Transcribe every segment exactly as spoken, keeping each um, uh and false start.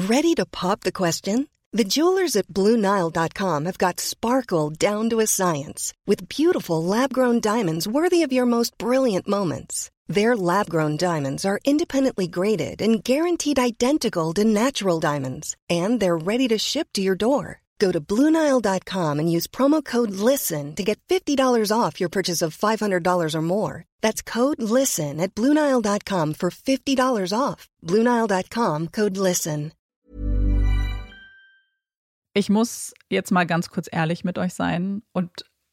Ready to pop the question? The jewelers at Blue Nile dot com have got sparkle down to a science with beautiful lab-grown diamonds worthy of your most brilliant moments. Their lab-grown diamonds are independently graded and guaranteed identical to natural diamonds, and they're ready to ship to your door. Go to Blue Nile dot com and use promo code LISTEN to get fifty dollars off your purchase of five hundred dollars or more. That's code LISTEN at Blue Nile dot com for fifty dollars off. Blue Nile dot com, code LISTEN. Ich muss jetzt mal ganz kurz ehrlich mit euch sein und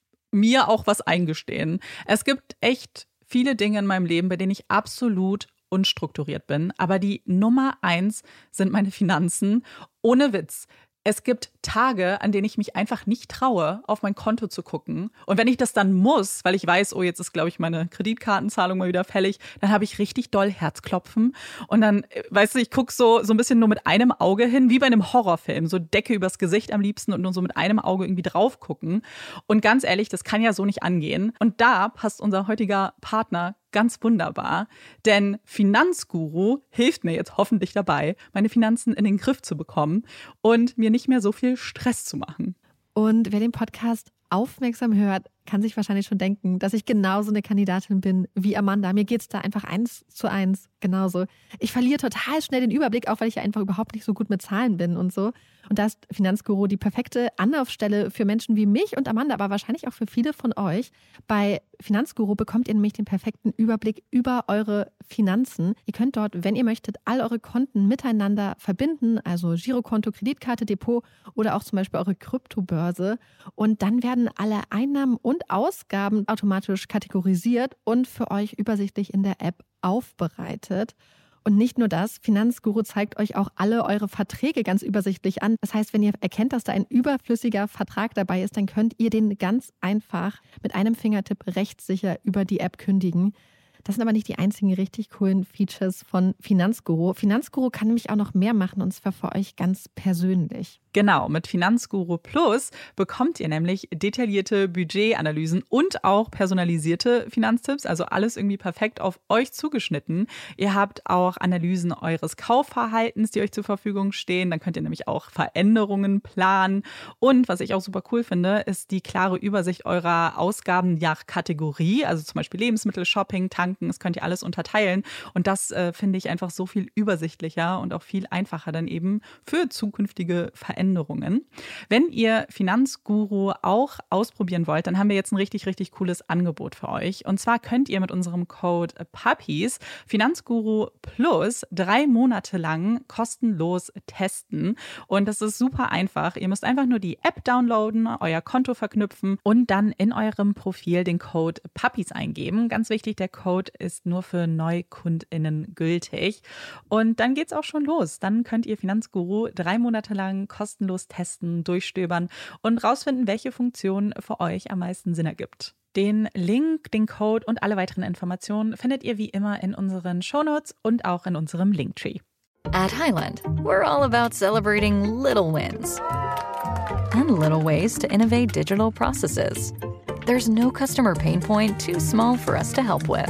mir auch was eingestehen. Es gibt echt viele Dinge in meinem Leben, bei denen ich absolut unstrukturiert bin. Aber die Nummer eins sind meine Finanzen. Ohne Witz. Es gibt Tage, an denen ich mich einfach nicht traue, auf mein Konto zu gucken. Und wenn ich das dann muss, weil ich weiß, oh, jetzt ist, glaube ich, meine Kreditkartenzahlung mal wieder fällig, dann habe ich richtig doll Herzklopfen. Und dann, weißt du, ich gucke so, so ein bisschen nur mit einem Auge hin, wie bei einem Horrorfilm. So Decke übers Gesicht am liebsten und nur so mit einem Auge irgendwie drauf gucken. Und ganz ehrlich, das kann ja so nicht angehen. Und da passt unser heutiger Partner ganz wunderbar, denn Finanzguru hilft mir jetzt hoffentlich dabei, meine Finanzen in den Griff zu bekommen und mir nicht mehr so viel Stress zu machen. Und wer den Podcast aufmerksam hört, kann sich wahrscheinlich schon denken, dass ich genauso eine Kandidatin bin wie Amanda. Mir geht's da einfach eins zu eins genauso. Ich verliere total schnell den Überblick, auch weil ich ja einfach überhaupt nicht so gut mit Zahlen bin und so. Und da ist Finanzguru die perfekte Anlaufstelle für Menschen wie mich und Amanda, aber wahrscheinlich auch für viele von euch. Bei Finanzguru bekommt ihr nämlich den perfekten Überblick über eure Finanzen. Ihr könnt dort, wenn ihr möchtet, all eure Konten miteinander verbinden, also Girokonto, Kreditkarte, Depot oder auch zum Beispiel eure Kryptobörse. Und dann werden alle Einnahmen und Ausgaben automatisch kategorisiert und für euch übersichtlich in der App aufbereitet. Und nicht nur das, Finanzguru zeigt euch auch alle eure Verträge ganz übersichtlich an. Das heißt, wenn ihr erkennt, dass da ein überflüssiger Vertrag dabei ist, dann könnt ihr den ganz einfach mit einem Fingertipp rechtssicher über die App kündigen. Das sind aber nicht die einzigen richtig coolen Features von Finanzguru. Finanzguru kann nämlich auch noch mehr machen, und zwar für euch ganz persönlich. Genau, mit Finanzguru Plus bekommt ihr nämlich detaillierte Budgetanalysen und auch personalisierte Finanztipps, also alles irgendwie perfekt auf euch zugeschnitten. Ihr habt auch Analysen eures Kaufverhaltens, die euch zur Verfügung stehen. Dann könnt ihr nämlich auch Veränderungen planen. Und was ich auch super cool finde, ist die klare Übersicht eurer Ausgaben nach Kategorie, also zum Beispiel Lebensmittel, Shopping, Tanken, das könnt ihr alles unterteilen. Und das äh, finde ich einfach so viel übersichtlicher und auch viel einfacher dann eben für zukünftige Veränderungen. Änderungen. Wenn ihr Finanzguru auch ausprobieren wollt, dann haben wir jetzt ein richtig, richtig cooles Angebot für euch. Und zwar könnt ihr mit unserem Code Puppies Finanzguru Plus drei Monate lang kostenlos testen. Und das ist super einfach. Ihr müsst einfach nur die App downloaden, euer Konto verknüpfen und dann in eurem Profil den Code Puppies eingeben. Ganz wichtig, der Code ist nur für NeukundInnen gültig. Und dann geht's auch schon los. Dann könnt ihr Finanzguru drei Monate lang kostenlos kostenlos testen, durchstöbern und rausfinden, welche Funktion für euch am meisten Sinn ergibt. Den Link, den Code und alle weiteren Informationen findet ihr wie immer in unseren Shownotes und auch in unserem Linktree. At Highland, we're all about celebrating little wins and little ways to innovate digital processes. There's no customer pain point too small for us to help with.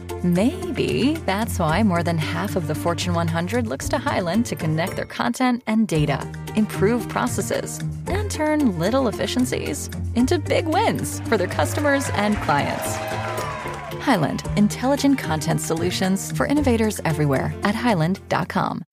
Maybe that's why more than half of the Fortune one hundred looks to Highland to connect their content and data, improve processes, and turn little efficiencies into big wins for their customers and clients. Highland, intelligent content solutions for innovators everywhere at highland dot com.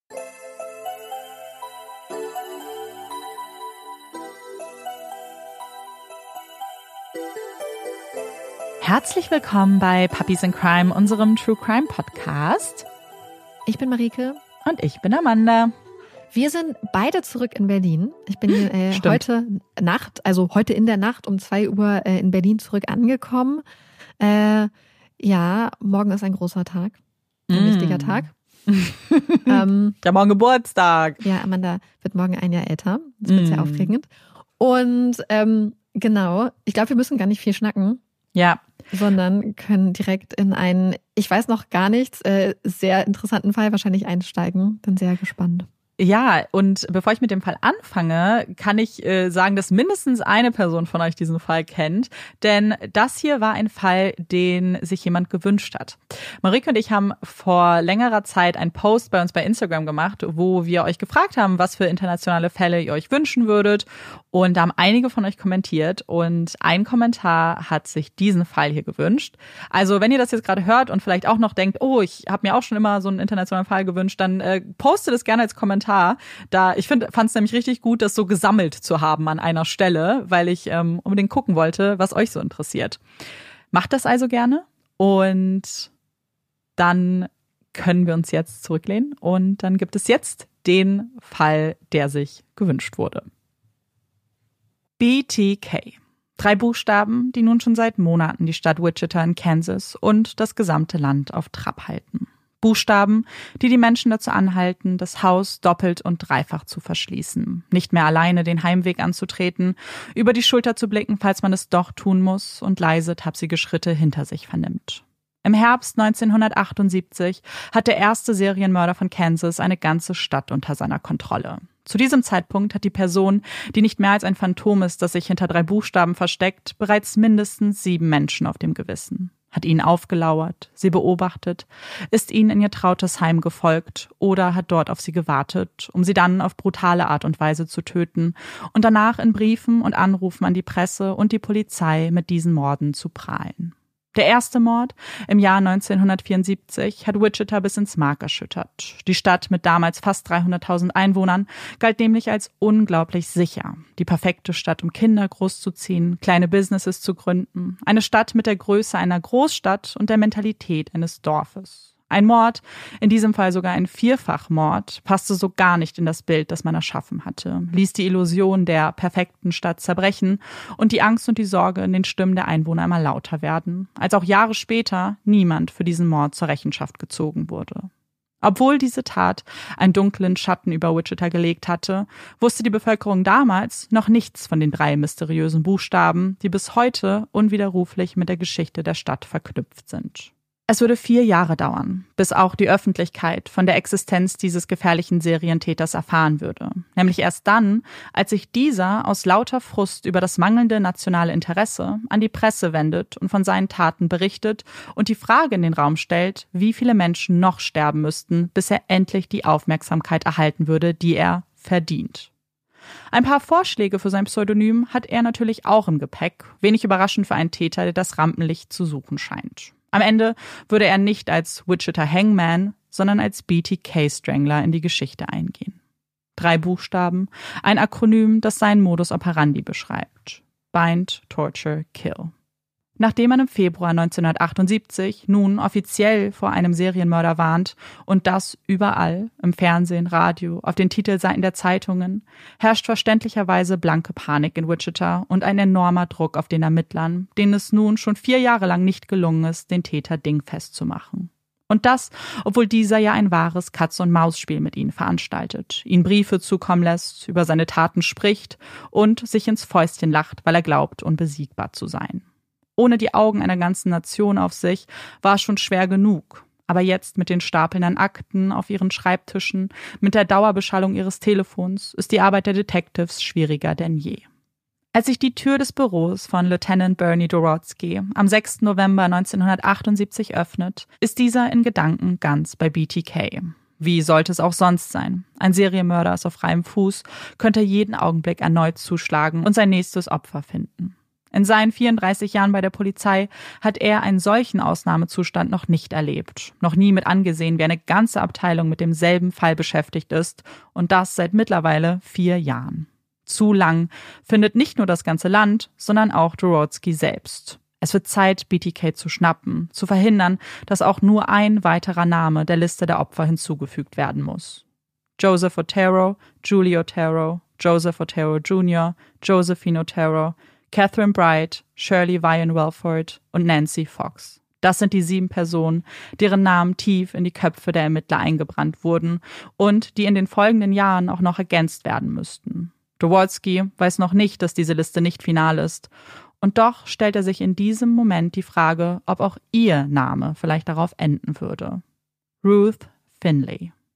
Herzlich willkommen bei Puppies in Crime, unserem True Crime Podcast. Ich bin Marike. Und ich bin Amanda. Wir sind beide zurück in Berlin. Ich bin äh, heute Nacht, also heute in der Nacht um zwei Uhr äh, in Berlin zurück angekommen. Äh, ja, morgen ist ein großer Tag. Ein mm. wichtiger Tag. ähm, ja, morgen Geburtstag. Ja, Amanda wird morgen ein Jahr älter. Das wird mm. sehr aufregend. Und ähm, genau, ich glaube, wir müssen gar nicht viel schnacken. Ja. Sondern können direkt in einen, ich weiß noch gar nichts, äh, sehr interessanten Fall wahrscheinlich einsteigen. Bin sehr gespannt. Ja, und bevor ich mit dem Fall anfange, kann ich äh, sagen, dass mindestens eine Person von euch diesen Fall kennt. Denn das hier war ein Fall, den sich jemand gewünscht hat. Marike und ich haben vor längerer Zeit einen Post bei uns bei Instagram gemacht, wo wir euch gefragt haben, was für internationale Fälle ihr euch wünschen würdet. Und da haben einige von euch kommentiert. Und ein Kommentar hat sich diesen Fall hier gewünscht. Also wenn ihr das jetzt gerade hört und vielleicht auch noch denkt, oh, ich habe mir auch schon immer so einen internationalen Fall gewünscht, dann äh, postet es gerne als Kommentar. Da ich fand es nämlich richtig gut, das so gesammelt zu haben an einer Stelle, weil ich ähm, unbedingt gucken wollte, was euch so interessiert. Macht das also gerne und dann können wir uns jetzt zurücklehnen und dann gibt es jetzt den Fall, der sich gewünscht wurde. B T K. Drei Buchstaben, die nun schon seit Monaten die Stadt Wichita in Kansas und das gesamte Land auf Trab halten. Buchstaben, die die Menschen dazu anhalten, das Haus doppelt und dreifach zu verschließen, nicht mehr alleine den Heimweg anzutreten, über die Schulter zu blicken, falls man es doch tun muss und leise, tapsige Schritte hinter sich vernimmt. Im Herbst neunzehnhundertachtundsiebzig hat der erste Serienmörder von Kansas eine ganze Stadt unter seiner Kontrolle. Zu diesem Zeitpunkt hat die Person, die nicht mehr als ein Phantom ist, das sich hinter drei Buchstaben versteckt, bereits mindestens sieben Menschen auf dem Gewissen. Hat ihnen aufgelauert, sie beobachtet, ist ihnen in ihr trautes Heim gefolgt oder hat dort auf sie gewartet, um sie dann auf brutale Art und Weise zu töten und danach in Briefen und Anrufen an die Presse und die Polizei mit diesen Morden zu prahlen. Der erste Mord im Jahr neunzehnhundertvierundsiebzig hat Wichita bis ins Mark erschüttert. Die Stadt mit damals fast dreihunderttausend Einwohnern galt nämlich als unglaublich sicher. Die perfekte Stadt, um Kinder großzuziehen, kleine Businesses zu gründen. Eine Stadt mit der Größe einer Großstadt und der Mentalität eines Dorfes. Ein Mord, in diesem Fall sogar ein Vierfachmord, passte so gar nicht in das Bild, das man erschaffen hatte, ließ die Illusion der perfekten Stadt zerbrechen und die Angst und die Sorge in den Stimmen der Einwohner immer lauter werden, als auch Jahre später niemand für diesen Mord zur Rechenschaft gezogen wurde. Obwohl diese Tat einen dunklen Schatten über Wichita gelegt hatte, wusste die Bevölkerung damals noch nichts von den drei mysteriösen Buchstaben, die bis heute unwiderruflich mit der Geschichte der Stadt verknüpft sind. Es würde vier Jahre dauern, bis auch die Öffentlichkeit von der Existenz dieses gefährlichen Serientäters erfahren würde. Nämlich erst dann, als sich dieser aus lauter Frust über das mangelnde nationale Interesse an die Presse wendet und von seinen Taten berichtet und die Frage in den Raum stellt, wie viele Menschen noch sterben müssten, bis er endlich die Aufmerksamkeit erhalten würde, die er verdient. Ein paar Vorschläge für sein Pseudonym hat er natürlich auch im Gepäck, wenig überraschend für einen Täter, der das Rampenlicht zu suchen scheint. Am Ende würde er nicht als Wichita Hangman, sondern als B T K Strangler in die Geschichte eingehen. Drei Buchstaben, ein Akronym, das seinen Modus operandi beschreibt. Bind, Torture, Kill. Nachdem man im Februar neunzehnhundertachtundsiebzig nun offiziell vor einem Serienmörder warnt und das überall, im Fernsehen, Radio, auf den Titelseiten der Zeitungen, herrscht verständlicherweise blanke Panik in Wichita und ein enormer Druck auf den Ermittlern, denen es nun schon vier Jahre lang nicht gelungen ist, den Täter dingfest zu machen. Und das, obwohl dieser ja ein wahres Katz-und-Maus-Spiel mit ihnen veranstaltet, ihnen Briefe zukommen lässt, über seine Taten spricht und sich ins Fäustchen lacht, weil er glaubt, unbesiegbar zu sein. Ohne die Augen einer ganzen Nation auf sich war es schon schwer genug. Aber jetzt mit den Stapeln an Akten auf ihren Schreibtischen, mit der Dauerbeschallung ihres Telefons, ist die Arbeit der Detectives schwieriger denn je. Als sich die Tür des Büros von Lieutenant Bernie Dorotsky am sechsten November neunzehnhundertachtundsiebzig öffnet, ist dieser in Gedanken ganz bei B T K. Wie sollte es auch sonst sein? Ein Serienmörder ist auf freiem Fuß, könnte jeden Augenblick erneut zuschlagen und sein nächstes Opfer finden. In seinen vierunddreißig Jahren bei der Polizei hat er einen solchen Ausnahmezustand noch nicht erlebt. Noch nie mit angesehen, wie eine ganze Abteilung mit demselben Fall beschäftigt ist. Und das seit mittlerweile vier Jahren. Zu lang findet nicht nur das ganze Land, sondern auch Dorotsky selbst. Es wird Zeit, B T K zu schnappen, zu verhindern, dass auch nur ein weiterer Name der Liste der Opfer hinzugefügt werden muss. Joseph Otero, Julie Otero, Joseph Otero Junior, Josephine Otero, Catherine Bright, Shirley Vian Welford und Nancy Fox. Das sind die sieben Personen, deren Namen tief in die Köpfe der Ermittler eingebrannt wurden und die in den folgenden Jahren auch noch ergänzt werden müssten. Dorotsky weiß noch nicht, dass diese Liste nicht final ist. Und doch stellt er sich in diesem Moment die Frage, ob auch ihr Name vielleicht darauf enden würde. Ruth Finley.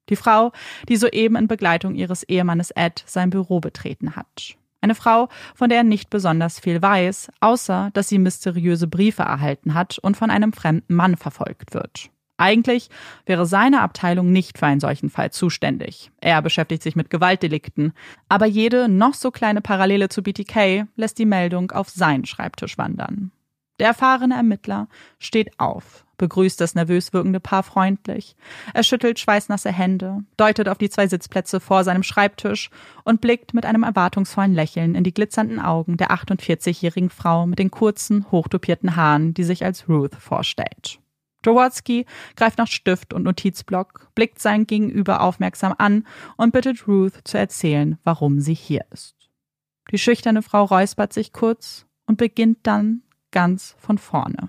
Die Frau, die soeben in Begleitung ihres Ehemannes Ed sein Büro betreten hat. Eine Frau, von der er nicht besonders viel weiß, außer dass sie mysteriöse Briefe erhalten hat und von einem fremden Mann verfolgt wird. Eigentlich wäre seine Abteilung nicht für einen solchen Fall zuständig. Er beschäftigt sich mit Gewaltdelikten. Aber jede noch so kleine Parallele zu B T K lässt die Meldung auf seinen Schreibtisch wandern. Der erfahrene Ermittler steht auf, begrüßt das nervös wirkende Paar freundlich. Er schüttelt schweißnasse Hände, deutet auf die zwei Sitzplätze vor seinem Schreibtisch und blickt mit einem erwartungsvollen Lächeln in die glitzernden Augen der achtundvierzigjährigen Frau mit den kurzen, hochtopierten Haaren, die sich als Ruth vorstellt. Jaworski greift nach Stift und Notizblock, blickt sein Gegenüber aufmerksam an und bittet Ruth zu erzählen, warum sie hier ist. Die schüchterne Frau räuspert sich kurz und beginnt dann ganz von vorne.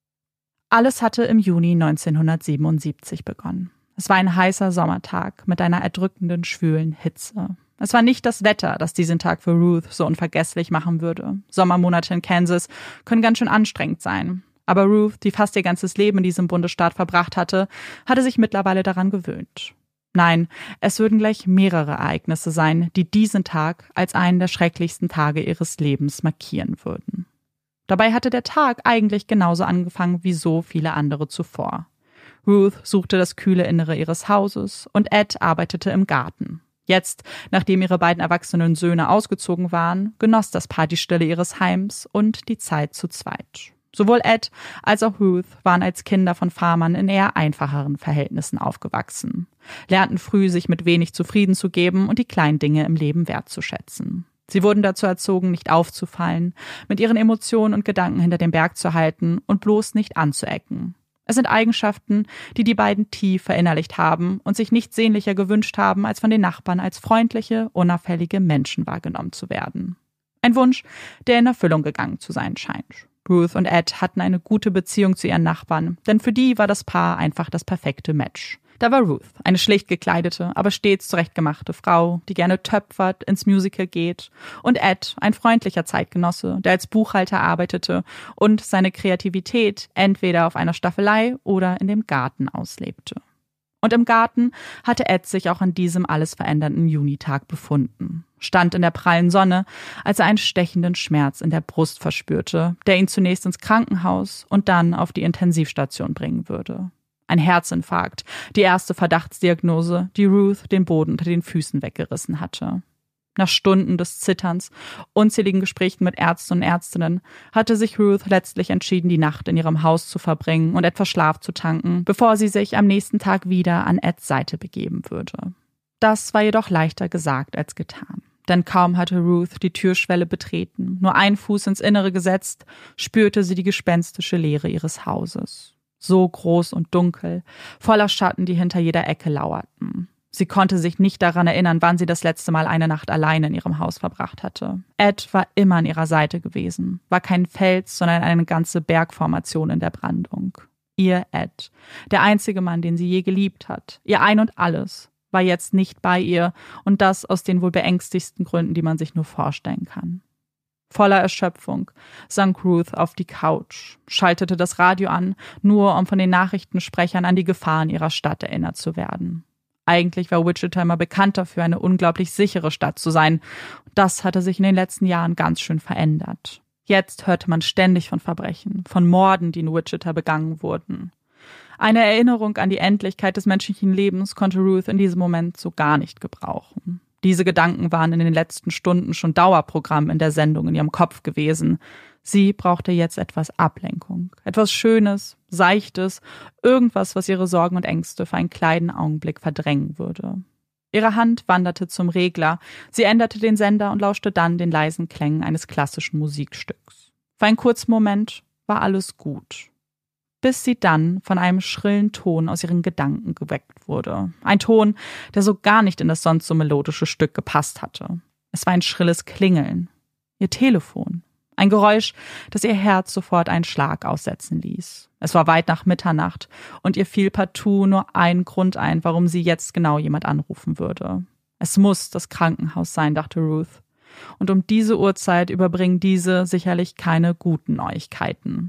Alles hatte im Juni neunzehnhundertsiebenundsiebzig begonnen. Es war ein heißer Sommertag mit einer erdrückenden, schwülen Hitze. Es war nicht das Wetter, das diesen Tag für Ruth so unvergesslich machen würde. Sommermonate in Kansas können ganz schön anstrengend sein. Aber Ruth, die fast ihr ganzes Leben in diesem Bundesstaat verbracht hatte, hatte sich mittlerweile daran gewöhnt. Nein, es würden gleich mehrere Ereignisse sein, die diesen Tag als einen der schrecklichsten Tage ihres Lebens markieren würden. Dabei hatte der Tag eigentlich genauso angefangen wie so viele andere zuvor. Ruth suchte das kühle Innere ihres Hauses und Ed arbeitete im Garten. Jetzt, nachdem ihre beiden erwachsenen Söhne ausgezogen waren, genoss das Paar die Stille ihres Heims und die Zeit zu zweit. Sowohl Ed als auch Ruth waren als Kinder von Farmern in eher einfacheren Verhältnissen aufgewachsen, lernten früh, sich mit wenig zufrieden zu geben und die kleinen Dinge im Leben wertzuschätzen. Sie wurden dazu erzogen, nicht aufzufallen, mit ihren Emotionen und Gedanken hinter dem Berg zu halten und bloß nicht anzuecken. Es sind Eigenschaften, die die beiden tief verinnerlicht haben und sich nicht sehnlicher gewünscht haben, als von den Nachbarn als freundliche, unauffällige Menschen wahrgenommen zu werden. Ein Wunsch, der in Erfüllung gegangen zu sein scheint. Ruth und Ed hatten eine gute Beziehung zu ihren Nachbarn, denn für die war das Paar einfach das perfekte Match. Da war Ruth, eine schlicht gekleidete, aber stets zurechtgemachte Frau, die gerne töpfert, ins Musical geht, und Ed, ein freundlicher Zeitgenosse, der als Buchhalter arbeitete und seine Kreativität entweder auf einer Staffelei oder in dem Garten auslebte. Und im Garten hatte Ed sich auch an diesem alles verändernden Junitag befunden, stand in der prallen Sonne, als er einen stechenden Schmerz in der Brust verspürte, der ihn zunächst ins Krankenhaus und dann auf die Intensivstation bringen würde. Ein Herzinfarkt, die erste Verdachtsdiagnose, die Ruth den Boden unter den Füßen weggerissen hatte. Nach Stunden des Zitterns, unzähligen Gesprächen mit Ärzten und Ärztinnen, hatte sich Ruth letztlich entschieden, die Nacht in ihrem Haus zu verbringen und etwas Schlaf zu tanken, bevor sie sich am nächsten Tag wieder an Eds Seite begeben würde. Das war jedoch leichter gesagt als getan. Denn kaum hatte Ruth die Türschwelle betreten, nur einen Fuß ins Innere gesetzt, spürte sie die gespenstische Leere ihres Hauses. So groß und dunkel, voller Schatten, die hinter jeder Ecke lauerten. Sie konnte sich nicht daran erinnern, wann sie das letzte Mal eine Nacht alleine in ihrem Haus verbracht hatte. Ed war immer an ihrer Seite gewesen, war kein Fels, sondern eine ganze Bergformation in der Brandung. Ihr Ed, der einzige Mann, den sie je geliebt hat, ihr Ein und Alles, war jetzt nicht bei ihr und das aus den wohl beängstigsten Gründen, die man sich nur vorstellen kann. Voller Erschöpfung sank Ruth auf die Couch, schaltete das Radio an, nur um von den Nachrichtensprechern an die Gefahren ihrer Stadt erinnert zu werden. Eigentlich war Wichita immer bekannt dafür, eine unglaublich sichere Stadt zu sein. Das hatte sich in den letzten Jahren ganz schön verändert. Jetzt hörte man ständig von Verbrechen, von Morden, die in Wichita begangen wurden. Eine Erinnerung an die Endlichkeit des menschlichen Lebens konnte Ruth in diesem Moment so gar nicht gebrauchen. Diese Gedanken waren in den letzten Stunden schon Dauerprogramm in der Sendung in ihrem Kopf gewesen. Sie brauchte jetzt etwas Ablenkung, etwas Schönes, Seichtes, irgendwas, was ihre Sorgen und Ängste für einen kleinen Augenblick verdrängen würde. Ihre Hand wanderte zum Regler, sie änderte den Sender und lauschte dann den leisen Klängen eines klassischen Musikstücks. Für einen kurzen Moment war alles gut. Bis sie dann von einem schrillen Ton aus ihren Gedanken geweckt wurde. Ein Ton, der so gar nicht in das sonst so melodische Stück gepasst hatte. Es war ein schrilles Klingeln. Ihr Telefon. Ein Geräusch, das ihr Herz sofort einen Schlag aussetzen ließ. Es war weit nach Mitternacht und ihr fiel partout nur ein Grund ein, warum sie jetzt genau jemand anrufen würde. Es muss das Krankenhaus sein, dachte Ruth. Und um diese Uhrzeit überbringen diese sicherlich keine guten Neuigkeiten.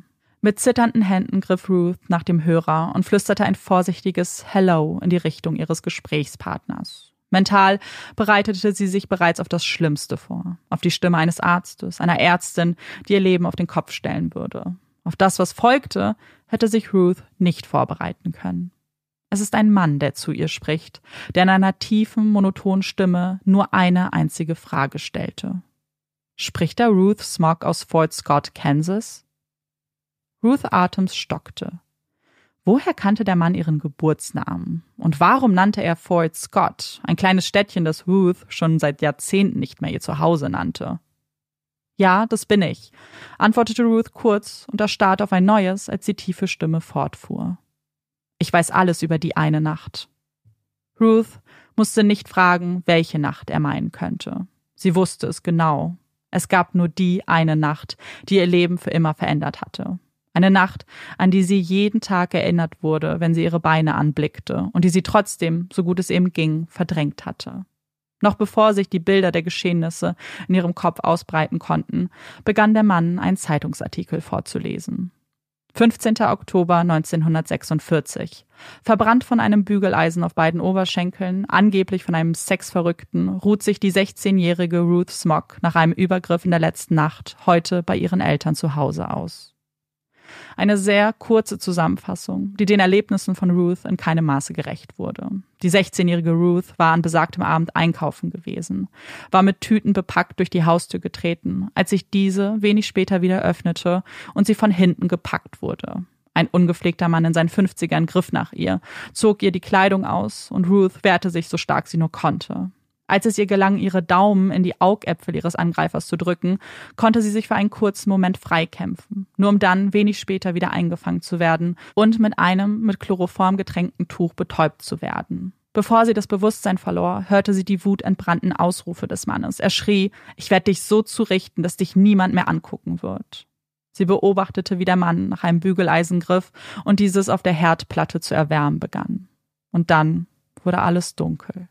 Mit zitternden Händen griff Ruth nach dem Hörer und flüsterte ein vorsichtiges Hello in die Richtung ihres Gesprächspartners. Mental bereitete sie sich bereits auf das Schlimmste vor. Auf die Stimme eines Arztes, einer Ärztin, die ihr Leben auf den Kopf stellen würde. Auf das, was folgte, hätte sich Ruth nicht vorbereiten können. Es ist ein Mann, der zu ihr spricht, der in einer tiefen, monotonen Stimme nur eine einzige Frage stellte. Spricht da Ruth Smog aus Fort Scott, Kansas? Ruth Atems stockte. Woher kannte der Mann ihren Geburtsnamen? Und warum nannte er Fort Scott, ein kleines Städtchen, das Ruth schon seit Jahrzehnten nicht mehr ihr Zuhause nannte? Ja, das bin ich, antwortete Ruth kurz und erstarrte auf ein neues, als die tiefe Stimme fortfuhr. Ich weiß alles über die eine Nacht. Ruth musste nicht fragen, welche Nacht er meinen könnte. Sie wusste es genau. Es gab nur die eine Nacht, die ihr Leben für immer verändert hatte. Eine Nacht, an die sie jeden Tag erinnert wurde, wenn sie ihre Beine anblickte und die sie trotzdem, so gut es eben ging, verdrängt hatte. Noch bevor sich die Bilder der Geschehnisse in ihrem Kopf ausbreiten konnten, begann der Mann einen Zeitungsartikel vorzulesen. fünfzehnter Oktober neunzehnhundertsechsundvierzig. Verbrannt von einem Bügeleisen auf beiden Oberschenkeln, angeblich von einem Sexverrückten, ruht sich die sechzehnjährige Ruth Smog nach einem Übergriff in der letzten Nacht heute bei ihren Eltern zu Hause aus. Eine sehr kurze Zusammenfassung, die den Erlebnissen von Ruth in keinem Maße gerecht wurde. Die sechzehnjährige Ruth war an besagtem Abend einkaufen gewesen, war mit Tüten bepackt durch die Haustür getreten, als sich diese wenig später wieder öffnete und sie von hinten gepackt wurde. Ein ungepflegter Mann in seinen fünfzigern griff nach ihr, zog ihr die Kleidung aus und Ruth wehrte sich so stark sie nur konnte. Als es ihr gelang, ihre Daumen in die Augäpfel ihres Angreifers zu drücken, konnte sie sich für einen kurzen Moment freikämpfen, nur um dann wenig später wieder eingefangen zu werden und mit einem mit Chloroform getränkten Tuch betäubt zu werden. Bevor sie das Bewusstsein verlor, hörte sie die wutentbrannten Ausrufe des Mannes. Er schrie, ich werde dich so zurichten, dass dich niemand mehr angucken wird. Sie beobachtete, wie der Mann nach einem Bügeleisen griff und dieses auf der Herdplatte zu erwärmen begann. Und dann wurde alles dunkel.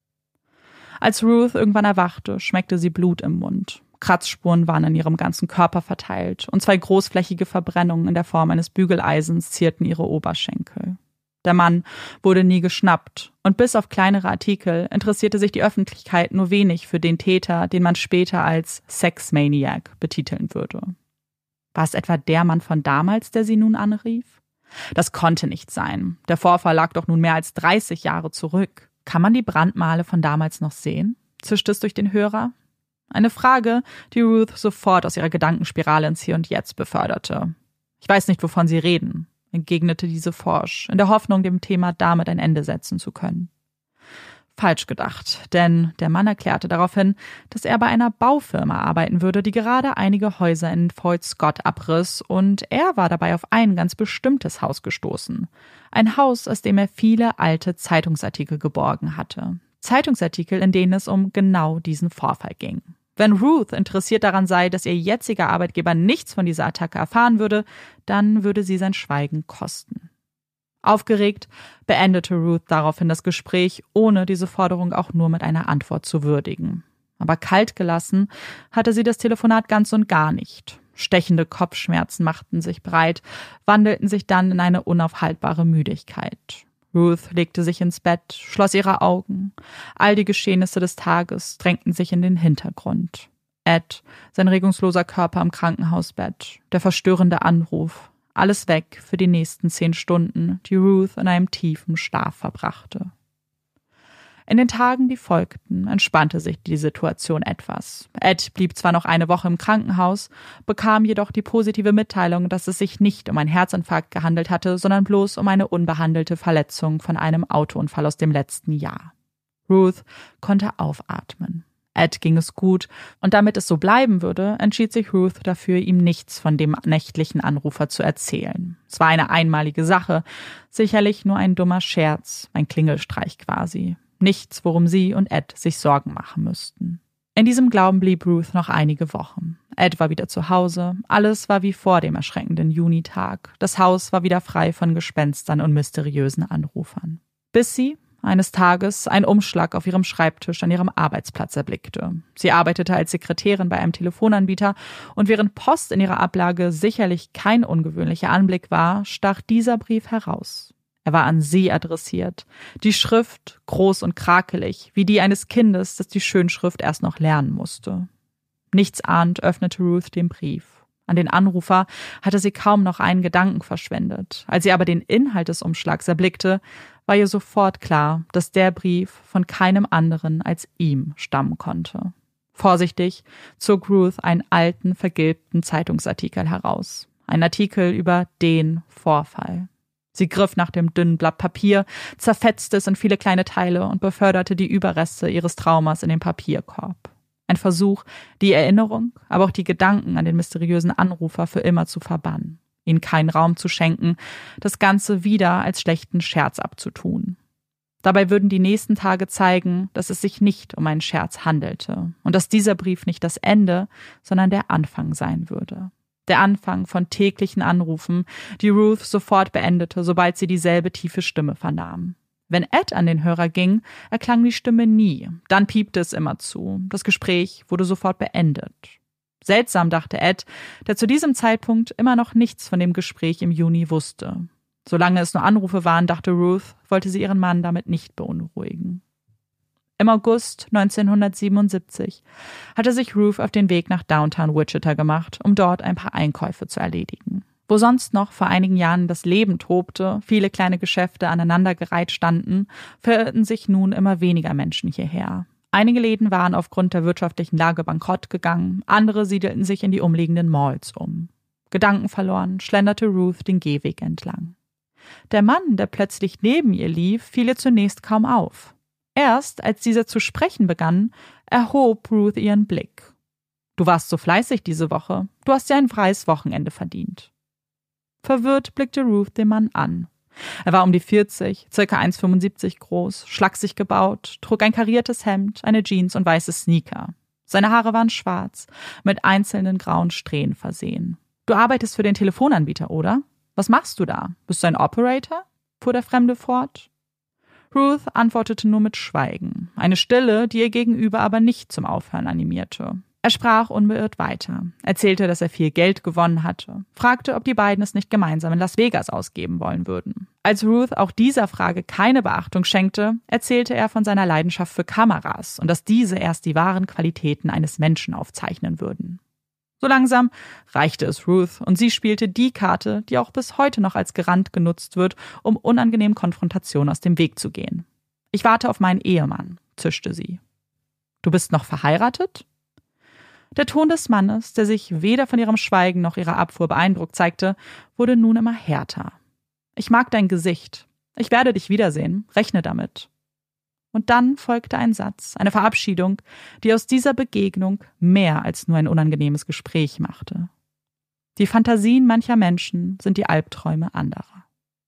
Als Ruth irgendwann erwachte, schmeckte sie Blut im Mund. Kratzspuren waren in ihrem ganzen Körper verteilt und zwei großflächige Verbrennungen in der Form eines Bügeleisens zierten ihre Oberschenkel. Der Mann wurde nie geschnappt und bis auf kleinere Artikel interessierte sich die Öffentlichkeit nur wenig für den Täter, den man später als Sex-Maniac betiteln würde. War es etwa der Mann von damals, der sie nun anrief? Das konnte nicht sein. Der Vorfall lag doch nun mehr als dreißig Jahre zurück. Kann man die Brandmale von damals noch sehen? Zischte es durch den Hörer? Eine Frage, die Ruth sofort aus ihrer Gedankenspirale ins Hier und Jetzt beförderte. Ich weiß nicht, wovon Sie reden, entgegnete diese forsch, in der Hoffnung, dem Thema damit ein Ende setzen zu können. Falsch gedacht, denn der Mann erklärte daraufhin, dass er bei einer Baufirma arbeiten würde, die gerade einige Häuser in Fort Scott abriss, und er war dabei auf ein ganz bestimmtes Haus gestoßen. Ein Haus, aus dem er viele alte Zeitungsartikel geborgen hatte. Zeitungsartikel, in denen es um genau diesen Vorfall ging. Wenn Ruth interessiert daran sei, dass ihr jetziger Arbeitgeber nichts von dieser Attacke erfahren würde, dann würde sie sein Schweigen kosten. Aufgeregt beendete Ruth daraufhin das Gespräch, ohne diese Forderung auch nur mit einer Antwort zu würdigen. Aber kalt gelassen hatte sie das Telefonat ganz und gar nicht. Stechende Kopfschmerzen machten sich breit, wandelten sich dann in eine unaufhaltbare Müdigkeit. Ruth legte sich ins Bett, schloss ihre Augen. All die Geschehnisse des Tages drängten sich in den Hintergrund. Ed, sein regungsloser Körper im Krankenhausbett, der verstörende Anruf, alles weg für die nächsten zehn Stunden, die Ruth in einem tiefen Schlaf verbrachte. In den Tagen, die folgten, entspannte sich die Situation etwas. Ed blieb zwar noch eine Woche im Krankenhaus, bekam jedoch die positive Mitteilung, dass es sich nicht um einen Herzinfarkt gehandelt hatte, sondern bloß um eine unbehandelte Verletzung von einem Autounfall aus dem letzten Jahr. Ruth konnte aufatmen. Ed ging es gut, und damit es so bleiben würde, entschied sich Ruth dafür, ihm nichts von dem nächtlichen Anrufer zu erzählen. Es war eine einmalige Sache, sicherlich nur ein dummer Scherz, ein Klingelstreich quasi. Nichts, worum sie und Ed sich Sorgen machen müssten. In diesem Glauben blieb Ruth noch einige Wochen. Ed war wieder zu Hause, alles war wie vor dem erschreckenden Junitag. Das Haus war wieder frei von Gespenstern und mysteriösen Anrufern. Bis sie, eines Tages einen Umschlag auf ihrem Schreibtisch an ihrem Arbeitsplatz erblickte. Sie arbeitete als Sekretärin bei einem Telefonanbieter und während Post in ihrer Ablage sicherlich kein ungewöhnlicher Anblick war, stach dieser Brief heraus. Er war an sie adressiert. Die Schrift, groß und krakelig, wie die eines Kindes, das die Schönschrift erst noch lernen musste. Nichtsahnd öffnete Ruth den Brief. An den Anrufer hatte sie kaum noch einen Gedanken verschwendet. Als sie aber den Inhalt des Umschlags erblickte, war ihr sofort klar, dass der Brief von keinem anderen als ihm stammen konnte. Vorsichtig zog Ruth einen alten, vergilbten Zeitungsartikel heraus. Ein Artikel über den Vorfall. Sie griff nach dem dünnen Blatt Papier, zerfetzte es in viele kleine Teile und beförderte die Überreste ihres Traumas in den Papierkorb. Ein Versuch, die Erinnerung, aber auch die Gedanken an den mysteriösen Anrufer für immer zu verbannen, ihnen keinen Raum zu schenken, das Ganze wieder als schlechten Scherz abzutun. Dabei würden die nächsten Tage zeigen, dass es sich nicht um einen Scherz handelte und dass dieser Brief nicht das Ende, sondern der Anfang sein würde. Der Anfang von täglichen Anrufen, die Ruth sofort beendete, sobald sie dieselbe tiefe Stimme vernahm. Wenn Ed an den Hörer ging, erklang die Stimme nie. Dann piepte es immer zu. Das Gespräch wurde sofort beendet. Seltsam, dachte Ed, der zu diesem Zeitpunkt immer noch nichts von dem Gespräch im Juni wusste. Solange es nur Anrufe waren, dachte Ruth, wollte sie ihren Mann damit nicht beunruhigen. Im August neunzehnhundertsiebenundsiebzig hatte sich Ruth auf den Weg nach Downtown Wichita gemacht, um dort ein paar Einkäufe zu erledigen. Wo sonst noch vor einigen Jahren das Leben tobte, viele kleine Geschäfte aneinandergereiht standen, verirrten sich nun immer weniger Menschen hierher. Einige Läden waren aufgrund der wirtschaftlichen Lage bankrott gegangen, andere siedelten sich in die umliegenden Malls um. Gedankenverloren schlenderte Ruth den Gehweg entlang. Der Mann, der plötzlich neben ihr lief, fiel ihr zunächst kaum auf. Erst als dieser zu sprechen begann, erhob Ruth ihren Blick. »Du warst so fleißig diese Woche. Du hast dir ein freies Wochenende verdient.« Verwirrt blickte Ruth den Mann an. Er war um die vierzig, circa eins Komma fünfundsiebzig groß, schlaksig gebaut, trug ein kariertes Hemd, eine Jeans und weiße Sneaker. Seine Haare waren schwarz, mit einzelnen grauen Strähnen versehen. »Du arbeitest für den Telefonanbieter, oder? Was machst du da? Bist du ein Operator?« fuhr der Fremde fort. Ruth antwortete nur mit Schweigen, eine Stille, die ihr Gegenüber aber nicht zum Aufhören animierte. Er sprach unbeirrt weiter, erzählte, dass er viel Geld gewonnen hatte, fragte, ob die beiden es nicht gemeinsam in Las Vegas ausgeben wollen würden. Als Ruth auch dieser Frage keine Beachtung schenkte, erzählte er von seiner Leidenschaft für Kameras und dass diese erst die wahren Qualitäten eines Menschen aufzeichnen würden. So langsam reichte es Ruth und sie spielte die Karte, die auch bis heute noch als Garant genutzt wird, um unangenehmen Konfrontationen aus dem Weg zu gehen. »Ich warte auf meinen Ehemann«, zischte sie. »Du bist noch verheiratet?« Der Ton des Mannes, der sich weder von ihrem Schweigen noch ihrer Abfuhr beeindruckt zeigte, wurde nun immer härter. »Ich mag dein Gesicht. Ich werde dich wiedersehen. Rechne damit.« Und dann folgte ein Satz, eine Verabschiedung, die aus dieser Begegnung mehr als nur ein unangenehmes Gespräch machte. Die Fantasien mancher Menschen sind die Albträume anderer.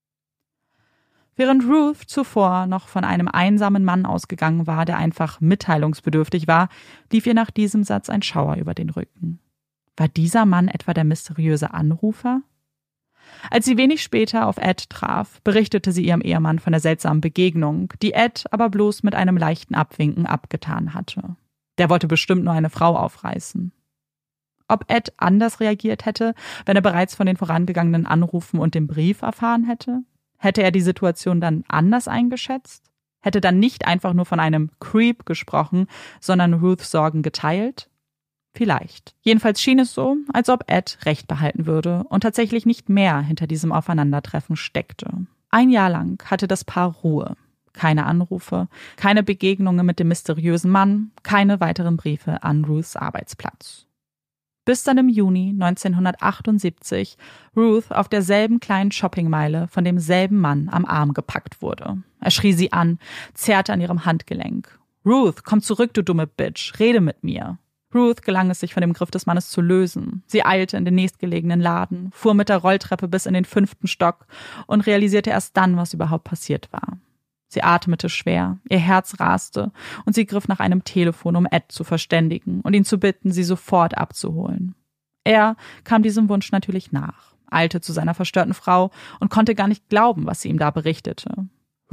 Während Ruth zuvor noch von einem einsamen Mann ausgegangen war, der einfach mitteilungsbedürftig war, lief ihr nach diesem Satz ein Schauer über den Rücken. War dieser Mann etwa der mysteriöse Anrufer? Als sie wenig später auf Ed traf, berichtete sie ihrem Ehemann von der seltsamen Begegnung, die Ed aber bloß mit einem leichten Abwinken abgetan hatte. Der wollte bestimmt nur eine Frau aufreißen. Ob Ed anders reagiert hätte, wenn er bereits von den vorangegangenen Anrufen und dem Brief erfahren hätte? Hätte er die Situation dann anders eingeschätzt? Hätte dann nicht einfach nur von einem Creep gesprochen, sondern Ruths Sorgen geteilt? Vielleicht. Jedenfalls schien es so, als ob Ed Recht behalten würde und tatsächlich nicht mehr hinter diesem Aufeinandertreffen steckte. Ein Jahr lang hatte das Paar Ruhe. Keine Anrufe, keine Begegnungen mit dem mysteriösen Mann, keine weiteren Briefe an Ruths Arbeitsplatz. Bis dann im Juni neunzehnhundertachtundsiebzig Ruth auf derselben kleinen Shoppingmeile von demselben Mann am Arm gepackt wurde. Er schrie sie an, zerrte an ihrem Handgelenk. »Ruth, komm zurück, du dumme Bitch, rede mit mir!« Ruth gelang es sich von dem Griff des Mannes zu lösen. Sie eilte in den nächstgelegenen Laden, fuhr mit der Rolltreppe bis in den fünften Stock und realisierte erst dann, was überhaupt passiert war. Sie atmete schwer, ihr Herz raste und sie griff nach einem Telefon, um Ed zu verständigen und ihn zu bitten, sie sofort abzuholen. Er kam diesem Wunsch natürlich nach, eilte zu seiner verstörten Frau und konnte gar nicht glauben, was sie ihm da berichtete.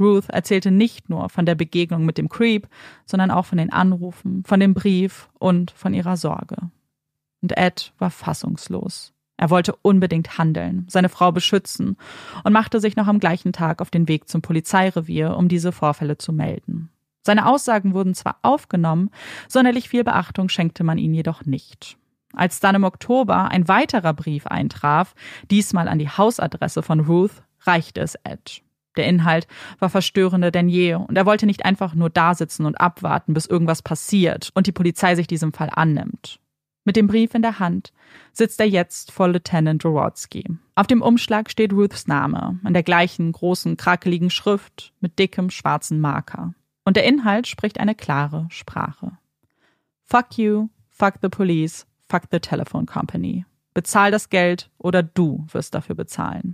Ruth erzählte nicht nur von der Begegnung mit dem Creep, sondern auch von den Anrufen, von dem Brief und von ihrer Sorge. Und Ed war fassungslos. Er wollte unbedingt handeln, seine Frau beschützen und machte sich noch am gleichen Tag auf den Weg zum Polizeirevier, um diese Vorfälle zu melden. Seine Aussagen wurden zwar aufgenommen, sonderlich viel Beachtung schenkte man ihnen jedoch nicht. Als dann im Oktober ein weiterer Brief eintraf, diesmal an die Hausadresse von Ruth, reichte es Ed. Der Inhalt war verstörender denn je und er wollte nicht einfach nur dasitzen und abwarten, bis irgendwas passiert und die Polizei sich diesem Fall annimmt. Mit dem Brief in der Hand sitzt er jetzt vor Lieutenant Jaworski. Auf dem Umschlag steht Ruths Name, in der gleichen großen, krakeligen Schrift mit dickem schwarzen Marker. Und der Inhalt spricht eine klare Sprache. Fuck you, fuck the police, fuck the telephone company. Bezahl das Geld oder du wirst dafür bezahlen.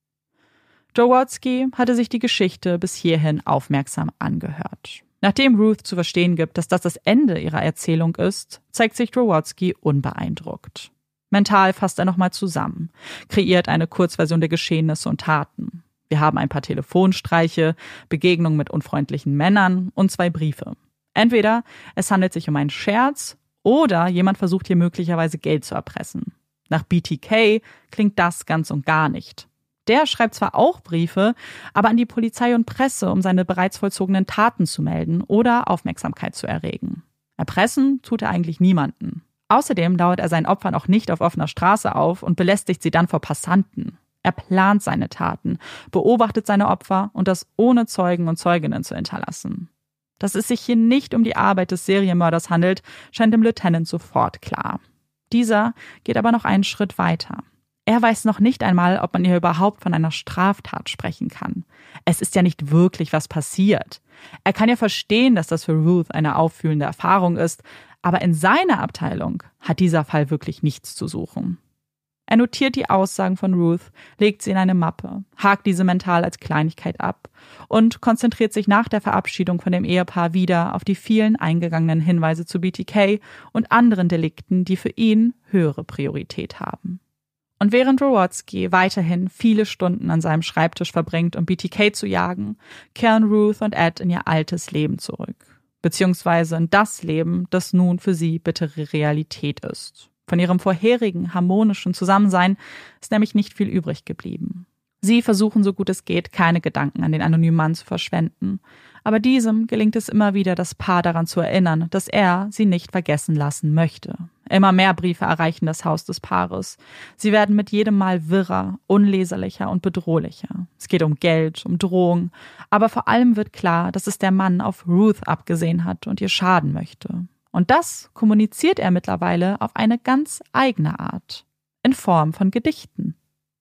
Jaworski hatte sich die Geschichte bis hierhin aufmerksam angehört. Nachdem Ruth zu verstehen gibt, dass das das Ende ihrer Erzählung ist, zeigt sich Jaworski unbeeindruckt. Mental fasst er nochmal zusammen, kreiert eine Kurzversion der Geschehnisse und Taten. Wir haben ein paar Telefonstreiche, Begegnungen mit unfreundlichen Männern und zwei Briefe. Entweder es handelt sich um einen Scherz oder jemand versucht hier möglicherweise Geld zu erpressen. Nach B T K klingt das ganz und gar nicht. Der schreibt zwar auch Briefe, aber an die Polizei und Presse, um seine bereits vollzogenen Taten zu melden oder Aufmerksamkeit zu erregen. Erpressen tut er eigentlich niemanden. Außerdem lauert er seinen Opfern auch nicht auf offener Straße auf und belästigt sie dann vor Passanten. Er plant seine Taten, beobachtet seine Opfer und das ohne Zeugen und Zeuginnen zu hinterlassen. Dass es sich hier nicht um die Arbeit des Serienmörders handelt, scheint dem Lieutenant sofort klar. Dieser geht aber noch einen Schritt weiter. Er weiß noch nicht einmal, ob man hier überhaupt von einer Straftat sprechen kann. Es ist ja nicht wirklich was passiert. Er kann ja verstehen, dass das für Ruth eine auffühlende Erfahrung ist, aber in seiner Abteilung hat dieser Fall wirklich nichts zu suchen. Er notiert die Aussagen von Ruth, legt sie in eine Mappe, hakt diese mental als Kleinigkeit ab und konzentriert sich nach der Verabschiedung von dem Ehepaar wieder auf die vielen eingegangenen Hinweise zu B T K und anderen Delikten, die für ihn höhere Priorität haben. Und während Jaworski weiterhin viele Stunden an seinem Schreibtisch verbringt, um B T K zu jagen, kehren Ruth und Ed in ihr altes Leben zurück. Beziehungsweise in das Leben, das nun für sie bittere Realität ist. Von ihrem vorherigen harmonischen Zusammensein ist nämlich nicht viel übrig geblieben. Sie versuchen, so gut es geht, keine Gedanken an den anonymen Mann zu verschwenden. Aber diesem gelingt es immer wieder, das Paar daran zu erinnern, dass er sie nicht vergessen lassen möchte. Immer mehr Briefe erreichen das Haus des Paares. Sie werden mit jedem Mal wirrer, unleserlicher und bedrohlicher. Es geht um Geld, um Drohung, aber vor allem wird klar, dass es der Mann auf Ruth abgesehen hat und ihr schaden möchte. Und das kommuniziert er mittlerweile auf eine ganz eigene Art, in Form von Gedichten.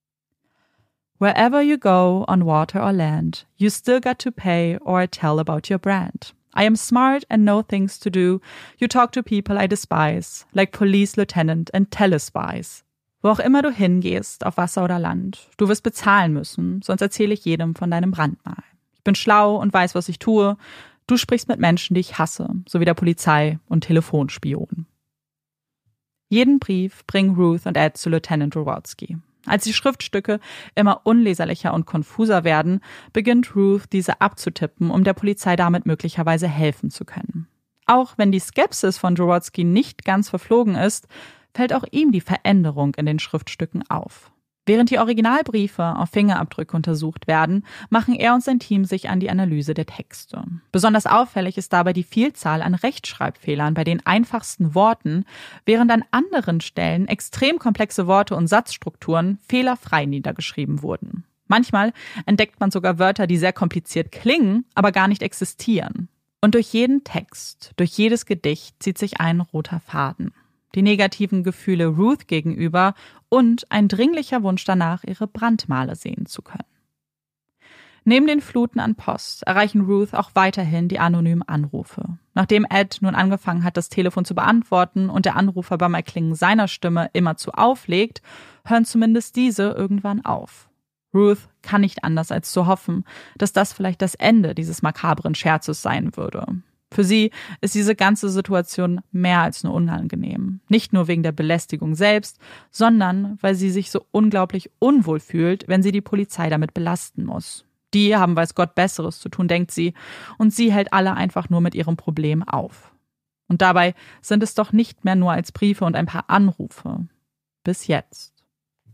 Wherever you go on water or land, you still got to pay or tell about your brand. I am smart and know things to do. You talk to people I despise, like police lieutenant and telespies. Wo auch immer du hingehst, auf Wasser oder Land, du wirst bezahlen müssen, sonst erzähle ich jedem von deinem Brandmal. Ich bin schlau und weiß, was ich tue. Du sprichst mit Menschen, die ich hasse, sowie der Polizei und Telefonspionen. Jeden Brief bringen Ruth und Ed zu Lieutenant Jaworski. Als die Schriftstücke immer unleserlicher und konfuser werden, beginnt Ruth, diese abzutippen, um der Polizei damit möglicherweise helfen zu können. Auch wenn die Skepsis von Jaworski nicht ganz verflogen ist, fällt auch ihm die Veränderung in den Schriftstücken auf. Während die Originalbriefe auf Fingerabdrücke untersucht werden, machen er und sein Team sich an die Analyse der Texte. Besonders auffällig ist dabei die Vielzahl an Rechtschreibfehlern bei den einfachsten Worten, während an anderen Stellen extrem komplexe Worte und Satzstrukturen fehlerfrei niedergeschrieben wurden. Manchmal entdeckt man sogar Wörter, die sehr kompliziert klingen, aber gar nicht existieren. Und durch jeden Text, durch jedes Gedicht zieht sich ein roter Faden. Die negativen Gefühle Ruth gegenüber und ein dringlicher Wunsch danach, ihre Brandmale sehen zu können. Neben den Fluten an Post erreichen Ruth auch weiterhin die anonymen Anrufe. Nachdem Ed nun angefangen hat, das Telefon zu beantworten und der Anrufer beim Erklingen seiner Stimme immerzu auflegt, hören zumindest diese irgendwann auf. Ruth kann nicht anders als zu hoffen, dass das vielleicht das Ende dieses makabren Scherzes sein würde. Für sie ist diese ganze Situation mehr als nur unangenehm. Nicht nur wegen der Belästigung selbst, sondern weil sie sich so unglaublich unwohl fühlt, wenn sie die Polizei damit belasten muss. Die haben weiß Gott Besseres zu tun, denkt sie, und sie hält alle einfach nur mit ihrem Problem auf. Und dabei sind es doch nicht mehr nur als Briefe und ein paar Anrufe. Bis jetzt.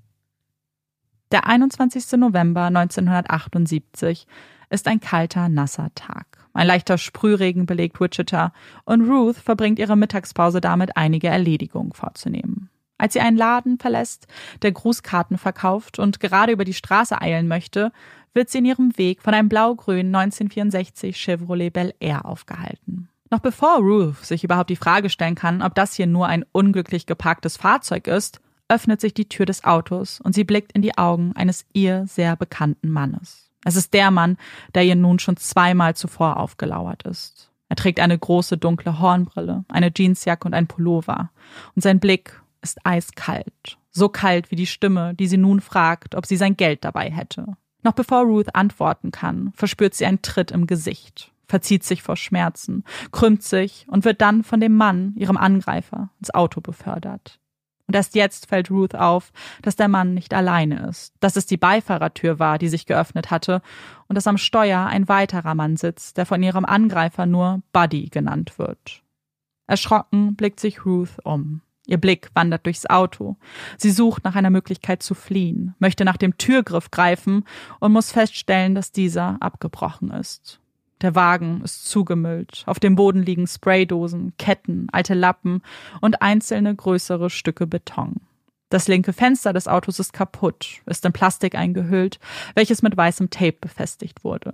Der einundzwanzigster November neunzehnhundertachtundsiebzig ist ein kalter, nasser Tag. Ein leichter Sprühregen belegt Wichita und Ruth verbringt ihre Mittagspause damit, einige Erledigungen vorzunehmen. Als sie einen Laden verlässt, der Grußkarten verkauft und gerade über die Straße eilen möchte, wird sie in ihrem Weg von einem blau-grünen neunzehnhundertvierundsechzig Chevrolet Bel Air aufgehalten. Noch bevor Ruth sich überhaupt die Frage stellen kann, ob das hier nur ein unglücklich geparktes Fahrzeug ist, öffnet sich die Tür des Autos und sie blickt in die Augen eines ihr sehr bekannten Mannes. Es ist der Mann, der ihr nun schon zweimal zuvor aufgelauert ist. Er trägt eine große dunkle Hornbrille, eine Jeansjacke und ein Pullover. Und sein Blick ist eiskalt. So kalt wie die Stimme, die sie nun fragt, ob sie sein Geld dabei hätte. Noch bevor Ruth antworten kann, verspürt sie einen Tritt im Gesicht, verzieht sich vor Schmerzen, krümmt sich und wird dann von dem Mann, ihrem Angreifer, ins Auto befördert. Und erst jetzt fällt Ruth auf, dass der Mann nicht alleine ist, dass es die Beifahrertür war, die sich geöffnet hatte und dass am Steuer ein weiterer Mann sitzt, der von ihrem Angreifer nur Buddy genannt wird. Erschrocken blickt sich Ruth um. Ihr Blick wandert durchs Auto. Sie sucht nach einer Möglichkeit zu fliehen, möchte nach dem Türgriff greifen und muss feststellen, dass dieser abgebrochen ist. Der Wagen ist zugemüllt. Auf dem Boden liegen Spraydosen, Ketten, alte Lappen und einzelne größere Stücke Beton. Das linke Fenster des Autos ist kaputt, ist in Plastik eingehüllt, welches mit weißem Tape befestigt wurde.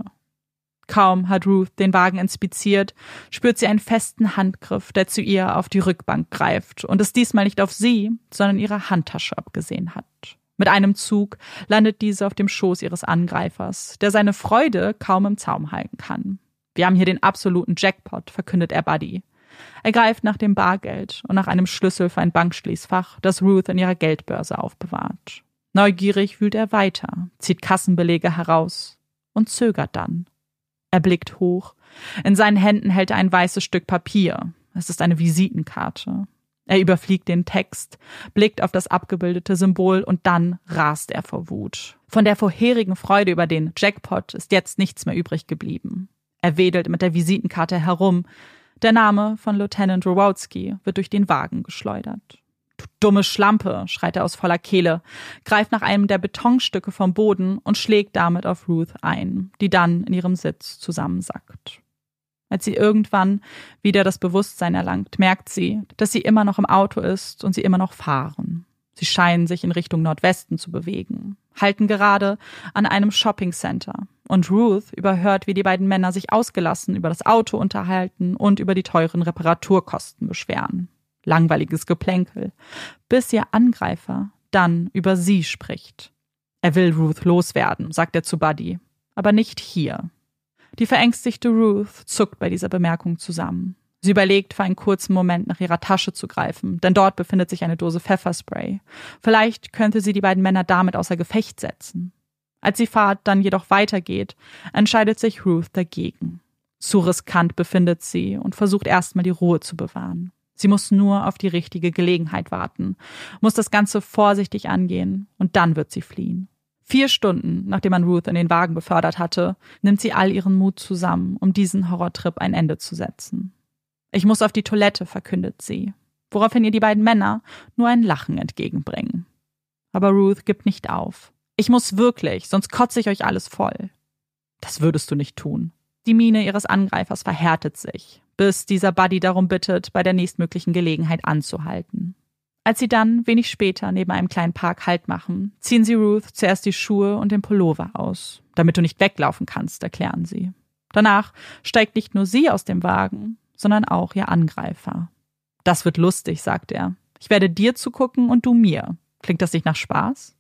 Kaum hat Ruth den Wagen inspiziert, spürt sie einen festen Handgriff, der zu ihr auf die Rückbank greift und es diesmal nicht auf sie, sondern ihre Handtasche abgesehen hat. Mit einem Zug landet diese auf dem Schoß ihres Angreifers, der seine Freude kaum im Zaum halten kann. Wir haben hier den absoluten Jackpot, verkündet er Buddy. Er greift nach dem Bargeld und nach einem Schlüssel für ein Bankschließfach, das Ruth in ihrer Geldbörse aufbewahrt. Neugierig wühlt er weiter, zieht Kassenbelege heraus und zögert dann. Er blickt hoch. In seinen Händen hält er ein weißes Stück Papier. Es ist eine Visitenkarte. Er überfliegt den Text, blickt auf das abgebildete Symbol und dann rast er vor Wut. Von der vorherigen Freude über den Jackpot ist jetzt nichts mehr übrig geblieben. Er wedelt mit der Visitenkarte herum. Der Name von Lieutenant Rowalski wird durch den Wagen geschleudert. »Du dumme Schlampe«, schreit er aus voller Kehle, greift nach einem der Betonstücke vom Boden und schlägt damit auf Ruth ein, die dann in ihrem Sitz zusammensackt. Als sie irgendwann wieder das Bewusstsein erlangt, merkt sie, dass sie immer noch im Auto ist und sie immer noch fahren. Sie scheinen sich in Richtung Nordwesten zu bewegen, halten gerade an einem Shoppingcenter. Und Ruth überhört, wie die beiden Männer sich ausgelassen über das Auto unterhalten und über die teuren Reparaturkosten beschweren. Langweiliges Geplänkel, bis ihr Angreifer dann über sie spricht. Er will Ruth loswerden, sagt er zu Buddy, aber nicht hier. Die verängstigte Ruth zuckt bei dieser Bemerkung zusammen. Sie überlegt für einen kurzen Moment nach ihrer Tasche zu greifen, denn dort befindet sich eine Dose Pfefferspray. Vielleicht könnte sie die beiden Männer damit außer Gefecht setzen. Als die Fahrt dann jedoch weitergeht, entscheidet sich Ruth dagegen. Zu riskant befindet sie und versucht erstmal die Ruhe zu bewahren. Sie muss nur auf die richtige Gelegenheit warten, muss das Ganze vorsichtig angehen und dann wird sie fliehen. Vier Stunden, nachdem man Ruth in den Wagen befördert hatte, nimmt sie all ihren Mut zusammen, um diesen Horrortrip ein Ende zu setzen. »Ich muss auf die Toilette«, verkündet sie, woraufhin ihr die beiden Männer nur ein Lachen entgegenbringen. Aber Ruth gibt nicht auf. »Ich muss wirklich, sonst kotze ich euch alles voll.« »Das würdest du nicht tun.« Die Miene ihres Angreifers verhärtet sich, bis dieser Buddy darum bittet, bei der nächstmöglichen Gelegenheit anzuhalten. Als sie dann, wenig später, neben einem kleinen Park Halt machen, ziehen sie Ruth zuerst die Schuhe und den Pullover aus. »Damit du nicht weglaufen kannst«, erklären sie. Danach steigt nicht nur sie aus dem Wagen, sondern auch ihr Angreifer. »Das wird lustig«, sagt er. »Ich werde dir zugucken und du mir. Klingt das nicht nach Spaß?«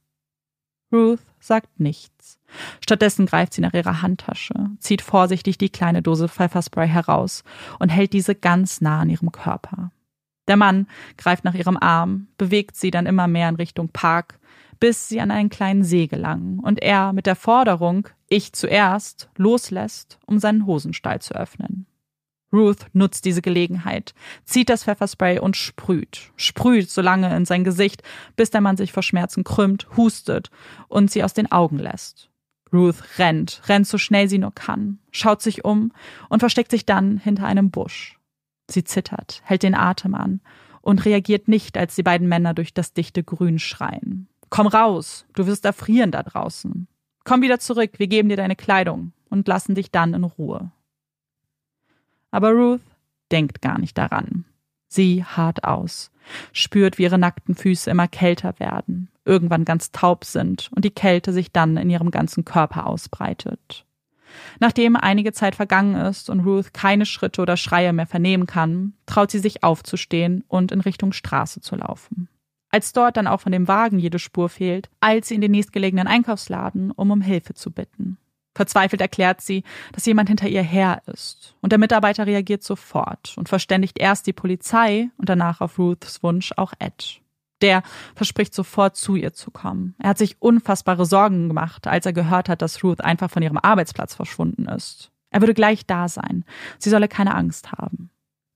Ruth sagt nichts. Stattdessen greift sie nach ihrer Handtasche, zieht vorsichtig die kleine Dose Pfefferspray heraus und hält diese ganz nah an ihrem Körper. Der Mann greift nach ihrem Arm, bewegt sie dann immer mehr in Richtung Park, bis sie an einen kleinen See gelangen und er mit der Forderung, ich zuerst, loslässt, um seinen Hosenstall zu öffnen. Ruth nutzt diese Gelegenheit, zieht das Pfefferspray und sprüht, sprüht so lange in sein Gesicht, bis der Mann sich vor Schmerzen krümmt, hustet und sie aus den Augen lässt. Ruth rennt, rennt so schnell sie nur kann, schaut sich um und versteckt sich dann hinter einem Busch. Sie zittert, hält den Atem an und reagiert nicht, als die beiden Männer durch das dichte Grün schreien. Komm raus, du wirst erfrieren da draußen. Komm wieder zurück, wir geben dir deine Kleidung und lassen dich dann in Ruhe. Aber Ruth denkt gar nicht daran. Sie harrt aus, spürt, wie ihre nackten Füße immer kälter werden, irgendwann ganz taub sind und die Kälte sich dann in ihrem ganzen Körper ausbreitet. Nachdem einige Zeit vergangen ist und Ruth keine Schritte oder Schreie mehr vernehmen kann, traut sie sich aufzustehen und in Richtung Straße zu laufen. Als dort dann auch von dem Wagen jede Spur fehlt, eilt sie in den nächstgelegenen Einkaufsladen, um um Hilfe zu bitten. Verzweifelt erklärt sie, dass jemand hinter ihr her ist. Und der Mitarbeiter reagiert sofort und verständigt erst die Polizei und danach auf Ruths Wunsch auch Ed. Der verspricht sofort zu ihr zu kommen. Er hat sich unfassbare Sorgen gemacht, als er gehört hat, dass Ruth einfach von ihrem Arbeitsplatz verschwunden ist. Er würde gleich da sein. Sie solle keine Angst haben.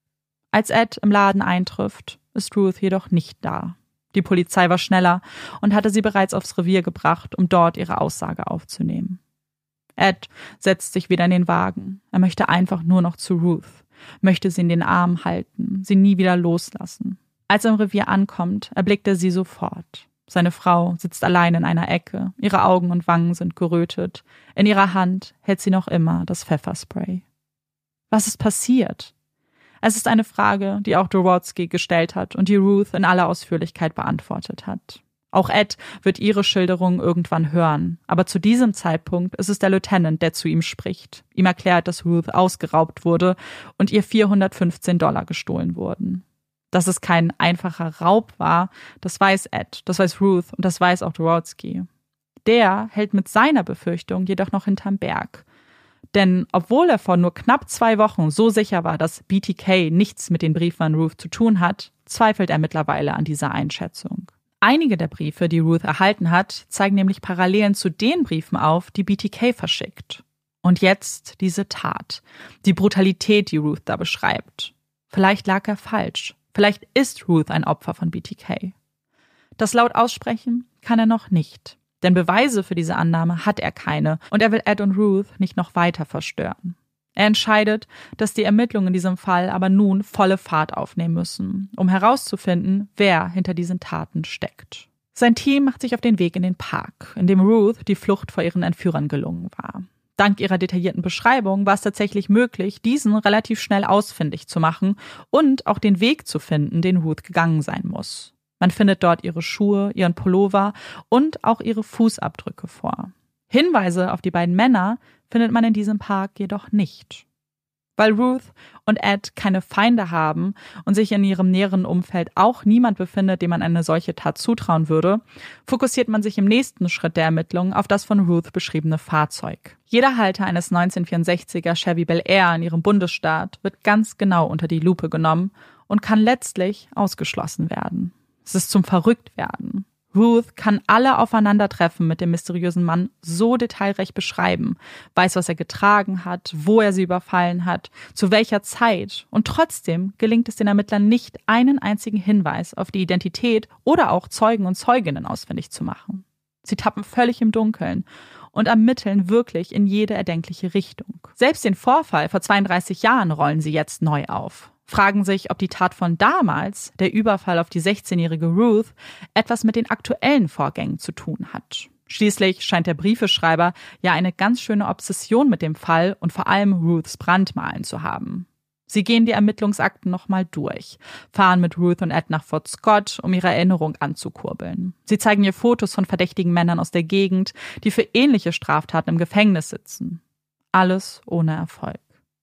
Als Ed im Laden eintrifft, ist Ruth jedoch nicht da. Die Polizei war schneller und hatte sie bereits aufs Revier gebracht, um dort ihre Aussage aufzunehmen. Ed setzt sich wieder in den Wagen. Er möchte einfach nur noch zu Ruth, möchte sie in den Arm halten, sie nie wieder loslassen. Als er im Revier ankommt, erblickt er sie sofort. Seine Frau sitzt allein in einer Ecke, ihre Augen und Wangen sind gerötet. In ihrer Hand hält sie noch immer das Pfefferspray. Was ist passiert? Es ist eine Frage, die auch Dworsky gestellt hat und die Ruth in aller Ausführlichkeit beantwortet hat. Auch Ed wird ihre Schilderung irgendwann hören, aber zu diesem Zeitpunkt ist es der Lieutenant, der zu ihm spricht, ihm erklärt, dass Ruth ausgeraubt wurde und ihr vierhundertfünfzehn Dollar gestohlen wurden. Dass es kein einfacher Raub war, das weiß Ed, das weiß Ruth und das weiß auch Dworsky. Der hält mit seiner Befürchtung jedoch noch hinterm Berg. Denn obwohl er vor nur knapp zwei Wochen so sicher war, dass B T K nichts mit den Briefen an Ruth zu tun hat, zweifelt er mittlerweile an dieser Einschätzung. Einige der Briefe, die Ruth erhalten hat, zeigen nämlich Parallelen zu den Briefen auf, die B T K verschickt. Und jetzt diese Tat, die Brutalität, die Ruth da beschreibt. Vielleicht lag er falsch. Vielleicht ist Ruth ein Opfer von B T K. Das laut aussprechen kann er noch nicht, denn Beweise für diese Annahme hat er keine und er will Ed und Ruth nicht noch weiter verstören. Er entscheidet, dass die Ermittlungen in diesem Fall aber nun volle Fahrt aufnehmen müssen, um herauszufinden, wer hinter diesen Taten steckt. Sein Team macht sich auf den Weg in den Park, in dem Ruth die Flucht vor ihren Entführern gelungen war. Dank ihrer detaillierten Beschreibung war es tatsächlich möglich, diesen relativ schnell ausfindig zu machen und auch den Weg zu finden, den Ruth gegangen sein muss. Man findet dort ihre Schuhe, ihren Pullover und auch ihre Fußabdrücke vor. Hinweise auf die beiden Männer findet man in diesem Park jedoch nicht. Weil Ruth und Ed keine Feinde haben und sich in ihrem näheren Umfeld auch niemand befindet, dem man eine solche Tat zutrauen würde, fokussiert man sich im nächsten Schritt der Ermittlungen auf das von Ruth beschriebene Fahrzeug. Jeder Halter eines neunzehnhundertvierundsechziger Chevy Bel Air in ihrem Bundesstaat wird ganz genau unter die Lupe genommen und kann letztlich ausgeschlossen werden. Es ist zum Verrücktwerden. Ruth kann alle Aufeinandertreffen mit dem mysteriösen Mann so detailreich beschreiben, weiß, was er getragen hat, wo er sie überfallen hat, zu welcher Zeit. Und trotzdem gelingt es den Ermittlern nicht, einen einzigen Hinweis auf die Identität oder auch Zeugen und Zeuginnen ausfindig zu machen. Sie tappen völlig im Dunkeln und ermitteln wirklich in jede erdenkliche Richtung. Selbst den Vorfall vor zweiunddreißig Jahren rollen sie jetzt neu auf. Fragen sich, ob die Tat von damals, der Überfall auf die sechzehnjährige Ruth, etwas mit den aktuellen Vorgängen zu tun hat. Schließlich scheint der Briefeschreiber ja eine ganz schöne Obsession mit dem Fall und vor allem Ruths Brandmalen zu haben. Sie gehen die Ermittlungsakten nochmal durch, fahren mit Ruth und Ed nach Fort Scott, um ihre Erinnerung anzukurbeln. Sie zeigen ihr Fotos von verdächtigen Männern aus der Gegend, die für ähnliche Straftaten im Gefängnis sitzen. Alles ohne Erfolg.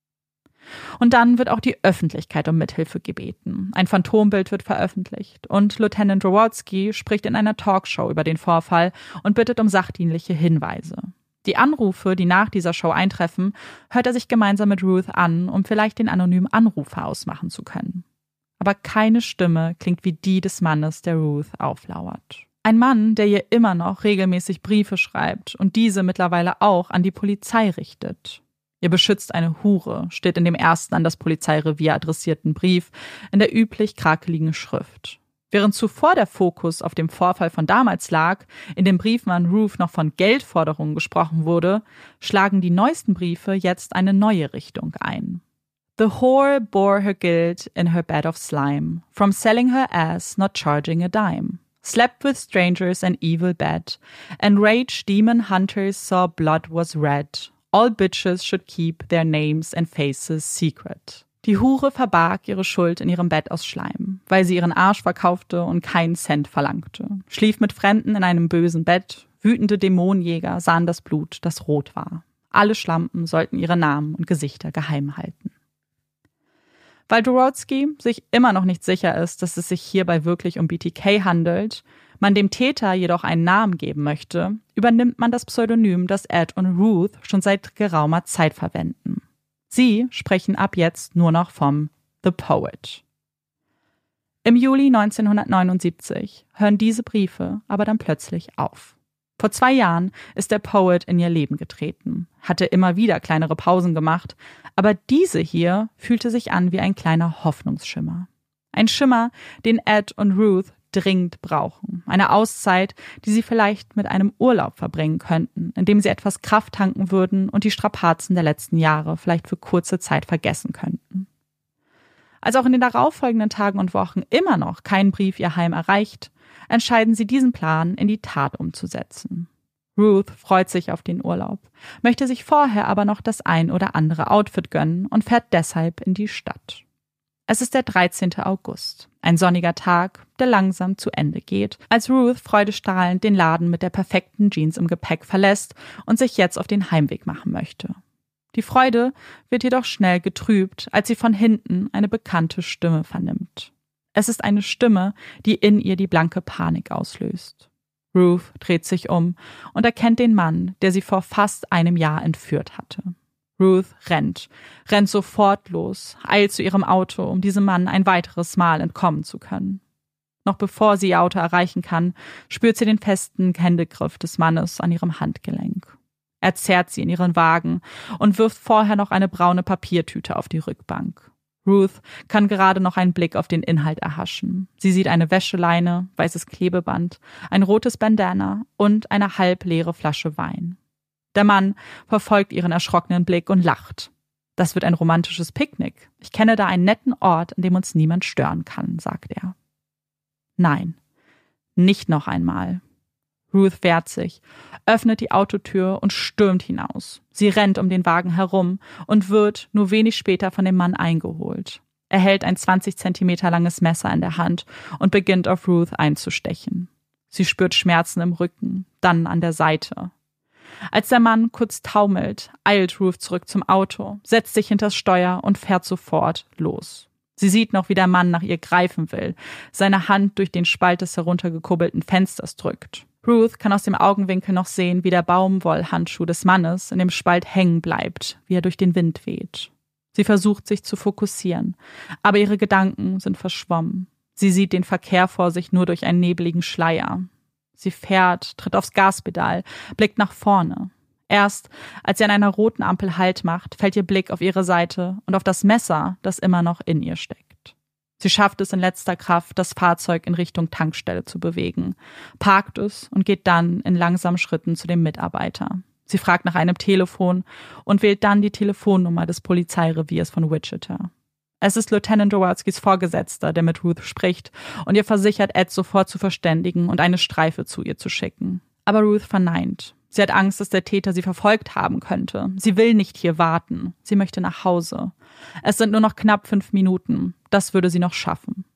Und dann wird auch die Öffentlichkeit um Mithilfe gebeten. Ein Phantombild wird veröffentlicht und Lieutenant Dworsky spricht in einer Talkshow über den Vorfall und bittet um sachdienliche Hinweise. Die Anrufe, die nach dieser Show eintreffen, hört er sich gemeinsam mit Ruth an, um vielleicht den anonymen Anrufer ausmachen zu können. Aber keine Stimme klingt wie die des Mannes, der Ruth auflauert. Ein Mann, der ihr immer noch regelmäßig Briefe schreibt und diese mittlerweile auch an die Polizei richtet. Ihr beschützt eine Hure, steht in dem ersten an das Polizeirevier adressierten Brief in der üblich krakeligen Schrift. Während zuvor der Fokus auf dem Vorfall von damals lag, in den Briefen an Ruth noch von Geldforderungen gesprochen wurde, schlagen die neuesten Briefe jetzt eine neue Richtung ein. The whore bore her guilt in her bed of slime, from selling her ass not charging a dime. Slept with strangers an evil bed, and rage demon hunters saw blood was red. All bitches should keep their names and faces secret. Die Hure verbarg ihre Schuld in ihrem Bett aus Schleim, weil sie ihren Arsch verkaufte und keinen Cent verlangte. Schlief mit Fremden in einem bösen Bett. Wütende Dämonenjäger sahen das Blut, das rot war. Alle Schlampen sollten ihre Namen und Gesichter geheim halten. Weil Dorotski sich immer noch nicht sicher ist, dass es sich hierbei wirklich um B T K handelt, man dem Täter jedoch einen Namen geben möchte, übernimmt man das Pseudonym, das Ed und Ruth schon seit geraumer Zeit verwenden. Sie sprechen ab jetzt nur noch vom The Poet. Im Juli neunzehnhundertneunundsiebzig hören diese Briefe aber dann plötzlich auf. Vor zwei Jahren ist der Poet in ihr Leben getreten, hatte immer wieder kleinere Pausen gemacht, aber diese hier fühlte sich an wie ein kleiner Hoffnungsschimmer. Ein Schimmer, den Ed und Ruth dringend brauchen. Eine Auszeit, die sie vielleicht mit einem Urlaub verbringen könnten, in dem sie etwas Kraft tanken würden und die Strapazen der letzten Jahre vielleicht für kurze Zeit vergessen könnten. Als auch in den darauffolgenden Tagen und Wochen immer noch kein Brief ihr Heim erreicht, entscheiden sie, diesen Plan in die Tat umzusetzen. Ruth freut sich auf den Urlaub, möchte sich vorher aber noch das ein oder andere Outfit gönnen und fährt deshalb in die Stadt. Es ist der dreizehnte August, ein sonniger Tag, der langsam zu Ende geht, als Ruth freudestrahlend den Laden mit der perfekten Jeans im Gepäck verlässt und sich jetzt auf den Heimweg machen möchte. Die Freude wird jedoch schnell getrübt, als sie von hinten eine bekannte Stimme vernimmt. Es ist eine Stimme, die in ihr die blanke Panik auslöst. Ruth dreht sich um und erkennt den Mann, der sie vor fast einem Jahr entführt hatte. Ruth rennt, rennt sofort los, eilt zu ihrem Auto, um diesem Mann ein weiteres Mal entkommen zu können. Noch bevor sie ihr Auto erreichen kann, spürt sie den festen Händegriff des Mannes an ihrem Handgelenk. Er zerrt sie in ihren Wagen und wirft vorher noch eine braune Papiertüte auf die Rückbank. Ruth kann gerade noch einen Blick auf den Inhalt erhaschen. Sie sieht eine Wäscheleine, weißes Klebeband, ein rotes Bandana und eine halbleere Flasche Wein. Der Mann verfolgt ihren erschrockenen Blick und lacht. Das wird ein romantisches Picknick. Ich kenne da einen netten Ort, an dem uns niemand stören kann, sagt er. Nein, nicht noch einmal. Ruth wehrt sich, öffnet die Autotür und stürmt hinaus. Sie rennt um den Wagen herum und wird nur wenig später von dem Mann eingeholt. Er hält ein zwanzig Zentimeter langes Messer in der Hand und beginnt auf Ruth einzustechen. Sie spürt Schmerzen im Rücken, dann an der Seite. Als der Mann kurz taumelt, eilt Ruth zurück zum Auto, setzt sich hinters Steuer und fährt sofort los. Sie sieht noch, wie der Mann nach ihr greifen will, seine Hand durch den Spalt des heruntergekurbelten Fensters drückt. Ruth kann aus dem Augenwinkel noch sehen, wie der Baumwollhandschuh des Mannes in dem Spalt hängen bleibt, wie er durch den Wind weht. Sie versucht, sich zu fokussieren, aber ihre Gedanken sind verschwommen. Sie sieht den Verkehr vor sich nur durch einen nebligen Schleier. Sie fährt, tritt aufs Gaspedal, blickt nach vorne. Erst, als sie an einer roten Ampel Halt macht, fällt ihr Blick auf ihre Seite und auf das Messer, das immer noch in ihr steckt. Sie schafft es in letzter Kraft, das Fahrzeug in Richtung Tankstelle zu bewegen, parkt es und geht dann in langsamen Schritten zu dem Mitarbeiter. Sie fragt nach einem Telefon und wählt dann die Telefonnummer des Polizeireviers von Wichita. Es ist Lieutenant Dorotskys Vorgesetzter, der mit Ruth spricht und ihr versichert, Ed sofort zu verständigen und eine Streife zu ihr zu schicken. Aber Ruth verneint. Sie hat Angst, dass der Täter sie verfolgt haben könnte. Sie will nicht hier warten. Sie möchte nach Hause. Es sind nur noch knapp fünf Minuten. Das würde sie noch schaffen.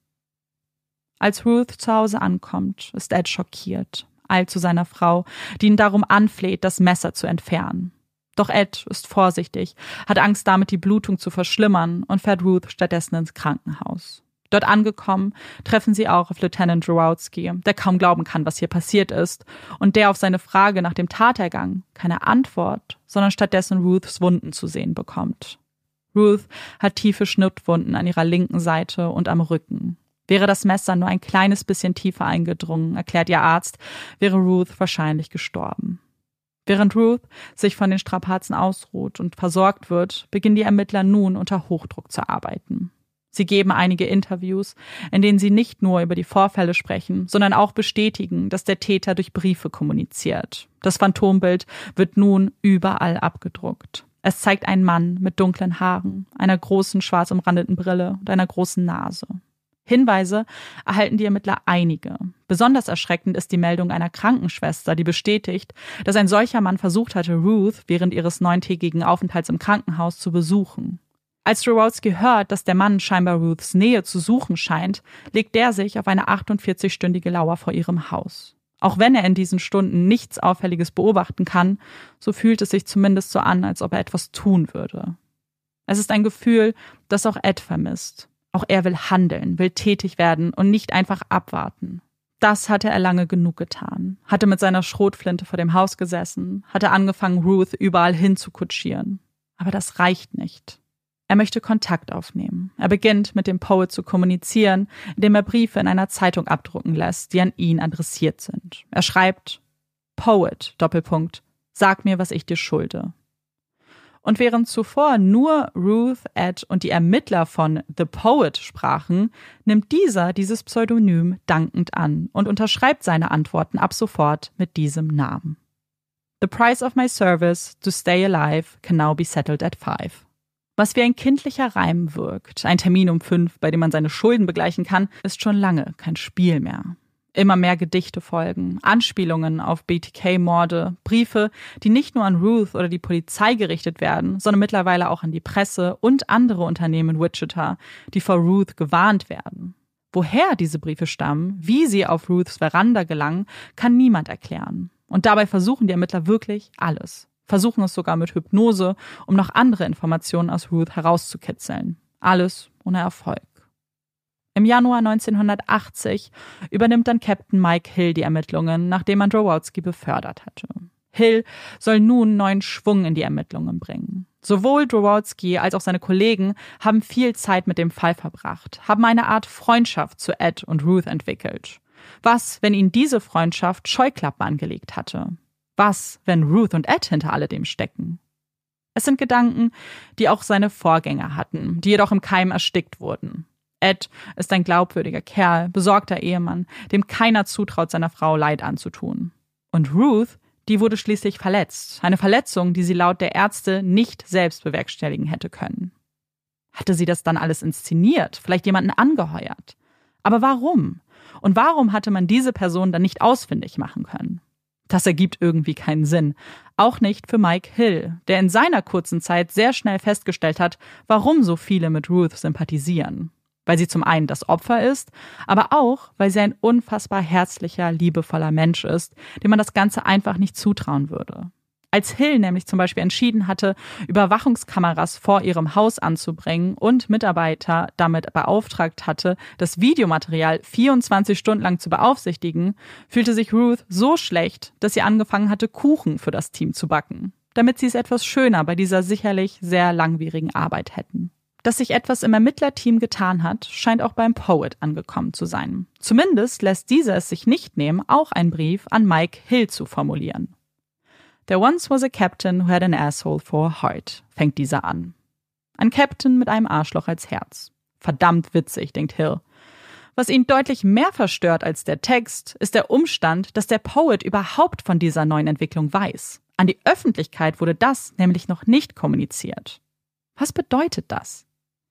Als Ruth zu Hause ankommt, ist Ed schockiert, eilt zu seiner Frau, die ihn darum anfleht, das Messer zu entfernen. Doch Ed ist vorsichtig, hat Angst damit, die Blutung zu verschlimmern und fährt Ruth stattdessen ins Krankenhaus. Dort angekommen, treffen sie auch auf Lieutenant Dorotski, der kaum glauben kann, was hier passiert ist, und der auf seine Frage nach dem Tatergang keine Antwort, sondern stattdessen Ruths Wunden zu sehen bekommt. Ruth hat tiefe Schnittwunden an ihrer linken Seite und am Rücken. Wäre das Messer nur ein kleines bisschen tiefer eingedrungen, erklärt ihr Arzt, wäre Ruth wahrscheinlich gestorben. Während Ruth sich von den Strapazen ausruht und versorgt wird, beginnen die Ermittler nun unter Hochdruck zu arbeiten. Sie geben einige Interviews, in denen sie nicht nur über die Vorfälle sprechen, sondern auch bestätigen, dass der Täter durch Briefe kommuniziert. Das Phantombild wird nun überall abgedruckt. Es zeigt einen Mann mit dunklen Haaren, einer großen schwarz umrandeten Brille und einer großen Nase. Hinweise erhalten die Ermittler einige. Besonders erschreckend ist die Meldung einer Krankenschwester, die bestätigt, dass ein solcher Mann versucht hatte, Ruth während ihres neuntägigen Aufenthalts im Krankenhaus zu besuchen. Als Dorowski hört, dass der Mann scheinbar Ruths Nähe zu suchen scheint, legt er sich auf eine achtundvierzigstündige Lauer vor ihrem Haus. Auch wenn er in diesen Stunden nichts Auffälliges beobachten kann, so fühlt es sich zumindest so an, als ob er etwas tun würde. Es ist ein Gefühl, das auch Ed vermisst. Auch er will handeln, will tätig werden und nicht einfach abwarten. Das hatte er lange genug getan, hatte mit seiner Schrotflinte vor dem Haus gesessen, hatte angefangen, Ruth überall hin zu kutschieren. Aber das reicht nicht. Er möchte Kontakt aufnehmen. Er beginnt, mit dem Poet zu kommunizieren, indem er Briefe in einer Zeitung abdrucken lässt, die an ihn adressiert sind. Er schreibt: Poet, Doppelpunkt, sag mir, was ich dir schulde. Und während zuvor nur Ruth, Ed und die Ermittler von The Poet sprachen, nimmt dieser dieses Pseudonym dankend an und unterschreibt seine Antworten ab sofort mit diesem Namen. The price of my service to stay alive can now be settled at five. Was wie ein kindlicher Reim wirkt, ein Termin um fünf, bei dem man seine Schulden begleichen kann, ist schon lange kein Spiel mehr. Immer mehr Gedichte folgen, Anspielungen auf B T K-Morde, Briefe, die nicht nur an Ruth oder die Polizei gerichtet werden, sondern mittlerweile auch an die Presse und andere Unternehmen in Wichita, die vor Ruth gewarnt werden. Woher diese Briefe stammen, wie sie auf Ruths Veranda gelangen, kann niemand erklären. Und dabei versuchen die Ermittler wirklich alles. Versuchen es sogar mit Hypnose, um noch andere Informationen aus Ruth herauszukitzeln. Alles ohne Erfolg. Im Januar neunzehnhundertachtzig übernimmt dann Captain Mike Hill die Ermittlungen, nachdem man Dorowski befördert hatte. Hill soll nun neuen Schwung in die Ermittlungen bringen. Sowohl Dorowski als auch seine Kollegen haben viel Zeit mit dem Fall verbracht, haben eine Art Freundschaft zu Ed und Ruth entwickelt. Was, wenn ihnen diese Freundschaft Scheuklappen angelegt hatte? Was, wenn Ruth und Ed hinter alledem stecken? Es sind Gedanken, die auch seine Vorgänger hatten, die jedoch im Keim erstickt wurden. Ed ist ein glaubwürdiger Kerl, besorgter Ehemann, dem keiner zutraut, seiner Frau Leid anzutun. Und Ruth, die wurde schließlich verletzt. Eine Verletzung, die sie laut der Ärzte nicht selbst bewerkstelligen hätte können. Hatte sie das dann alles inszeniert, vielleicht jemanden angeheuert? Aber warum? Und warum hatte man diese Person dann nicht ausfindig machen können? Das ergibt irgendwie keinen Sinn. Auch nicht für Mike Hill, der in seiner kurzen Zeit sehr schnell festgestellt hat, warum so viele mit Ruth sympathisieren. Weil sie zum einen das Opfer ist, aber auch, weil sie ein unfassbar herzlicher, liebevoller Mensch ist, dem man das Ganze einfach nicht zutrauen würde. Als Hill nämlich zum Beispiel entschieden hatte, Überwachungskameras vor ihrem Haus anzubringen und Mitarbeiter damit beauftragt hatte, das Videomaterial vierundzwanzig Stunden lang zu beaufsichtigen, fühlte sich Ruth so schlecht, dass sie angefangen hatte, Kuchen für das Team zu backen, damit sie es etwas schöner bei dieser sicherlich sehr langwierigen Arbeit hätten. Dass sich etwas im Ermittlerteam getan hat, scheint auch beim Poet angekommen zu sein. Zumindest lässt dieser es sich nicht nehmen, auch einen Brief an Mike Hill zu formulieren. There once was a captain who had an asshole for a heart, fängt dieser an. Ein Captain mit einem Arschloch als Herz. Verdammt witzig, denkt Hill. Was ihn deutlich mehr verstört als der Text, ist der Umstand, dass der Poet überhaupt von dieser neuen Entwicklung weiß. An die Öffentlichkeit wurde das nämlich noch nicht kommuniziert. Was bedeutet das?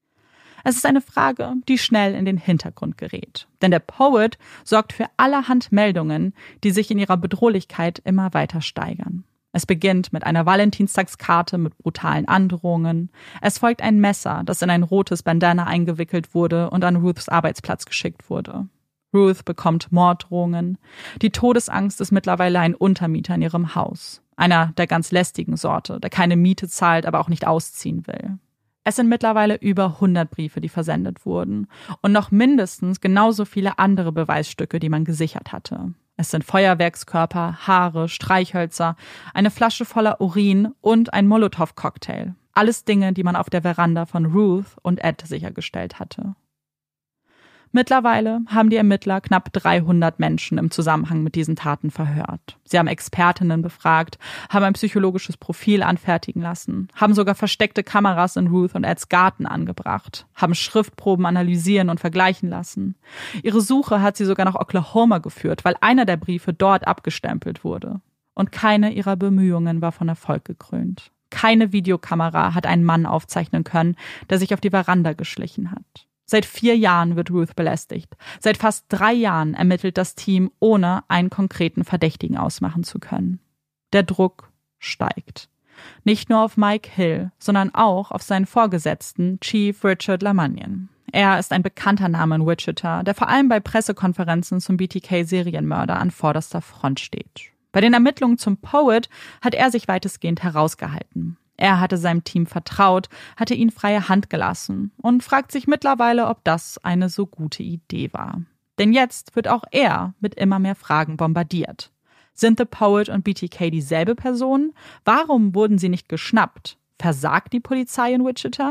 Es ist eine Frage, die schnell in den Hintergrund gerät. Denn der Poet sorgt für allerhand Meldungen, die sich in ihrer Bedrohlichkeit immer weiter steigern. Es beginnt mit einer Valentinstagskarte mit brutalen Androhungen. Es folgt ein Messer, das in ein rotes Bandana eingewickelt wurde und an Ruths Arbeitsplatz geschickt wurde. Ruth bekommt Morddrohungen. Die Todesangst ist mittlerweile ein Untermieter in ihrem Haus. Einer der ganz lästigen Sorte, der keine Miete zahlt, aber auch nicht ausziehen will. Es sind mittlerweile über hundert Briefe, die versendet wurden. Und noch mindestens genauso viele andere Beweisstücke, die man gesichert hatte. Es sind Feuerwerkskörper, Haare, Streichhölzer, eine Flasche voller Urin und ein Molotow-Cocktail. Alles Dinge, die man auf der Veranda von Ruth und Ed sichergestellt hatte. Mittlerweile haben die Ermittler knapp dreihundert Menschen im Zusammenhang mit diesen Taten verhört. Sie haben Expertinnen befragt, haben ein psychologisches Profil anfertigen lassen, haben sogar versteckte Kameras in Ruth und Eds Garten angebracht, haben Schriftproben analysieren und vergleichen lassen. Ihre Suche hat sie sogar nach Oklahoma geführt, weil einer der Briefe dort abgestempelt wurde. Und keine ihrer Bemühungen war von Erfolg gekrönt. Keine Videokamera hat einen Mann aufzeichnen können, der sich auf die Veranda geschlichen hat. Seit vier Jahren wird Ruth belästigt. Seit fast drei Jahren ermittelt das Team, ohne einen konkreten Verdächtigen ausmachen zu können. Der Druck steigt. Nicht nur auf Mike Hill, sondern auch auf seinen Vorgesetzten Chief Richard LaMagnon. Er ist ein bekannter Name in Wichita, der vor allem bei Pressekonferenzen zum B T K-Serienmörder an vorderster Front steht. Bei den Ermittlungen zum Poet hat er sich weitestgehend herausgehalten. Er hatte seinem Team vertraut, hatte ihnen freie Hand gelassen und fragt sich mittlerweile, ob das eine so gute Idee war. Denn jetzt wird auch er mit immer mehr Fragen bombardiert. Sind The Poet und B T K dieselbe Person? Warum wurden sie nicht geschnappt? Versagt die Polizei in Wichita?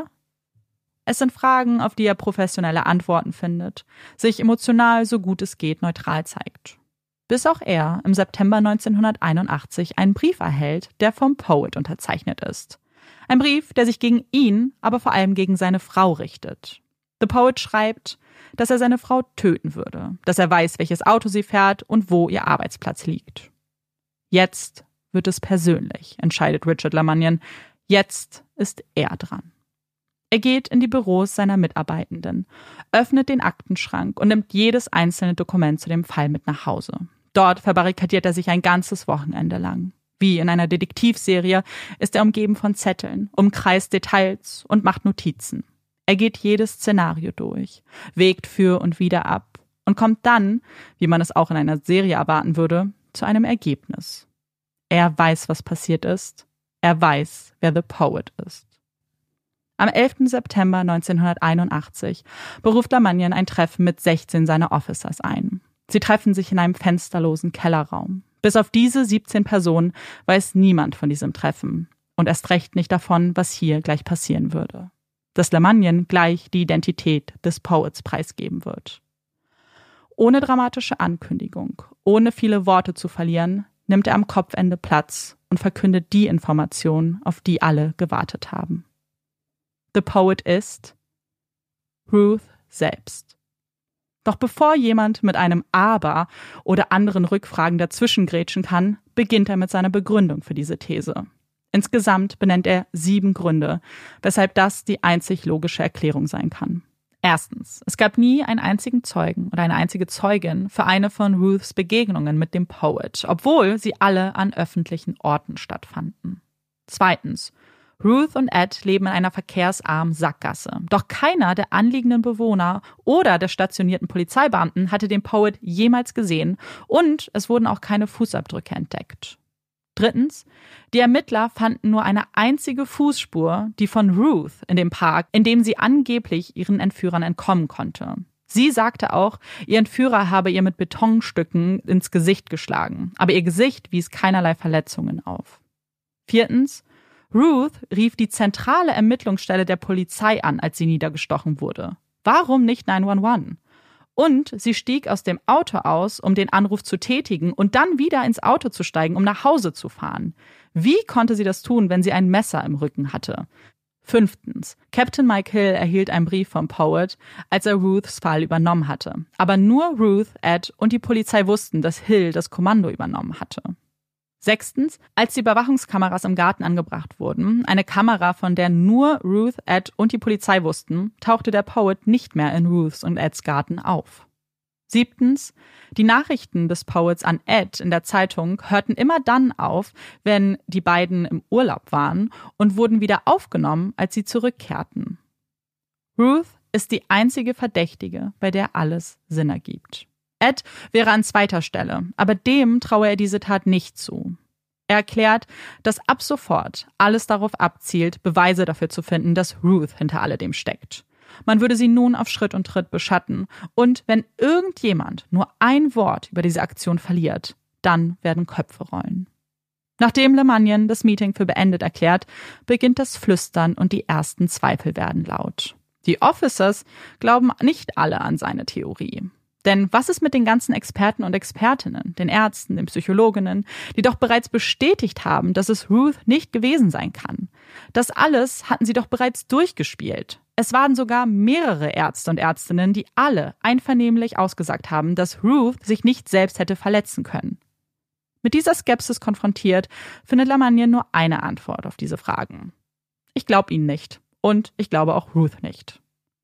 Es sind Fragen, auf die er professionelle Antworten findet, sich emotional so gut es geht neutral zeigt. Bis auch er im September neunzehnhunderteinundachtzig einen Brief erhält, der vom Poet unterzeichnet ist. Ein Brief, der sich gegen ihn, aber vor allem gegen seine Frau richtet. The Poet schreibt, dass er seine Frau töten würde, dass er weiß, welches Auto sie fährt und wo ihr Arbeitsplatz liegt. Jetzt wird es persönlich, entscheidet Richard LaMagnon. Jetzt ist er dran. Er geht in die Büros seiner Mitarbeitenden, öffnet den Aktenschrank und nimmt jedes einzelne Dokument zu dem Fall mit nach Hause. Dort verbarrikadiert er sich ein ganzes Wochenende lang. Wie in einer Detektivserie ist er umgeben von Zetteln, umkreist Details und macht Notizen. Er geht jedes Szenario durch, wägt für und wider ab und kommt dann, wie man es auch in einer Serie erwarten würde, zu einem Ergebnis. Er weiß, was passiert ist. Er weiß, wer The Poet ist. Am elften September neunzehnhunderteinundachtzig beruft LaMagnon ein Treffen mit sechzehn seiner Officers ein. Sie treffen sich in einem fensterlosen Kellerraum. Bis auf diese siebzehn Personen weiß niemand von diesem Treffen und erst recht nicht davon, was hier gleich passieren würde. Dass LaMagnon gleich die Identität des Poets preisgeben wird. Ohne dramatische Ankündigung, ohne viele Worte zu verlieren, nimmt er am Kopfende Platz und verkündet die Information, auf die alle gewartet haben. The Poet ist Ruth selbst. Doch bevor jemand mit einem Aber oder anderen Rückfragen dazwischengrätschen kann, beginnt er mit seiner Begründung für diese These. Insgesamt benennt er sieben Gründe, weshalb das die einzig logische Erklärung sein kann. Erstens, es gab nie einen einzigen Zeugen oder eine einzige Zeugin für eine von Ruths Begegnungen mit dem Poet, obwohl sie alle an öffentlichen Orten stattfanden. Zweitens, Ruth und Ed leben in einer verkehrsarmen Sackgasse. Doch keiner der anliegenden Bewohner oder der stationierten Polizeibeamten hatte den Poet jemals gesehen und es wurden auch keine Fußabdrücke entdeckt. Drittens, die Ermittler fanden nur eine einzige Fußspur, die von Ruth in dem Park, in dem sie angeblich ihren Entführern entkommen konnte. Sie sagte auch, ihr Entführer habe ihr mit Betonstücken ins Gesicht geschlagen, aber ihr Gesicht wies keinerlei Verletzungen auf. Viertens, Ruth rief die zentrale Ermittlungsstelle der Polizei an, als sie niedergestochen wurde. Warum nicht neun eins eins? Und sie stieg aus dem Auto aus, um den Anruf zu tätigen und dann wieder ins Auto zu steigen, um nach Hause zu fahren. Wie konnte sie das tun, wenn sie ein Messer im Rücken hatte? Fünftens. Captain Mike Hill erhielt einen Brief vom Poet, als er Ruths Fall übernommen hatte. Aber nur Ruth, Ed und die Polizei wussten, dass Hill das Kommando übernommen hatte. Sechstens, als die Überwachungskameras im Garten angebracht wurden, eine Kamera, von der nur Ruth, Ed und die Polizei wussten, tauchte der Poet nicht mehr in Ruths und Eds Garten auf. Siebtens, die Nachrichten des Poets an Ed in der Zeitung hörten immer dann auf, wenn die beiden im Urlaub waren und wurden wieder aufgenommen, als sie zurückkehrten. Ruth ist die einzige Verdächtige, bei der alles Sinn ergibt. Ed wäre an zweiter Stelle, aber dem traue er diese Tat nicht zu. Er erklärt, dass ab sofort alles darauf abzielt, Beweise dafür zu finden, dass Ruth hinter alledem steckt. Man würde sie nun auf Schritt und Tritt beschatten und wenn irgendjemand nur ein Wort über diese Aktion verliert, dann werden Köpfe rollen. Nachdem LaMagnon das Meeting für beendet erklärt, beginnt das Flüstern und die ersten Zweifel werden laut. Die Officers glauben nicht alle an seine Theorie. Denn was ist mit den ganzen Experten und Expertinnen, den Ärzten, den Psychologinnen, die doch bereits bestätigt haben, dass es Ruth nicht gewesen sein kann? Das alles hatten sie doch bereits durchgespielt. Es waren sogar mehrere Ärzte und Ärztinnen, die alle einvernehmlich ausgesagt haben, dass Ruth sich nicht selbst hätte verletzen können. Mit dieser Skepsis konfrontiert, findet Lamannian nur eine Antwort auf diese Fragen. Ich glaube ihnen nicht und ich glaube auch Ruth nicht.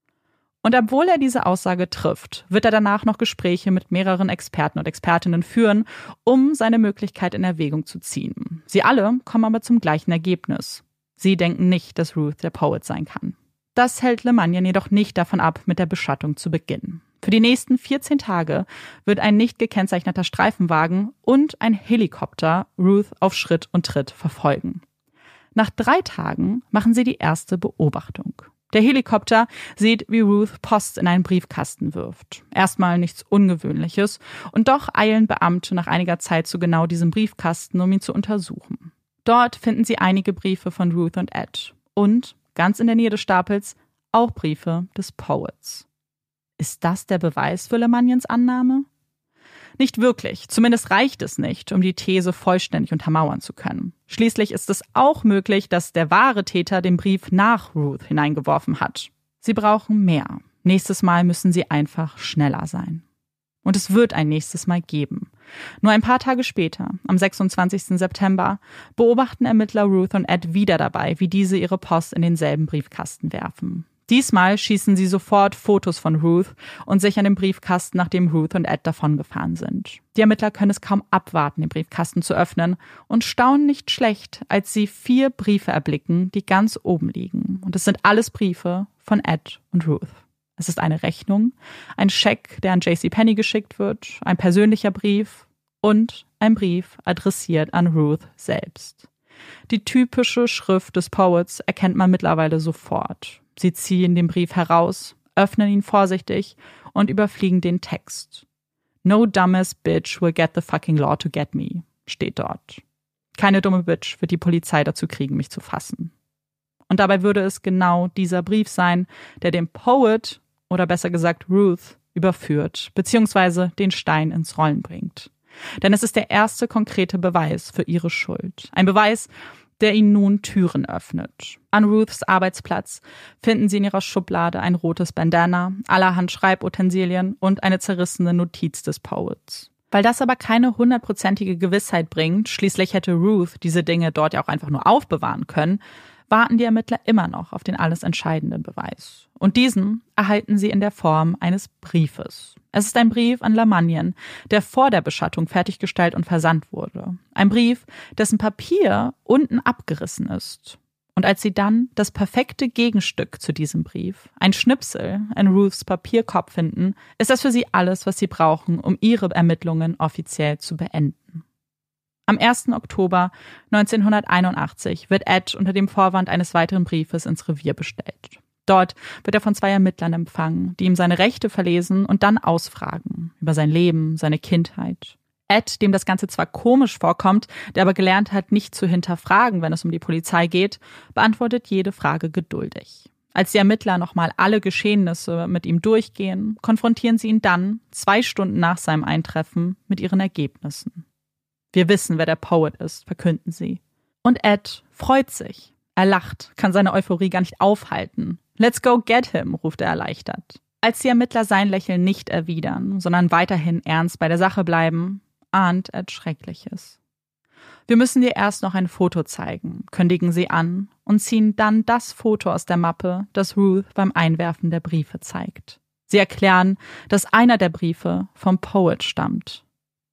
Und obwohl er diese Aussage trifft, wird er danach noch Gespräche mit mehreren Experten und Expertinnen führen, um seine Möglichkeit in Erwägung zu ziehen. Sie alle kommen aber zum gleichen Ergebnis. Sie denken nicht, dass Ruth der Poet sein kann. Das hält Lamannian jedoch nicht davon ab, mit der Beschattung zu beginnen. Für die nächsten vierzehn Tage wird ein nicht gekennzeichneter Streifenwagen und ein Helikopter Ruth auf Schritt und Tritt verfolgen. Nach drei Tagen machen sie die erste Beobachtung. Der Helikopter sieht, wie Ruth Post in einen Briefkasten wirft. Erstmal nichts Ungewöhnliches, und doch eilen Beamte nach einiger Zeit zu genau diesem Briefkasten, um ihn zu untersuchen. Dort finden sie einige Briefe von Ruth und Ed und, ganz in der Nähe des Stapels, auch Briefe des Poets. Ist das der Beweis für Lamannians Annahme? Nicht wirklich, zumindest reicht es nicht, um die These vollständig untermauern zu können. Schließlich ist es auch möglich, dass der wahre Täter den Brief nach Ruth hineingeworfen hat. Sie brauchen mehr. Nächstes Mal müssen sie einfach schneller sein. Und es wird ein nächstes Mal geben. Nur ein paar Tage später, am sechsundzwanzigsten September, beobachten Ermittler Ruth und Ed wieder dabei, wie diese ihre Post in denselben Briefkasten werfen. Diesmal schießen sie sofort Fotos von Ruth und sich an den Briefkasten, nachdem Ruth und Ed davongefahren sind. Die Ermittler können es kaum abwarten, den Briefkasten zu öffnen, und staunen nicht schlecht, als sie vier Briefe erblicken, die ganz oben liegen. Und es sind alles Briefe von Ed und Ruth. Es ist eine Rechnung, ein Scheck, der an JCPenney geschickt wird, ein persönlicher Brief und ein Brief adressiert an Ruth selbst. Die typische Schrift des Poets erkennt man mittlerweile sofort. Sie ziehen den Brief heraus, öffnen ihn vorsichtig und überfliegen den Text. No dumbest bitch will get the fucking law to get me, steht dort. Keine dumme Bitch wird die Polizei dazu kriegen, mich zu fassen. Und dabei würde es genau dieser Brief sein, der den Poet, oder besser gesagt Ruth, überführt, beziehungsweise den Stein ins Rollen bringt. Denn es ist der erste konkrete Beweis für ihre Schuld. Ein Beweis, der ihnen nun Türen öffnet. An Ruths Arbeitsplatz finden sie in ihrer Schublade ein rotes Bandana, allerhand Schreibutensilien und eine zerrissene Notiz des Poets. Weil das aber keine hundertprozentige Gewissheit bringt, schließlich hätte Ruth diese Dinge dort ja auch einfach nur aufbewahren können, warten die Ermittler immer noch auf den alles entscheidenden Beweis. Und diesen erhalten sie in der Form eines Briefes. Es ist ein Brief an Lamannian, der vor der Beschattung fertiggestellt und versandt wurde. Ein Brief, dessen Papier unten abgerissen ist. Und als sie dann das perfekte Gegenstück zu diesem Brief, ein Schnipsel in Ruths Papierkorb finden, ist das für sie alles, was sie brauchen, um ihre Ermittlungen offiziell zu beenden. Am ersten Oktober neunzehnhunderteinundachtzig wird Ed unter dem Vorwand eines weiteren Briefes ins Revier bestellt. Dort wird er von zwei Ermittlern empfangen, die ihm seine Rechte verlesen und dann ausfragen über sein Leben, seine Kindheit. Ed, dem das Ganze zwar komisch vorkommt, der aber gelernt hat, nicht zu hinterfragen, wenn es um die Polizei geht, beantwortet jede Frage geduldig. Als die Ermittler nochmal alle Geschehnisse mit ihm durchgehen, konfrontieren sie ihn dann, zwei Stunden nach seinem Eintreffen, mit ihren Ergebnissen. Wir wissen, wer der Poet ist, verkünden sie. Und Ed freut sich. Er lacht, kann seine Euphorie gar nicht aufhalten. Let's go get him, ruft er erleichtert. Als die Ermittler sein Lächeln nicht erwidern, sondern weiterhin ernst bei der Sache bleiben, ahnt Ed Schreckliches. Wir müssen dir erst noch ein Foto zeigen, kündigen sie an und ziehen dann das Foto aus der Mappe, das Ruth beim Einwerfen der Briefe zeigt. Sie erklären, dass einer der Briefe vom Poet stammt.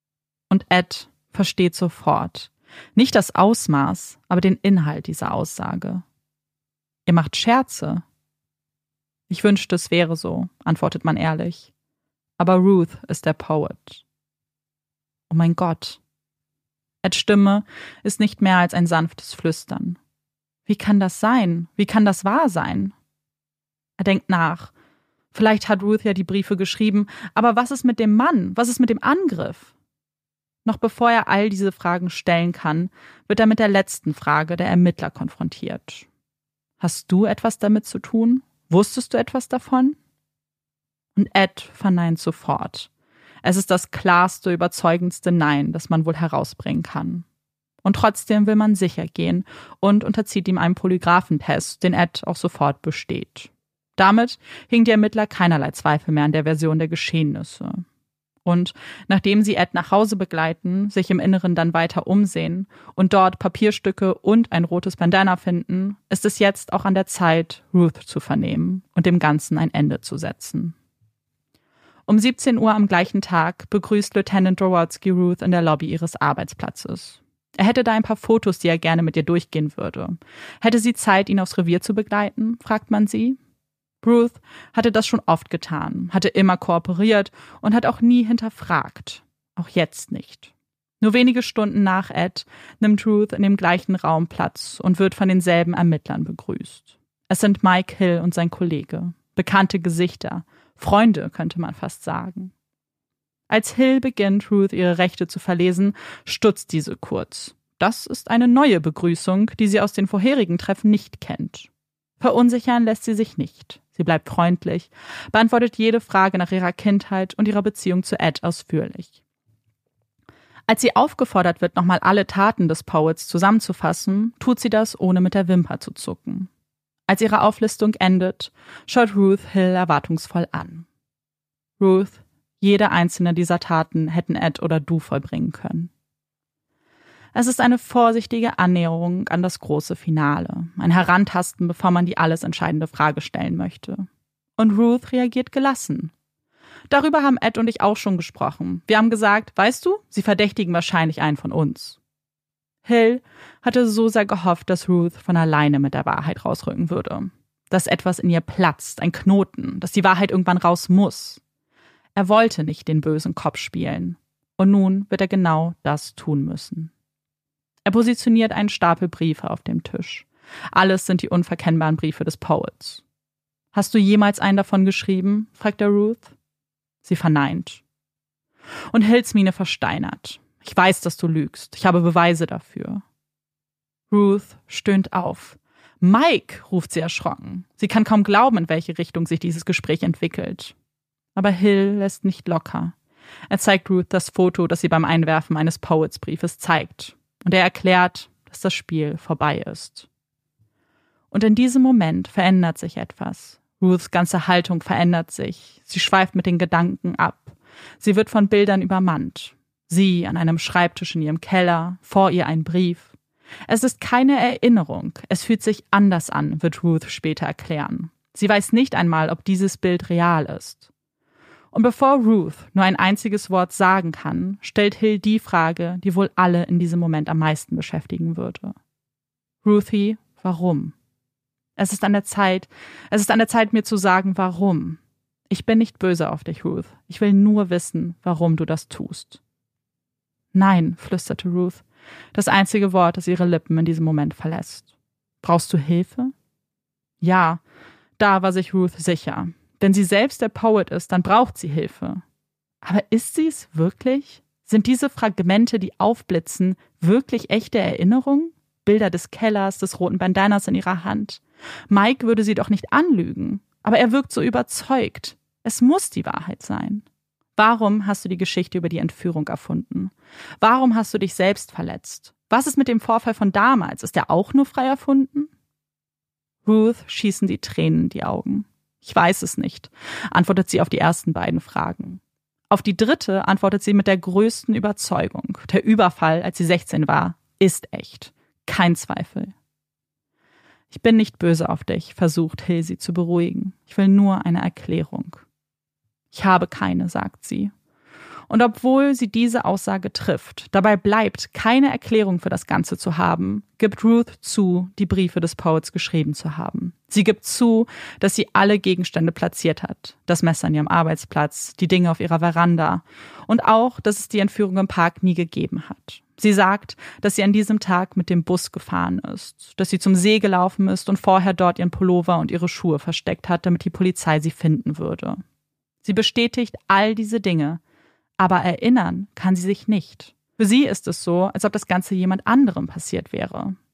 Und Ed versteht sofort. Nicht das Ausmaß, aber den Inhalt dieser Aussage. Ihr macht Scherze? Ich wünschte, es wäre so, antwortet man ehrlich. Aber Ruth ist der Poet. Oh mein Gott. Eds Stimme ist nicht mehr als ein sanftes Flüstern. Wie kann das sein? Wie kann das wahr sein? Er denkt nach. Vielleicht hat Ruth ja die Briefe geschrieben, aber was ist mit dem Mann? Was ist mit dem Angriff? Noch bevor er all diese Fragen stellen kann, wird er mit der letzten Frage der Ermittler konfrontiert. Hast du etwas damit zu tun? Wusstest du etwas davon? Und Ed verneint sofort. Es ist das klarste, überzeugendste Nein, das man wohl herausbringen kann. Und trotzdem will man sicher gehen und unterzieht ihm einen Polygraphentest, den Ed auch sofort besteht. Damit hing die Ermittler keinerlei Zweifel mehr an der Version der Geschehnisse. Und nachdem sie Ed nach Hause begleiten, sich im Inneren dann weiter umsehen und dort Papierstücke und ein rotes Bandana finden, ist es jetzt auch an der Zeit, Ruth zu vernehmen und dem Ganzen ein Ende zu setzen. Um siebzehn Uhr am gleichen Tag begrüßt Lieutenant Jaworski Ruth in der Lobby ihres Arbeitsplatzes. Er hätte da ein paar Fotos, die er gerne mit ihr durchgehen würde. Hätte sie Zeit, ihn aufs Revier zu begleiten, fragt man sie. Ruth hatte das schon oft getan, hatte immer kooperiert und hat auch nie hinterfragt. Auch jetzt nicht. Nur wenige Stunden nach Ed nimmt Ruth in dem gleichen Raum Platz und wird von denselben Ermittlern begrüßt. Es sind Mike Hill und sein Kollege. Bekannte Gesichter. Freunde, könnte man fast sagen. Als Hill beginnt, Ruth ihre Rechte zu verlesen, stutzt diese kurz. Das ist eine neue Begrüßung, die sie aus den vorherigen Treffen nicht kennt. Verunsichern lässt sie sich nicht. Sie bleibt freundlich, beantwortet jede Frage nach ihrer Kindheit und ihrer Beziehung zu Ed ausführlich. Als sie aufgefordert wird, nochmal alle Taten des Poets zusammenzufassen, tut sie das, ohne mit der Wimper zu zucken. Als ihre Auflistung endet, schaut Ruth Hill erwartungsvoll an. Ruth, jede einzelne dieser Taten hätten Ed oder du vollbringen können. Es ist eine vorsichtige Annäherung an das große Finale, ein Herantasten, bevor man die alles entscheidende Frage stellen möchte. Und Ruth reagiert gelassen. Darüber haben Ed und ich auch schon gesprochen. Wir haben gesagt, weißt du, sie verdächtigen wahrscheinlich einen von uns. Hill hatte so sehr gehofft, dass Ruth von alleine mit der Wahrheit rausrücken würde. Dass etwas in ihr platzt, ein Knoten, dass die Wahrheit irgendwann raus muss. Er wollte nicht den bösen Kopf spielen. Und nun wird er genau das tun müssen. Er positioniert einen Stapel Briefe auf dem Tisch. Alles sind die unverkennbaren Briefe des Poets. »Hast du jemals einen davon geschrieben?« fragt er Ruth. Sie verneint. Und Hills Miene versteinert. »Ich weiß, dass du lügst. Ich habe Beweise dafür.« Ruth stöhnt auf. »Mike«, ruft sie erschrocken. Sie kann kaum glauben, in welche Richtung sich dieses Gespräch entwickelt. Aber Hill lässt nicht locker. Er zeigt Ruth das Foto, das sie beim Einwerfen eines Poets-Briefes zeigt. Und er erklärt, dass das Spiel vorbei ist. Und in diesem Moment verändert sich etwas. Ruths ganze Haltung verändert sich. Sie schweift mit den Gedanken ab. Sie wird von Bildern übermannt. Sie an einem Schreibtisch in ihrem Keller, vor ihr ein Brief. Es ist keine Erinnerung. Es fühlt sich anders an, wird Ruth später erklären. Sie weiß nicht einmal, ob dieses Bild real ist. Und bevor Ruth nur ein einziges Wort sagen kann, stellt Hill die Frage, die wohl alle in diesem Moment am meisten beschäftigen würde. Ruthie, warum? Es ist an der Zeit, es ist an der Zeit, mir zu sagen, warum. Ich bin nicht böse auf dich, Ruth. Ich will nur wissen, warum du das tust. Nein, flüsterte Ruth, das einzige Wort, das ihre Lippen in diesem Moment verlässt. Brauchst du Hilfe? Ja, da war sich Ruth sicher. Wenn sie selbst der Poet ist, dann braucht sie Hilfe. Aber ist sie es wirklich? Sind diese Fragmente, die aufblitzen, wirklich echte Erinnerungen? Bilder des Kellers, des roten Bandanas in ihrer Hand? Mike würde sie doch nicht anlügen. Aber er wirkt so überzeugt. Es muss die Wahrheit sein. Warum hast du die Geschichte über die Entführung erfunden? Warum hast du dich selbst verletzt? Was ist mit dem Vorfall von damals? Ist er auch nur frei erfunden? Ruth schießen die Tränen in die Augen. Ich weiß es nicht, antwortet sie auf die ersten beiden Fragen. Auf die dritte antwortet sie mit der größten Überzeugung. Der Überfall, als sie sechzehn war, ist echt. Kein Zweifel. Ich bin nicht böse auf dich, versucht Hill sie zu beruhigen. Ich will nur eine Erklärung. Ich habe keine, sagt sie. Und obwohl sie diese Aussage trifft, dabei bleibt, keine Erklärung für das Ganze zu haben, gibt Ruth zu, die Briefe des Poets geschrieben zu haben. Sie gibt zu, dass sie alle Gegenstände platziert hat. Das Messer an ihrem Arbeitsplatz, die Dinge auf ihrer Veranda und auch, dass es die Entführung im Park nie gegeben hat. Sie sagt, dass sie an diesem Tag mit dem Bus gefahren ist, dass sie zum See gelaufen ist und vorher dort ihren Pullover und ihre Schuhe versteckt hat, damit die Polizei sie finden würde. Sie bestätigt all diese Dinge, aber erinnern kann sie sich nicht. Für sie ist es so, als ob das Ganze jemand anderem passiert wäre.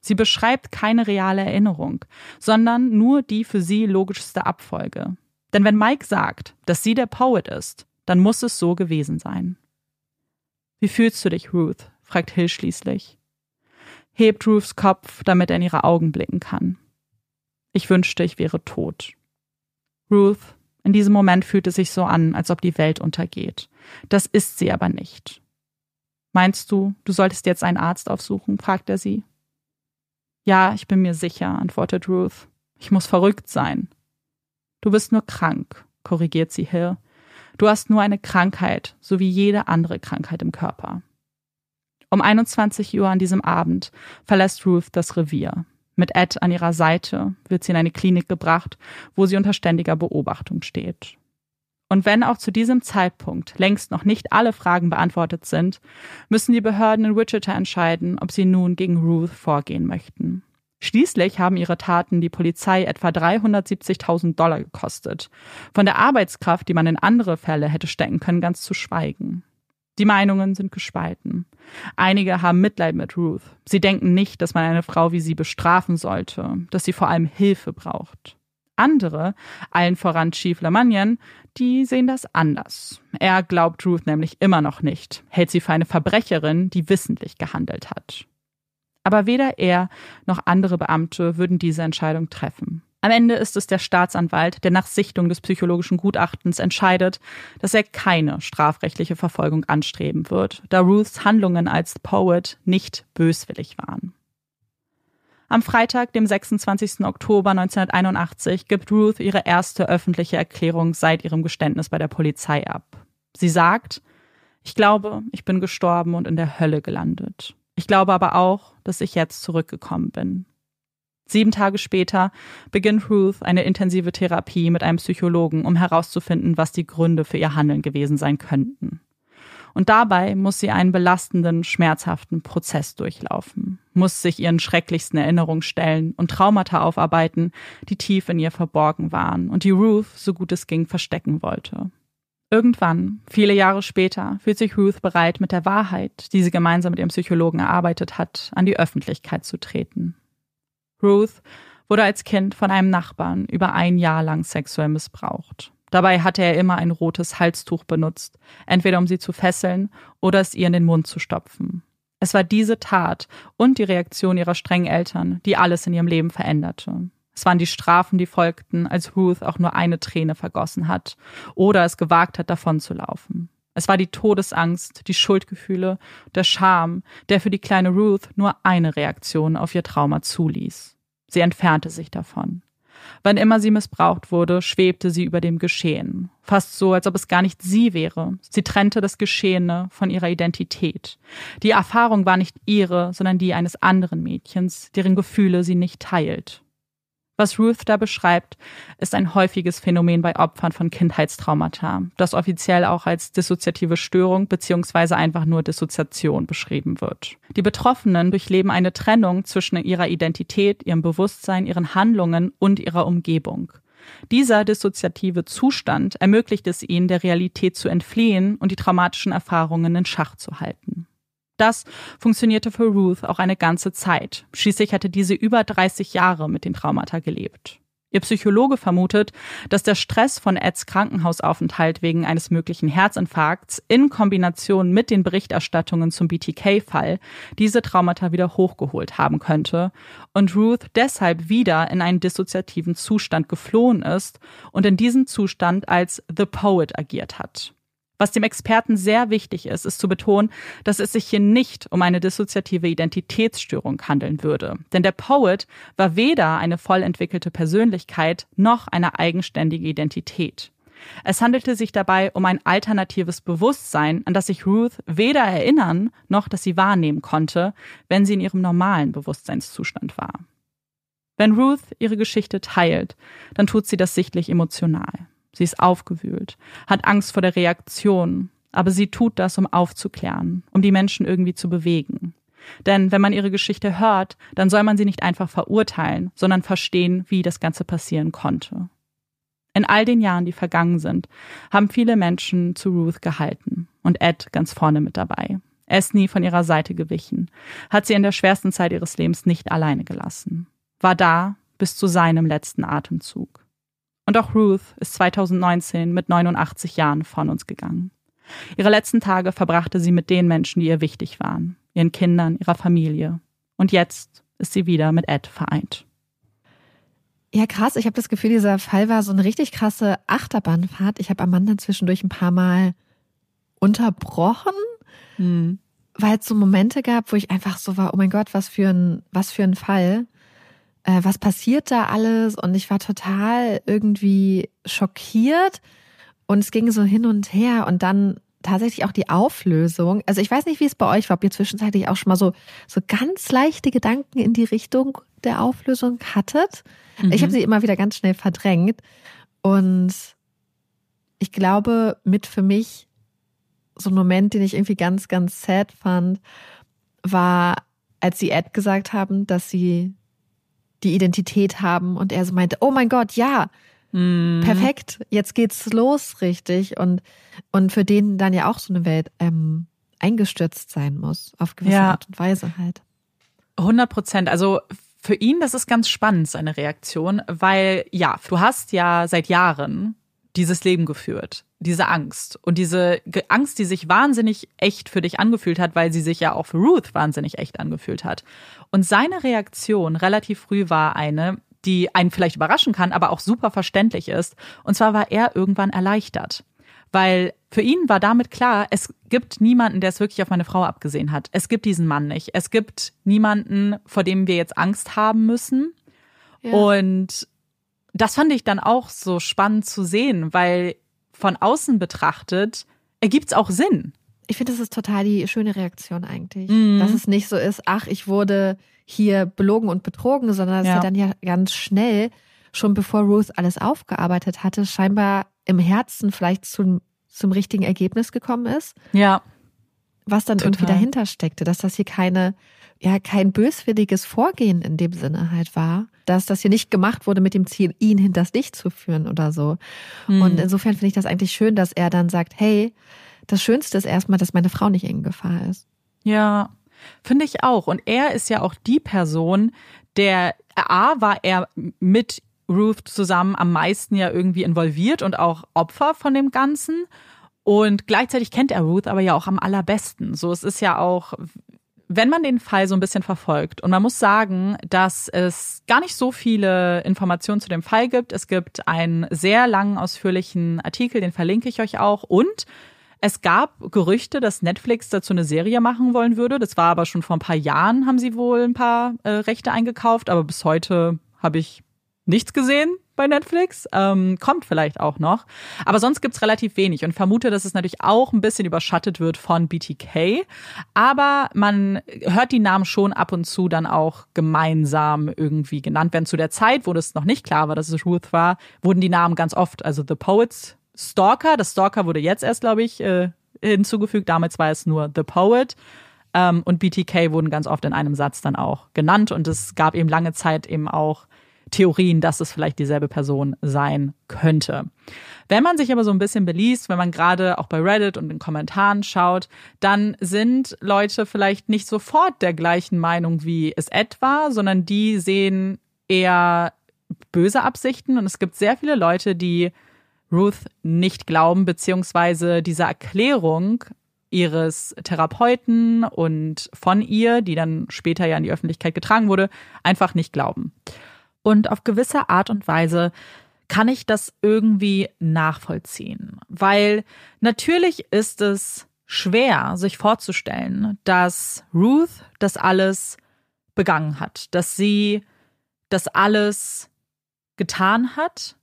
Sie beschreibt keine reale Erinnerung, sondern nur die für sie logischste Abfolge. Denn wenn Mike sagt, dass sie der Poet ist, dann muss es so gewesen sein. »Wie fühlst du dich, Ruth?« fragt Hill schließlich. Hebt Ruths Kopf, damit er in ihre Augen blicken kann. »Ich wünschte, ich wäre tot.« Ruth, in diesem Moment fühlt es sich so an, als ob die Welt untergeht. Das ist sie aber nicht. »Meinst du, du solltest jetzt einen Arzt aufsuchen?« fragt er sie. »Ja, ich bin mir sicher«, antwortet Ruth. »Ich muss verrückt sein.« »Du bist nur krank«, korrigiert sie Hill. »Du hast nur eine Krankheit, so wie jede andere Krankheit im Körper.« Um einundzwanzig Uhr an diesem Abend verlässt Ruth das Revier. Mit Ed an ihrer Seite wird sie in eine Klinik gebracht, wo sie unter ständiger Beobachtung steht. Und wenn auch zu diesem Zeitpunkt längst noch nicht alle Fragen beantwortet sind, müssen die Behörden in Wichita entscheiden, ob sie nun gegen Ruth vorgehen möchten. Schließlich haben ihre Taten die Polizei etwa dreihundertsiebzigtausend Dollar gekostet. Von der Arbeitskraft, die man in andere Fälle hätte stecken können, ganz zu schweigen. Die Meinungen sind gespalten. Einige haben Mitleid mit Ruth. Sie denken nicht, dass man eine Frau wie sie bestrafen sollte, dass sie vor allem Hilfe braucht. Andere, allen voran Chief LeManian, die sehen das anders. Er glaubt Ruth nämlich immer noch nicht, hält sie für eine Verbrecherin, die wissentlich gehandelt hat. Aber weder er noch andere Beamte würden diese Entscheidung treffen. Am Ende ist es der Staatsanwalt, der nach Sichtung des psychologischen Gutachtens entscheidet, dass er keine strafrechtliche Verfolgung anstreben wird, da Ruths Handlungen als Poet nicht böswillig waren. Am Freitag, dem sechsundzwanzigsten Oktober neunzehnhunderteinundachtzig, gibt Ruth ihre erste öffentliche Erklärung seit ihrem Geständnis bei der Polizei ab. Sie sagt: »Ich glaube, ich bin gestorben und in der Hölle gelandet. Ich glaube aber auch, dass ich jetzt zurückgekommen bin.« Sieben Tage später beginnt Ruth eine intensive Therapie mit einem Psychologen, um herauszufinden, was die Gründe für ihr Handeln gewesen sein könnten. Und dabei muss sie einen belastenden, schmerzhaften Prozess durchlaufen, muss sich ihren schrecklichsten Erinnerungen stellen und Traumata aufarbeiten, die tief in ihr verborgen waren und die Ruth, so gut es ging, verstecken wollte. Irgendwann, viele Jahre später, fühlt sich Ruth bereit, mit der Wahrheit, die sie gemeinsam mit ihrem Psychologen erarbeitet hat, an die Öffentlichkeit zu treten. Ruth wurde als Kind von einem Nachbarn über ein Jahr lang sexuell missbraucht. Dabei hatte er immer ein rotes Halstuch benutzt, entweder um sie zu fesseln oder es ihr in den Mund zu stopfen. Es war diese Tat und die Reaktion ihrer strengen Eltern, die alles in ihrem Leben veränderte. Es waren die Strafen, die folgten, als Ruth auch nur eine Träne vergossen hat oder es gewagt hat, davonzulaufen. Es war die Todesangst, die Schuldgefühle, der Scham, der für die kleine Ruth nur eine Reaktion auf ihr Trauma zuließ. Sie entfernte sich davon. Wann immer sie missbraucht wurde, schwebte sie über dem Geschehen. Fast so, als ob es gar nicht sie wäre. Sie trennte das Geschehene von ihrer Identität. Die Erfahrung war nicht ihre, sondern die eines anderen Mädchens, deren Gefühle sie nicht teilt. Was Ruth da beschreibt, ist ein häufiges Phänomen bei Opfern von Kindheitstraumata, das offiziell auch als dissoziative Störung bzw. einfach nur Dissoziation beschrieben wird. Die Betroffenen durchleben eine Trennung zwischen ihrer Identität, ihrem Bewusstsein, ihren Handlungen und ihrer Umgebung. Dieser dissoziative Zustand ermöglicht es ihnen, der Realität zu entfliehen und die traumatischen Erfahrungen in Schach zu halten. Das funktionierte für Ruth auch eine ganze Zeit. Schließlich hatte diese über dreißig Jahre mit den Traumata gelebt. Ihr Psychologe vermutet, dass der Stress von Eds Krankenhausaufenthalt wegen eines möglichen Herzinfarkts in Kombination mit den Berichterstattungen zum B T K-Fall diese Traumata wieder hochgeholt haben könnte und Ruth deshalb wieder in einen dissoziativen Zustand geflohen ist und in diesem Zustand als The Poet agiert hat. Was dem Experten sehr wichtig ist, ist zu betonen, dass es sich hier nicht um eine dissoziative Identitätsstörung handeln würde. Denn der Poet war weder eine voll entwickelte Persönlichkeit noch eine eigenständige Identität. Es handelte sich dabei um ein alternatives Bewusstsein, an das sich Ruth weder erinnern noch das sie wahrnehmen konnte, wenn sie in ihrem normalen Bewusstseinszustand war. Wenn Ruth ihre Geschichte teilt, dann tut sie das sichtlich emotional. Sie ist aufgewühlt, hat Angst vor der Reaktion, aber sie tut das, um aufzuklären, um die Menschen irgendwie zu bewegen. Denn wenn man ihre Geschichte hört, dann soll man sie nicht einfach verurteilen, sondern verstehen, wie das Ganze passieren konnte. In all den Jahren, die vergangen sind, haben viele Menschen zu Ruth gehalten und Ed ganz vorne mit dabei. Er ist nie von ihrer Seite gewichen, hat sie in der schwersten Zeit ihres Lebens nicht alleine gelassen, war da bis zu seinem letzten Atemzug. Und auch Ruth ist zweitausendneunzehn mit neunundachtzig Jahren von uns gegangen. Ihre letzten Tage verbrachte sie mit den Menschen, die ihr wichtig waren, ihren Kindern, ihrer Familie. Und jetzt ist sie wieder mit Ed vereint. Ja, krass. Ich habe das Gefühl, dieser Fall war so eine richtig krasse Achterbahnfahrt. Ich habe Amanda zwischendurch ein paar Mal unterbrochen, hm. weil es so Momente gab, wo ich einfach so war, oh mein Gott, was für ein, was für ein Fall. Äh, was passiert da alles? Und ich war total irgendwie schockiert. Und es ging so hin und her. Und dann tatsächlich auch die Auflösung. Also ich weiß nicht, wie es bei euch war, ob ihr zwischenzeitlich auch schon mal so, so ganz leichte Gedanken in die Richtung der Auflösung hattet. Mhm. Ich habe sie immer wieder ganz schnell verdrängt. Und ich glaube, mit für mich so ein Moment, den ich irgendwie ganz, ganz sad fand, war, als sie Ed gesagt haben, dass sie die Identität haben und er so meinte, oh mein Gott, ja, mhm. perfekt, jetzt geht's los, richtig. Und, und für den dann ja auch so eine Welt ähm, eingestürzt sein muss, auf gewisse ja. Art und Weise halt. hundert Prozent, also für ihn, das ist ganz spannend, seine Reaktion, weil ja, du hast ja seit Jahren dieses Leben geführt, diese Angst und diese Angst, die sich wahnsinnig echt für dich angefühlt hat, weil sie sich ja auch für Ruth wahnsinnig echt angefühlt hat. Und seine Reaktion relativ früh war eine, die einen vielleicht überraschen kann, aber auch super verständlich ist. Und zwar war er irgendwann erleichtert, weil für ihn war damit klar, es gibt niemanden, der es wirklich auf meine Frau abgesehen hat. Es gibt diesen Mann nicht. Es gibt niemanden, vor dem wir jetzt Angst haben müssen. Ja. Und das fand ich dann auch so spannend zu sehen, weil von außen betrachtet ergibt es auch Sinn. Ich finde, das ist total die schöne Reaktion eigentlich. Mhm. Dass es nicht so ist, ach, ich wurde hier belogen und betrogen, sondern dass ja. er dann ja ganz schnell, schon bevor Ruth alles aufgearbeitet hatte, scheinbar im Herzen vielleicht zum, zum richtigen Ergebnis gekommen ist. Ja. Was dann total. irgendwie dahinter steckte, dass das hier keine, ja, kein böswilliges Vorgehen in dem Sinne halt war. Dass das hier nicht gemacht wurde mit dem Ziel, ihn hinters Licht zu führen oder so. Mhm. Und insofern finde ich das eigentlich schön, dass er dann sagt, hey, das Schönste ist erstmal, dass meine Frau nicht in Gefahr ist. Ja, finde ich auch. Und er ist ja auch die Person, der, A, war er mit Ruth zusammen am meisten ja irgendwie involviert und auch Opfer von dem Ganzen. Und gleichzeitig kennt er Ruth aber ja auch am allerbesten. So, es ist ja auch, wenn man den Fall so ein bisschen verfolgt, und man muss sagen, dass es gar nicht so viele Informationen zu dem Fall gibt. Es gibt einen sehr langen, ausführlichen Artikel, den verlinke ich euch auch. Und es gab Gerüchte, dass Netflix dazu eine Serie machen wollen würde. Das war aber schon vor ein paar Jahren, haben sie wohl ein paar äh, Rechte eingekauft. Aber bis heute habe ich nichts gesehen bei Netflix. Ähm, kommt vielleicht auch noch. Aber sonst gibt's relativ wenig und vermute, dass es natürlich auch ein bisschen überschattet wird von B T K. Aber man hört die Namen schon ab und zu dann auch gemeinsam irgendwie genannt. Wenn zu der Zeit, wo das noch nicht klar war, dass es Ruth war, wurden die Namen ganz oft, also The Poets, Stalker, das Stalker wurde jetzt erst, glaube ich, äh, hinzugefügt. Damals war es nur The Poet. Ähm, und B T K wurden ganz oft in einem Satz dann auch genannt. Und es gab eben lange Zeit eben auch Theorien, dass es vielleicht dieselbe Person sein könnte. Wenn man sich aber so ein bisschen beliest, wenn man gerade auch bei Reddit und in Kommentaren schaut, dann sind Leute vielleicht nicht sofort der gleichen Meinung, wie es Ed war, sondern die sehen eher böse Absichten. Und es gibt sehr viele Leute, die Ruth nicht glauben, beziehungsweise diese Erklärung ihres Therapeuten und von ihr, die dann später ja in die Öffentlichkeit getragen wurde, einfach nicht glauben. Und auf gewisse Art und Weise kann ich das irgendwie nachvollziehen. Weil natürlich ist es schwer, sich vorzustellen, dass Ruth das alles begangen hat, dass sie das alles getan hat,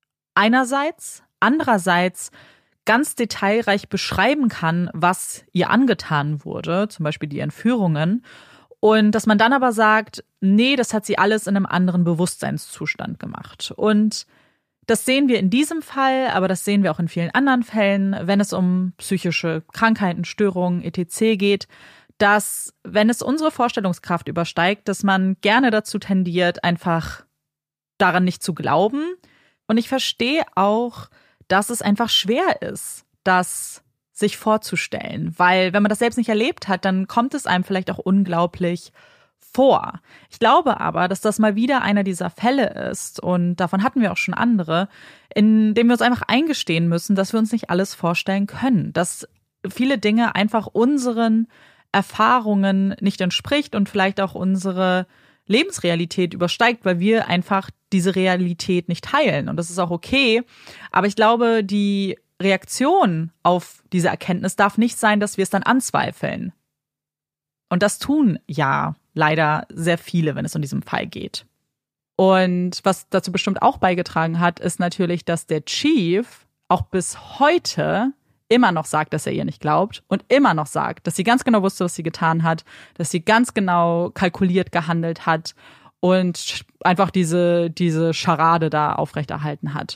einerseits, andererseits ganz detailreich beschreiben kann, was ihr angetan wurde, zum Beispiel die Entführungen, und dass man dann aber sagt, nee, das hat sie alles in einem anderen Bewusstseinszustand gemacht. Und das sehen wir in diesem Fall, aber das sehen wir auch in vielen anderen Fällen, wenn es um psychische Krankheiten, Störungen, et cetera geht, dass, wenn es unsere Vorstellungskraft übersteigt, dass man gerne dazu tendiert, einfach daran nicht zu glauben. Und ich verstehe auch, dass es einfach schwer ist, das sich vorzustellen. Weil wenn man das selbst nicht erlebt hat, dann kommt es einem vielleicht auch unglaublich vor. Ich glaube aber, dass das mal wieder einer dieser Fälle ist, und davon hatten wir auch schon andere, in dem wir uns einfach eingestehen müssen, dass wir uns nicht alles vorstellen können, dass viele Dinge einfach unseren Erfahrungen nicht entspricht und vielleicht auch unsere Lebensrealität übersteigt, weil wir einfach diese Realität nicht teilen. Und das ist auch okay. Aber ich glaube, die Reaktion auf diese Erkenntnis darf nicht sein, dass wir es dann anzweifeln. Und das tun ja leider sehr viele, wenn es um diesen Fall geht. Und was dazu bestimmt auch beigetragen hat, ist natürlich, dass der Chief auch bis heute immer noch sagt, dass er ihr nicht glaubt und immer noch sagt, dass sie ganz genau wusste, was sie getan hat, dass sie ganz genau kalkuliert gehandelt hat und einfach diese, diese Scharade da aufrechterhalten hat.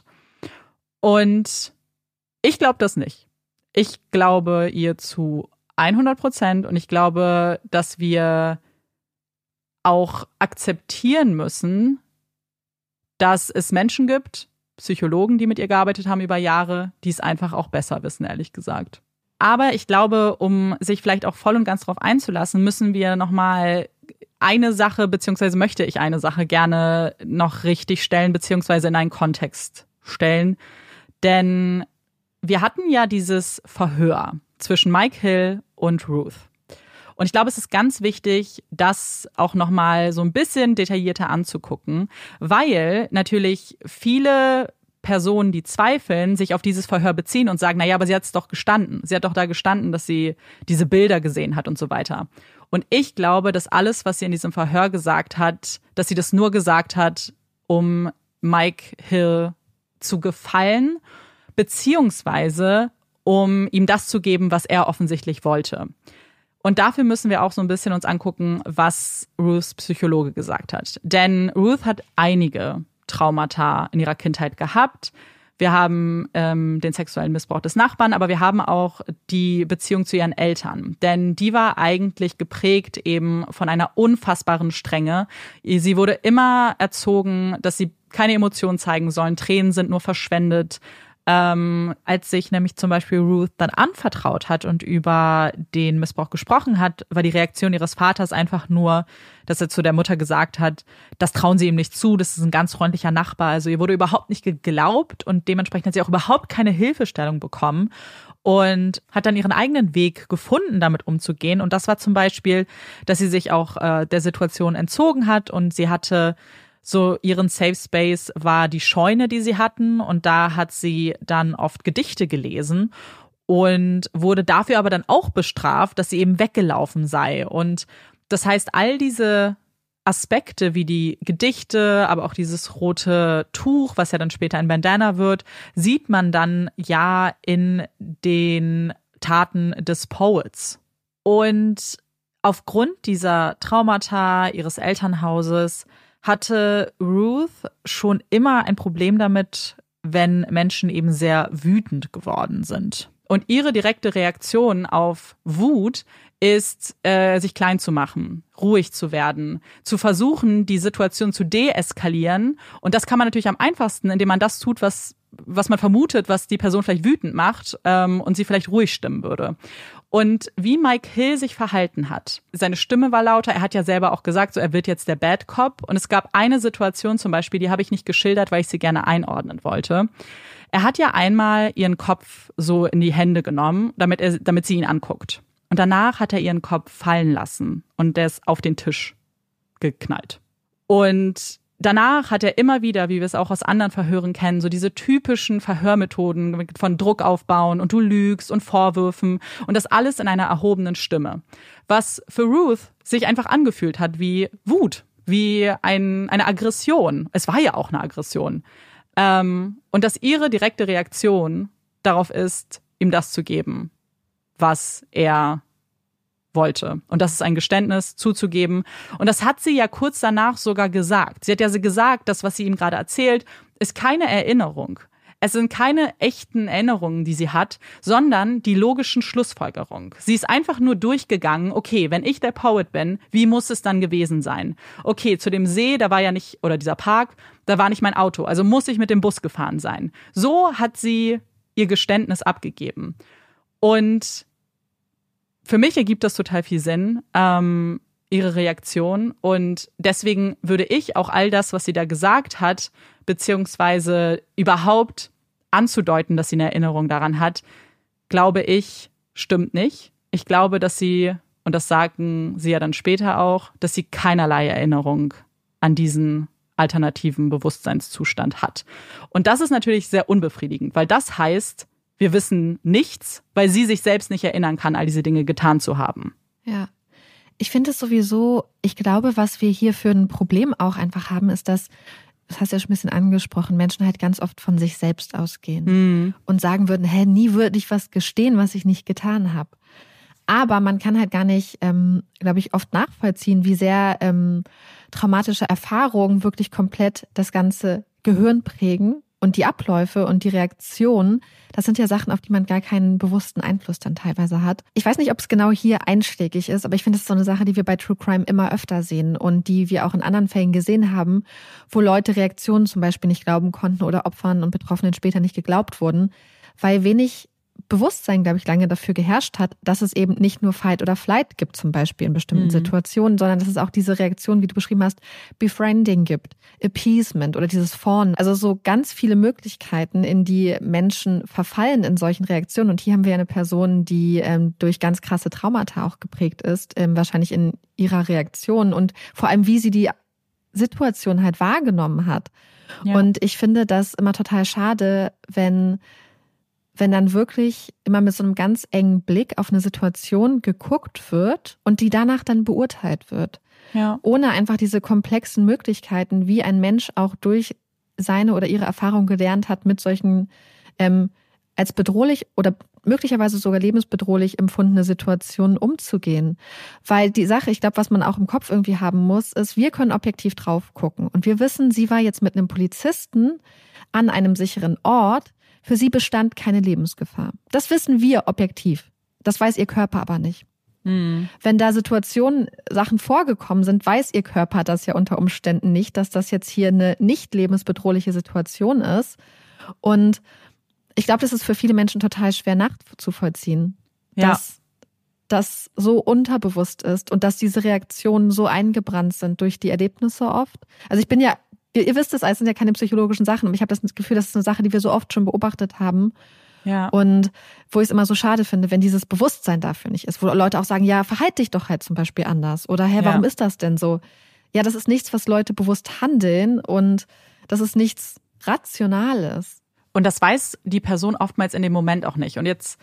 Und ich glaube das nicht. Ich glaube ihr zu hundert Prozent, und ich glaube, dass wir auch akzeptieren müssen, dass es Menschen gibt, Psychologen, die mit ihr gearbeitet haben über Jahre, die es einfach auch besser wissen, ehrlich gesagt. Aber ich glaube, um sich vielleicht auch voll und ganz darauf einzulassen, müssen wir nochmal eine Sache, beziehungsweise möchte ich eine Sache gerne noch richtig stellen, beziehungsweise in einen Kontext stellen. Denn wir hatten ja dieses Verhör zwischen Mike Hill und Ruth. Und ich glaube, es ist ganz wichtig, das auch nochmal so ein bisschen detaillierter anzugucken, weil natürlich viele Personen, die zweifeln, sich auf dieses Verhör beziehen und sagen, naja, aber sie hat es doch gestanden. Sie hat doch da gestanden, dass sie diese Bilder gesehen hat und so weiter. Und ich glaube, dass alles, was sie in diesem Verhör gesagt hat, dass sie das nur gesagt hat, um Mike Hill zu gefallen, beziehungsweise um ihm das zu geben, was er offensichtlich wollte. Und dafür müssen wir auch so ein bisschen uns angucken, was Ruths Psychologe gesagt hat. Denn Ruth hat einige Traumata in ihrer Kindheit gehabt. Wir haben ähm, den sexuellen Missbrauch des Nachbarn, aber wir haben auch die Beziehung zu ihren Eltern. Denn die war eigentlich geprägt eben von einer unfassbaren Strenge. Sie wurde immer erzogen, dass sie keine Emotionen zeigen sollen. Tränen sind nur verschwendet. Ähm, als sich nämlich zum Beispiel Ruth dann anvertraut hat und über den Missbrauch gesprochen hat, war die Reaktion ihres Vaters einfach nur, dass er zu der Mutter gesagt hat, das trauen sie ihm nicht zu, das ist ein ganz freundlicher Nachbar. Also ihr wurde überhaupt nicht geglaubt und dementsprechend hat sie auch überhaupt keine Hilfestellung bekommen und hat dann ihren eigenen Weg gefunden, damit umzugehen. Und das war zum Beispiel, dass sie sich auch äh, der Situation entzogen hat und sie hatte so ihren Safe Space war die Scheune, die sie hatten, und da hat sie dann oft Gedichte gelesen und wurde dafür aber dann auch bestraft, dass sie eben weggelaufen sei. Und das heißt, all diese Aspekte wie die Gedichte, aber auch dieses rote Tuch, was ja dann später ein Bandana wird, sieht man dann ja in den Taten des Poets. Und aufgrund dieser Traumata ihres Elternhauses hatte Ruth schon immer ein Problem damit, wenn Menschen eben sehr wütend geworden sind. Und ihre direkte Reaktion auf Wut ist, äh, sich klein zu machen, ruhig zu werden, zu versuchen, die Situation zu deeskalieren. Und das kann man natürlich am einfachsten, indem man das tut, was was man vermutet, was die Person vielleicht wütend macht ähm, und sie vielleicht ruhig stimmen würde. Und wie Mike Hill sich verhalten hat, seine Stimme war lauter, er hat ja selber auch gesagt, so er wird jetzt der Bad Cop. Und es gab eine Situation zum Beispiel, die habe ich nicht geschildert, weil ich sie gerne einordnen wollte. Er hat ja einmal ihren Kopf so in die Hände genommen, damit er, damit sie ihn anguckt. Und danach hat er ihren Kopf fallen lassen und der ist auf den Tisch geknallt. Und danach hat er immer wieder, wie wir es auch aus anderen Verhören kennen, so diese typischen Verhörmethoden von Druck aufbauen und du lügst und Vorwürfen und das alles in einer erhobenen Stimme. Was für Ruth sich einfach angefühlt hat wie Wut, wie ein, eine Aggression. Es war ja auch eine Aggression. Ähm, und dass ihre direkte Reaktion darauf ist, ihm das zu geben, was er wollte. Und das ist ein Geständnis zuzugeben. Und das hat sie ja kurz danach sogar gesagt. Sie hat ja gesagt, das, was sie ihm gerade erzählt, ist keine Erinnerung. Es sind keine echten Erinnerungen, die sie hat, sondern die logischen Schlussfolgerungen. Sie ist einfach nur durchgegangen, okay, wenn ich der Poet bin, wie muss es dann gewesen sein? Okay, zu dem See, da war ja nicht, oder dieser Park, da war nicht mein Auto, also muss ich mit dem Bus gefahren sein. So hat sie ihr Geständnis abgegeben. Und für mich ergibt das total viel Sinn, ähm, ihre Reaktion. Und deswegen würde ich auch all das, was sie da gesagt hat, beziehungsweise überhaupt anzudeuten, dass sie eine Erinnerung daran hat, glaube ich, stimmt nicht. Ich glaube, dass sie, und das sagen sie ja dann später auch, dass sie keinerlei Erinnerung an diesen alternativen Bewusstseinszustand hat. Und das ist natürlich sehr unbefriedigend, weil das heißt, wir wissen nichts, weil sie sich selbst nicht erinnern kann, all diese Dinge getan zu haben. Ja, ich finde es sowieso, ich glaube, was wir hier für ein Problem auch einfach haben, ist, dass, das hast du ja schon ein bisschen angesprochen, Menschen halt ganz oft von sich selbst ausgehen mhm. und sagen würden, hä, nie würde ich was gestehen, was ich nicht getan habe. Aber man kann halt gar nicht, ähm, glaube ich, oft nachvollziehen, wie sehr ähm, traumatische Erfahrungen wirklich komplett das ganze Gehirn prägen und die Abläufe und die Reaktionen. Das sind ja Sachen, auf die man gar keinen bewussten Einfluss dann teilweise hat. Ich weiß nicht, ob es genau hier einschlägig ist, aber ich finde, es ist so eine Sache, die wir bei True Crime immer öfter sehen und die wir auch in anderen Fällen gesehen haben, wo Leute Reaktionen zum Beispiel nicht glauben konnten oder Opfern und Betroffenen später nicht geglaubt wurden, weil wenig Bewusstsein, glaube ich, lange dafür geherrscht hat, dass es eben nicht nur Fight oder Flight gibt, zum Beispiel in bestimmten mhm. Situationen, sondern dass es auch diese Reaktion, wie du beschrieben hast, Befriending gibt, Appeasement oder dieses Fawnen. Also so ganz viele Möglichkeiten, in die Menschen verfallen in solchen Reaktionen. Und hier haben wir eine Person, die ähm, durch ganz krasse Traumata auch geprägt ist, ähm, wahrscheinlich in ihrer Reaktion und vor allem, wie sie die Situation halt wahrgenommen hat. Ja. Und ich finde das immer total schade, wenn wenn dann wirklich immer mit so einem ganz engen Blick auf eine Situation geguckt wird und die danach dann beurteilt wird. Ja. Ohne einfach diese komplexen Möglichkeiten, wie ein Mensch auch durch seine oder ihre Erfahrung gelernt hat, mit solchen ähm, als bedrohlich oder möglicherweise sogar lebensbedrohlich empfundene Situationen umzugehen. Weil die Sache, ich glaube, was man auch im Kopf irgendwie haben muss, ist, wir können objektiv drauf gucken. Und wir wissen, sie war jetzt mit einem Polizisten an einem sicheren Ort. Für sie bestand keine Lebensgefahr. Das wissen wir objektiv. Das weiß ihr Körper aber nicht. Mhm. Wenn da Situationen, Sachen vorgekommen sind, weiß ihr Körper das ja unter Umständen nicht, dass das jetzt hier eine nicht lebensbedrohliche Situation ist. Und ich glaube, das ist für viele Menschen total schwer nachzuvollziehen, ja. dass das so unterbewusst ist und dass diese Reaktionen so eingebrannt sind durch die Erlebnisse oft. Also ich bin ja Ihr, ihr wisst es, es sind ja keine psychologischen Sachen, aber ich habe das Gefühl, das ist eine Sache, die wir so oft schon beobachtet haben. Ja. Und wo ich es immer so schade finde, wenn dieses Bewusstsein dafür nicht ist, wo Leute auch sagen, ja, verhalte dich doch halt zum Beispiel anders. Oder hä, warum ja. ist das denn so? Ja, das ist nichts, was Leute bewusst handeln und das ist nichts Rationales. Und das weiß die Person oftmals in dem Moment auch nicht. Und jetzt,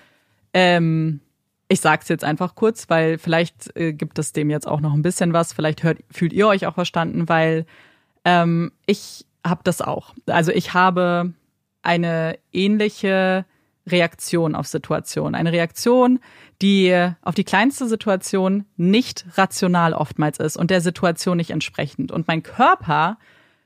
ähm, ich sag's jetzt einfach kurz, weil vielleicht äh, gibt es dem jetzt auch noch ein bisschen was. Vielleicht hört, fühlt ihr euch auch verstanden, weil ähm, ich habe das auch. Also ich habe eine ähnliche Reaktion auf Situationen. Eine Reaktion, die auf die kleinste Situation nicht rational oftmals ist und der Situation nicht entsprechend. Und mein Körper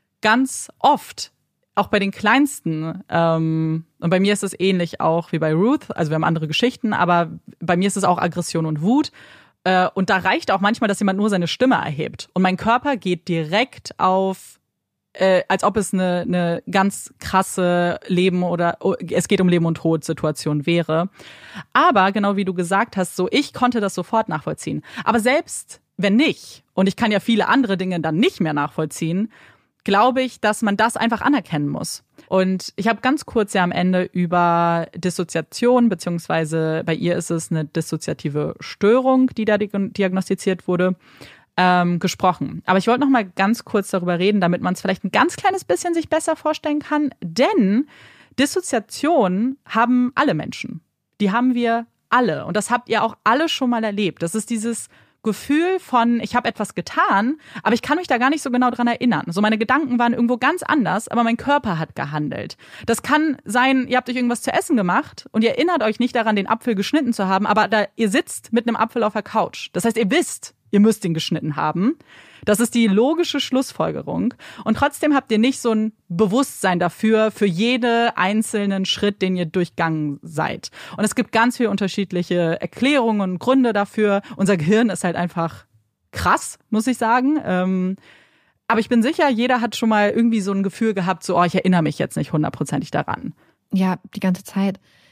ganz oft, auch bei den kleinsten, ähm, und bei mir ist es ähnlich auch wie bei Ruth, also wir haben andere Geschichten, aber bei mir ist es auch Aggression und Wut. Äh, und da reicht auch manchmal, dass jemand nur seine Stimme erhebt. Und mein Körper geht direkt auf, äh, als ob es eine, eine ganz krasse Leben oder oh, es geht um Leben und Tod Situation wäre. Aber genau wie du gesagt hast, so ich konnte das sofort nachvollziehen. Aber selbst wenn nicht, und ich kann ja viele andere Dinge dann nicht mehr nachvollziehen, glaube ich, dass man das einfach anerkennen muss. Und ich habe ganz kurz ja am Ende über Dissoziation, beziehungsweise bei ihr ist es eine dissoziative Störung, die da diagnostiziert wurde, ähm, gesprochen. Aber ich wollte noch mal ganz kurz darüber reden, damit man es vielleicht ein ganz kleines bisschen sich besser vorstellen kann. Denn Dissoziation haben alle Menschen. Die haben wir alle. Und das habt ihr auch alle schon mal erlebt. Das ist dieses Gefühl von, ich habe etwas getan, aber ich kann mich da gar nicht so genau dran erinnern. So meine Gedanken waren irgendwo ganz anders, aber mein Körper hat gehandelt. Das kann sein, ihr habt euch irgendwas zu essen gemacht und ihr erinnert euch nicht daran, den Apfel geschnitten zu haben, aber da ihr sitzt mit einem Apfel auf der Couch. Das heißt, ihr wisst, ihr müsst ihn geschnitten haben. Das ist die logische Schlussfolgerung. Und trotzdem habt ihr nicht so ein Bewusstsein dafür, für jeden einzelnen Schritt, den ihr durchgangen seid. Und es gibt ganz viele unterschiedliche Erklärungen und Gründe dafür. Unser Gehirn ist halt einfach krass, muss ich sagen. Ähm, aber ich bin sicher, jeder hat schon mal irgendwie so ein Gefühl gehabt, so, oh, ich erinnere mich jetzt nicht hundertprozentig daran. Ja, die ganze Zeit.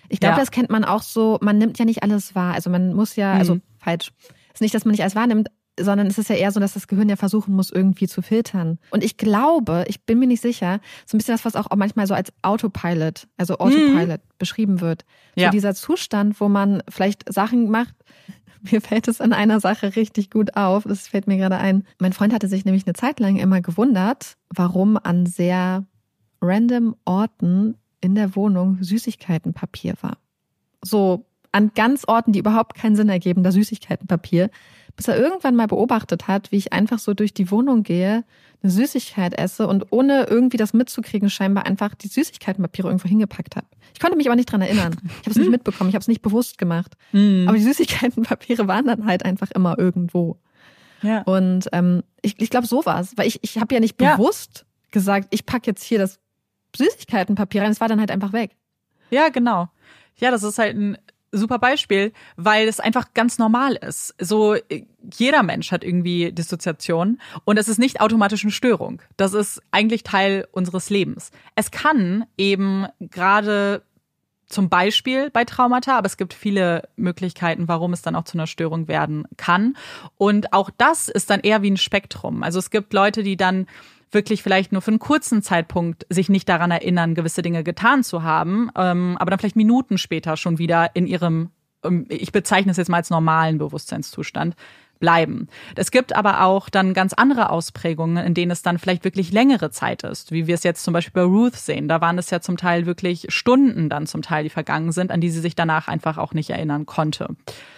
Ich glaube, Ja. das kennt man auch so, man nimmt ja nicht alles wahr. Also man muss ja, Mhm. also falsch. Es ist nicht, dass man nicht alles wahrnimmt, sondern es ist ja eher so, dass das Gehirn ja versuchen muss, irgendwie zu filtern. Und ich glaube, ich bin mir nicht sicher, so ein bisschen das, was auch manchmal so als Autopilot, also Autopilot mhm. beschrieben wird. So Ja. dieser Zustand, wo man vielleicht Sachen macht. Mir fällt es an einer Sache richtig gut auf. Das fällt mir gerade ein. Mein Freund hatte sich nämlich eine Zeit lang immer gewundert, warum an sehr random Orten in der Wohnung Süßigkeitenpapier war. So an ganz Orten, die überhaupt keinen Sinn ergeben, da Süßigkeitenpapier. Bis er irgendwann mal beobachtet hat, wie ich einfach so durch die Wohnung gehe, eine Süßigkeit esse und ohne irgendwie das mitzukriegen scheinbar einfach die Süßigkeitenpapiere irgendwo hingepackt habe. Ich konnte mich aber nicht dran erinnern. Ich habe es nicht mitbekommen, ich habe es nicht bewusst gemacht. Mhm. Aber die Süßigkeitenpapiere waren dann halt einfach immer irgendwo. Ja. Und ähm, ich, ich glaube, so war es. Weil ich, ich habe ja nicht Ja. bewusst gesagt, ich packe jetzt hier das Süßigkeitenpapier rein. Es war dann halt einfach weg. Ja, genau. Ja, das ist halt ein super Beispiel, weil es einfach ganz normal ist. So, jeder Mensch hat irgendwie Dissoziation und es ist nicht automatisch eine Störung. Das ist eigentlich Teil unseres Lebens. Es kann eben gerade zum Beispiel bei Traumata, aber es gibt viele Möglichkeiten, warum es dann auch zu einer Störung werden kann. Und auch das ist dann eher wie ein Spektrum. Also es gibt Leute, die dann wirklich vielleicht nur für einen kurzen Zeitpunkt sich nicht daran erinnern, gewisse Dinge getan zu haben, ähm, aber dann vielleicht Minuten später schon wieder in ihrem, ähm, ich bezeichne es jetzt mal als normalen Bewusstseinszustand, bleiben. Es gibt aber auch dann ganz andere Ausprägungen, in denen es dann vielleicht wirklich längere Zeit ist, wie wir es jetzt zum Beispiel bei Ruth sehen. Da waren es ja zum Teil wirklich Stunden dann zum Teil, die vergangen sind, an die sie sich danach einfach auch nicht erinnern konnte.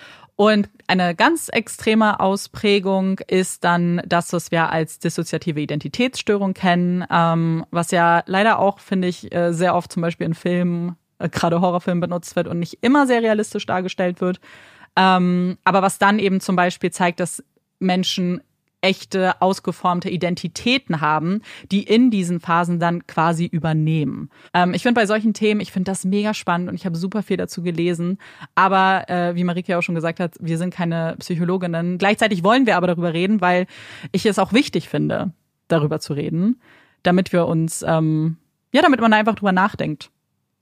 Und eine ganz extreme Ausprägung ist dann das, was wir als dissoziative Identitätsstörung kennen, ähm, was ja leider auch, finde ich, äh, sehr oft zum Beispiel in Filmen, äh, gerade Horrorfilmen benutzt wird und nicht immer sehr realistisch dargestellt wird. Ähm, aber was dann eben zum Beispiel zeigt, dass Menschen echte, ausgeformte Identitäten haben, die in diesen Phasen dann quasi übernehmen. Ähm, ich finde bei solchen Themen, ich finde das mega spannend und ich habe super viel dazu gelesen. Aber äh, wie Marike auch schon gesagt hat, wir sind keine Psychologinnen. Gleichzeitig wollen wir aber darüber reden, weil ich es auch wichtig finde, darüber zu reden, damit wir uns, ähm, ja, damit man einfach drüber nachdenkt.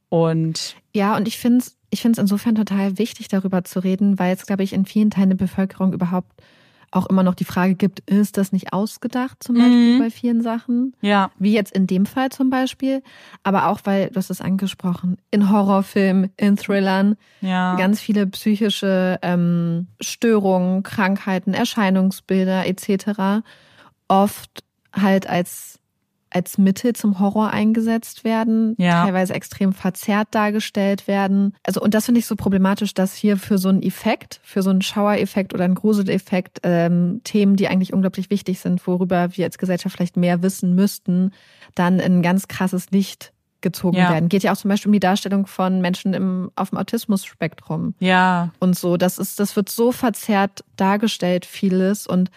Und ja, und ich finde es ich finde es insofern total wichtig, darüber zu reden, weil es, glaube ich, in vielen Teilen der Bevölkerung überhaupt auch immer noch die Frage gibt, ist das nicht ausgedacht zum Beispiel mhm. bei vielen Sachen? Ja. Wie jetzt in dem Fall zum Beispiel. Aber auch, weil, du hast es angesprochen, in Horrorfilmen, in Thrillern, ja. ganz viele psychische ähm, Störungen, Krankheiten, Erscheinungsbilder et cetera oft halt als als Mittel zum Horror eingesetzt werden, ja. teilweise extrem verzerrt dargestellt werden. Also und das finde ich so problematisch, dass hier für so einen Effekt, für so einen Schauereffekt oder einen Gruseleffekt ähm, Themen, die eigentlich unglaublich wichtig sind, worüber wir als Gesellschaft vielleicht mehr wissen müssten, dann in ein ganz krasses Licht gezogen ja. werden. Geht ja auch zum Beispiel um die Darstellung von Menschen im, auf dem Autismus-Spektrum. Ja. Und so, das ist, das wird so verzerrt dargestellt, vieles und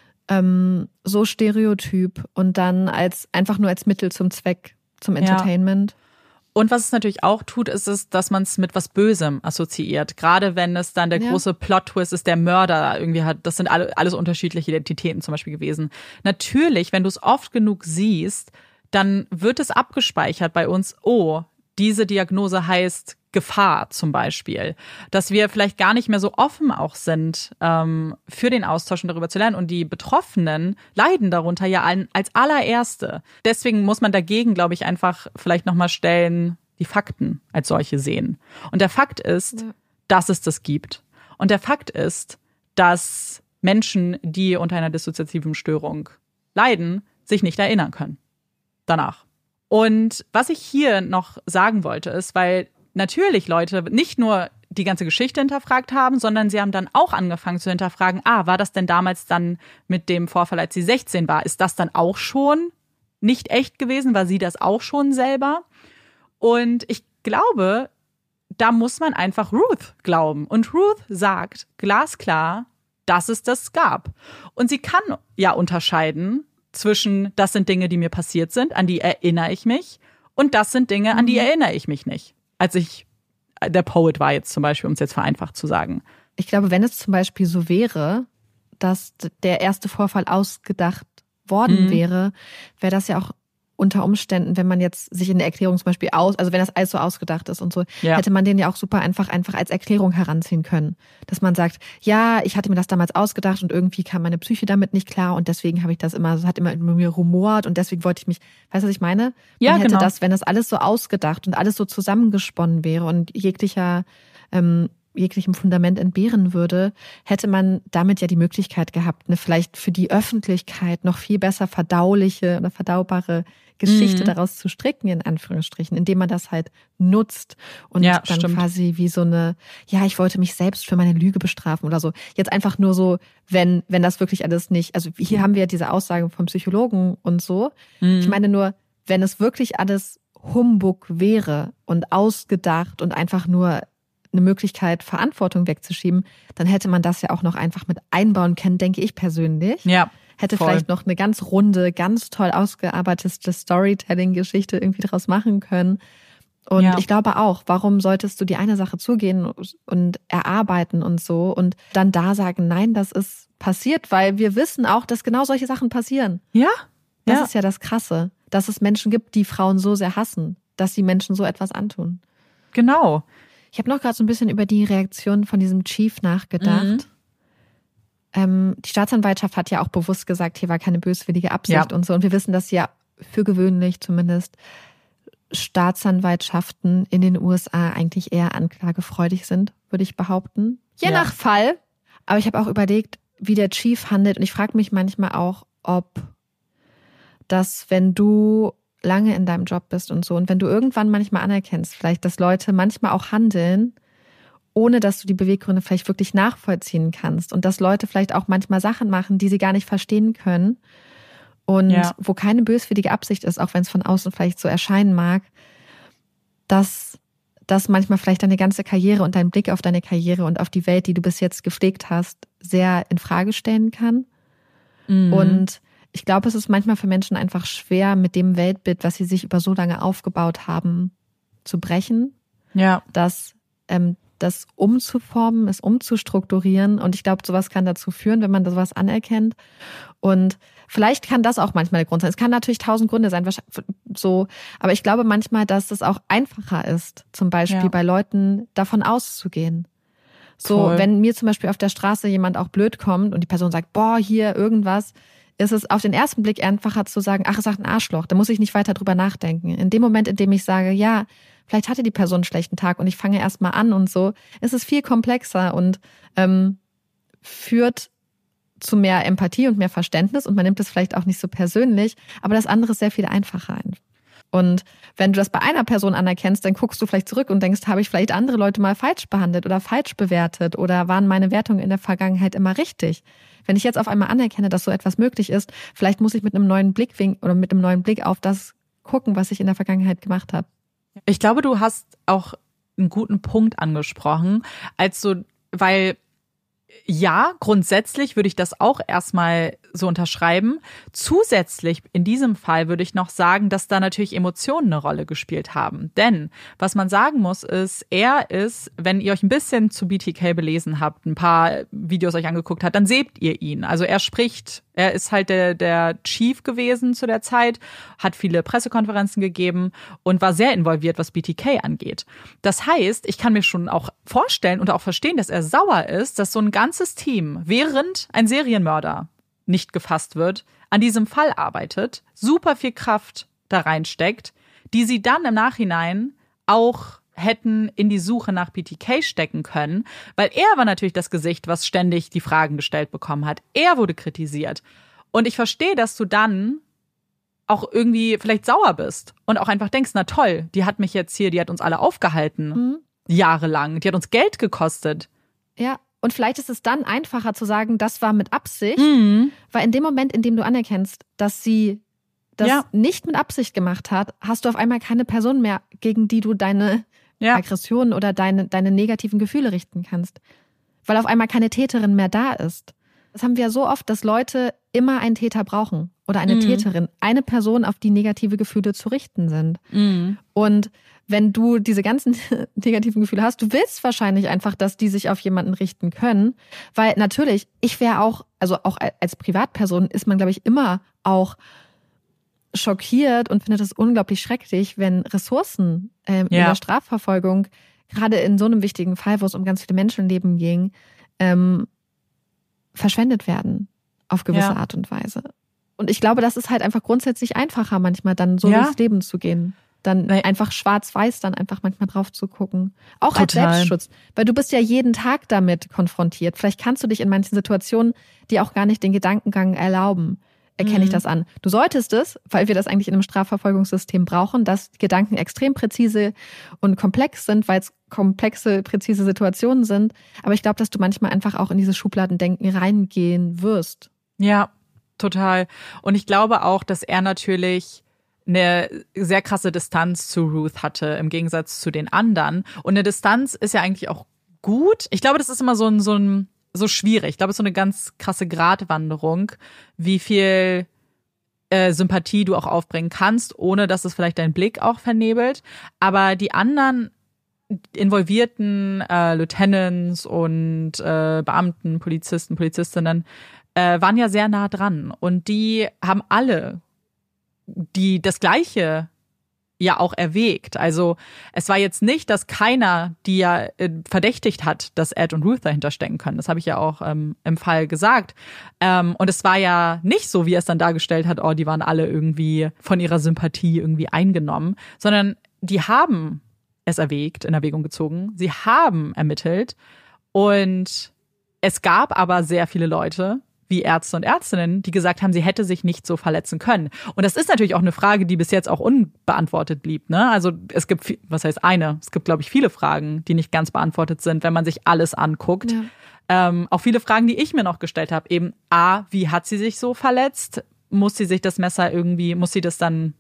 Ähm, so stereotyp und dann als einfach nur als Mittel zum Zweck, zum Entertainment. Ja. Und was es natürlich auch tut, ist es, dass man es mit was Bösem assoziiert. Gerade wenn es dann der ja. große Plot-Twist ist, der Mörder irgendwie hat. Das sind alle, alles unterschiedliche Identitäten zum Beispiel gewesen. Natürlich, wenn du es oft genug siehst, dann wird es abgespeichert bei uns, oh, diese Diagnose heißt Gefahr zum Beispiel, dass wir vielleicht gar nicht mehr so offen auch sind ähm, für den Austausch und darüber zu lernen. Und die Betroffenen leiden darunter ja als allererste. Deswegen muss man dagegen, glaube ich, einfach vielleicht nochmal stellen, die Fakten als solche sehen. Und der Fakt ist, ja. dass es das gibt. Und der Fakt ist, dass Menschen, die unter einer dissoziativen Störung leiden, sich nicht erinnern können danach. Und was ich hier noch sagen wollte, ist, weil natürlich Leute nicht nur die ganze Geschichte hinterfragt haben, sondern sie haben dann auch angefangen zu hinterfragen, ah, war das denn damals dann mit dem Vorfall, als sie sechzehn war, ist das dann auch schon nicht echt gewesen? War sie das auch schon selber? Und ich glaube, da muss man einfach Ruth glauben. Und Ruth sagt glasklar, dass es das gab. Und sie kann ja unterscheiden zwischen, das sind Dinge, die mir passiert sind, an die erinnere ich mich, und das sind Dinge, an die erinnere ich mich nicht. Als ich der Poet war jetzt zum Beispiel, um es jetzt vereinfacht zu sagen. Ich glaube, wenn es zum Beispiel so wäre, dass der erste Vorfall ausgedacht worden mhm. wäre, wäre das ja auch unter Umständen, wenn man jetzt sich in der Erklärung zum Beispiel aus, also wenn das alles so ausgedacht ist und so, ja. hätte man den ja auch super einfach einfach als Erklärung heranziehen können. Dass man sagt, ja, ich hatte mir das damals ausgedacht und irgendwie kam meine Psyche damit nicht klar und deswegen habe ich das immer, hat immer in mir rumort und deswegen wollte ich mich, weißt du, was ich meine? Man ja, hätte genau. das, wenn das alles so ausgedacht und alles so zusammengesponnen wäre und jeglicher ähm, jeglichem Fundament entbehren würde, hätte man damit ja die Möglichkeit gehabt, eine vielleicht für die Öffentlichkeit noch viel besser verdauliche oder verdaubare Geschichte mhm. daraus zu stricken, in Anführungsstrichen, indem man das halt nutzt und ja, dann stimmt. quasi wie so eine, ja, ich wollte mich selbst für meine Lüge bestrafen oder so. Jetzt einfach nur so, wenn wenn das wirklich alles nicht, also hier haben wir ja diese Aussagen vom Psychologen und so. Mhm. Ich meine nur, wenn es wirklich alles Humbug wäre und ausgedacht und einfach nur eine Möglichkeit, Verantwortung wegzuschieben, dann hätte man das ja auch noch einfach mit einbauen können, denke ich persönlich. Ja, hätte voll. vielleicht noch eine ganz runde, ganz toll ausgearbeitete Storytelling-Geschichte irgendwie draus machen können. Und ja. ich glaube auch, warum solltest du die eine Sache zugehen und erarbeiten und so und dann da sagen, nein, das ist passiert, weil wir wissen auch, dass genau solche Sachen passieren. Ja. Das ja. ist ja das Krasse, dass es Menschen gibt, die Frauen so sehr hassen, dass sie Menschen so etwas antun. Genau. Ich habe noch gerade so ein bisschen über die Reaktion von diesem Chief nachgedacht. Mhm. Ähm, die Staatsanwaltschaft hat ja auch bewusst gesagt, hier war keine böswillige Absicht ja. und so. Und wir wissen, dass ja für gewöhnlich zumindest Staatsanwaltschaften in den U S A eigentlich eher anklagefreudig sind, würde ich behaupten. Je ja. nach Fall. Aber ich habe auch überlegt, wie der Chief handelt. Und ich frage mich manchmal auch, ob das, wenn du lange in deinem Job bist und so. Und wenn du irgendwann manchmal anerkennst, vielleicht, dass Leute manchmal auch handeln, ohne dass du die Beweggründe vielleicht wirklich nachvollziehen kannst. Und dass Leute vielleicht auch manchmal Sachen machen, die sie gar nicht verstehen können. Und ja. wo keine böswillige Absicht ist, auch wenn es von außen vielleicht so erscheinen mag, dass das manchmal vielleicht deine ganze Karriere und dein Blick auf deine Karriere und auf die Welt, die du bis jetzt gepflegt hast, sehr in Frage stellen kann. Mhm. Und ich glaube, es ist manchmal für Menschen einfach schwer, mit dem Weltbild, was sie sich über so lange aufgebaut haben, zu brechen. Ja. Das, ähm, das umzuformen, es umzustrukturieren. Und ich glaube, sowas kann dazu führen, wenn man sowas anerkennt. Und vielleicht kann das auch manchmal der Grund sein. Es kann natürlich tausend Gründe sein, so. Aber ich glaube manchmal, dass es auch einfacher ist, zum Beispiel ja. bei Leuten davon auszugehen. So, Voll. Wenn mir zum Beispiel auf der Straße jemand auch blöd kommt und die Person sagt, boah, hier irgendwas, ist es auf den ersten Blick einfacher zu sagen, ach, es ist ein Arschloch, da muss ich nicht weiter drüber nachdenken. In dem Moment, in dem ich sage, ja, vielleicht hatte die Person einen schlechten Tag und ich fange erst mal an und so, ist es viel komplexer und ähm, führt zu mehr Empathie und mehr Verständnis und man nimmt es vielleicht auch nicht so persönlich, aber das andere ist sehr viel einfacher. Und wenn du das bei einer Person anerkennst, dann guckst du vielleicht zurück und denkst, habe ich vielleicht andere Leute mal falsch behandelt oder falsch bewertet oder waren meine Wertungen in der Vergangenheit immer richtig? Wenn ich jetzt auf einmal anerkenne, dass so etwas möglich ist, vielleicht muss ich mit einem neuen Blickwinkel oder mit einem neuen Blick auf das gucken, was ich in der Vergangenheit gemacht habe. Ich glaube, du hast auch einen guten Punkt angesprochen, als so, weil ja, grundsätzlich würde ich das auch erstmal so unterschreiben. Zusätzlich in diesem Fall würde ich noch sagen, dass da natürlich Emotionen eine Rolle gespielt haben. Denn was man sagen muss ist, er ist, wenn ihr euch ein bisschen zu B T K belesen habt, ein paar Videos euch angeguckt habt, dann seht ihr ihn. Also er spricht, er ist halt der, der Chief gewesen zu der Zeit, hat viele Pressekonferenzen gegeben und war sehr involviert, was B T K angeht. Das heißt, ich kann mir schon auch vorstellen und auch verstehen, dass er sauer ist, dass so ein ganzes Team, während ein Serienmörder nicht gefasst wird, an diesem Fall arbeitet, super viel Kraft da reinsteckt, die sie dann im Nachhinein auch hätten in die Suche nach B T K stecken können, weil er war natürlich das Gesicht, was ständig die Fragen gestellt bekommen hat. Er wurde kritisiert. Und ich verstehe, dass du dann auch irgendwie vielleicht sauer bist und auch einfach denkst, na toll, die hat mich jetzt hier, die hat uns alle aufgehalten, mhm. jahrelang, die hat uns Geld gekostet. Ja. Und vielleicht ist es dann einfacher zu sagen, das war mit Absicht, mhm. weil in dem Moment, in dem du anerkennst, dass sie das ja. nicht mit Absicht gemacht hat, hast du auf einmal keine Person mehr, gegen die du deine ja. Aggressionen oder deine, deine negativen Gefühle richten kannst. Weil auf einmal keine Täterin mehr da ist. Das haben wir ja so oft, dass Leute immer einen Täter brauchen oder eine mhm. Täterin, eine Person, auf die negative Gefühle zu richten sind. Mhm. Und wenn du diese ganzen negativen Gefühle hast, du willst wahrscheinlich einfach, dass die sich auf jemanden richten können, weil natürlich, ich wäre auch, also auch als Privatperson ist man, glaube ich, immer auch schockiert und finde das unglaublich schrecklich, wenn Ressourcen ähm, Ja. in der Strafverfolgung, gerade in so einem wichtigen Fall, wo es um ganz viele Menschenleben ging, ähm, verschwendet werden auf gewisse Ja. Art und Weise. Und ich glaube, das ist halt einfach grundsätzlich einfacher, manchmal dann so Ja. durchs Leben zu gehen. Dann Nee. einfach schwarz-weiß dann einfach manchmal drauf zu gucken. Auch Total. als Selbstschutz. Weil du bist ja jeden Tag damit konfrontiert. Vielleicht kannst du dich in manchen Situationen, die auch gar nicht den Gedankengang erlauben, erkenne Mhm. ich das an. Du solltest es, weil wir das eigentlich in einem Strafverfolgungssystem brauchen, dass Gedanken extrem präzise und komplex sind, weil es komplexe, präzise Situationen sind. Aber ich glaube, dass du manchmal einfach auch in diese Schubladendenken reingehen wirst. Ja, total. Und ich glaube auch, dass er natürlich eine sehr krasse Distanz zu Ruth hatte, im Gegensatz zu den anderen. Und eine Distanz ist ja eigentlich auch gut. Ich glaube, das ist immer so ein, so ein, so schwierig. Ich glaube, es ist so eine ganz krasse Gratwanderung, wie viel äh, Sympathie du auch aufbringen kannst, ohne dass es vielleicht deinen Blick auch vernebelt. Aber die anderen involvierten äh, Lieutenants und äh, Beamten, Polizisten, Polizistinnen äh, waren ja sehr nah dran. Und die haben alle die das Gleiche ja auch erwägt. Also es war jetzt nicht, dass keiner die ja äh, verdächtigt hat, dass Ed und Ruth dahinter stecken können. Das habe ich ja auch ähm, im Fall gesagt. Ähm, und es war ja nicht so, wie er es dann dargestellt hat, oh, die waren alle irgendwie von ihrer Sympathie irgendwie eingenommen, sondern die haben es erwägt, in Erwägung gezogen. Sie haben ermittelt und es gab aber sehr viele Leute, wie Ärzte und Ärztinnen, die gesagt haben, sie hätte sich nicht so verletzen können. Und das ist natürlich auch eine Frage, die bis jetzt auch unbeantwortet blieb. Ne? Also es gibt, viel, was heißt eine? Es gibt, glaube ich, viele Fragen, die nicht ganz beantwortet sind, wenn man sich alles anguckt. Ja. Ähm, auch viele Fragen, die ich mir noch gestellt habe. Eben, A, wie hat sie sich so verletzt? Muss sie sich das Messer irgendwie, muss sie das dann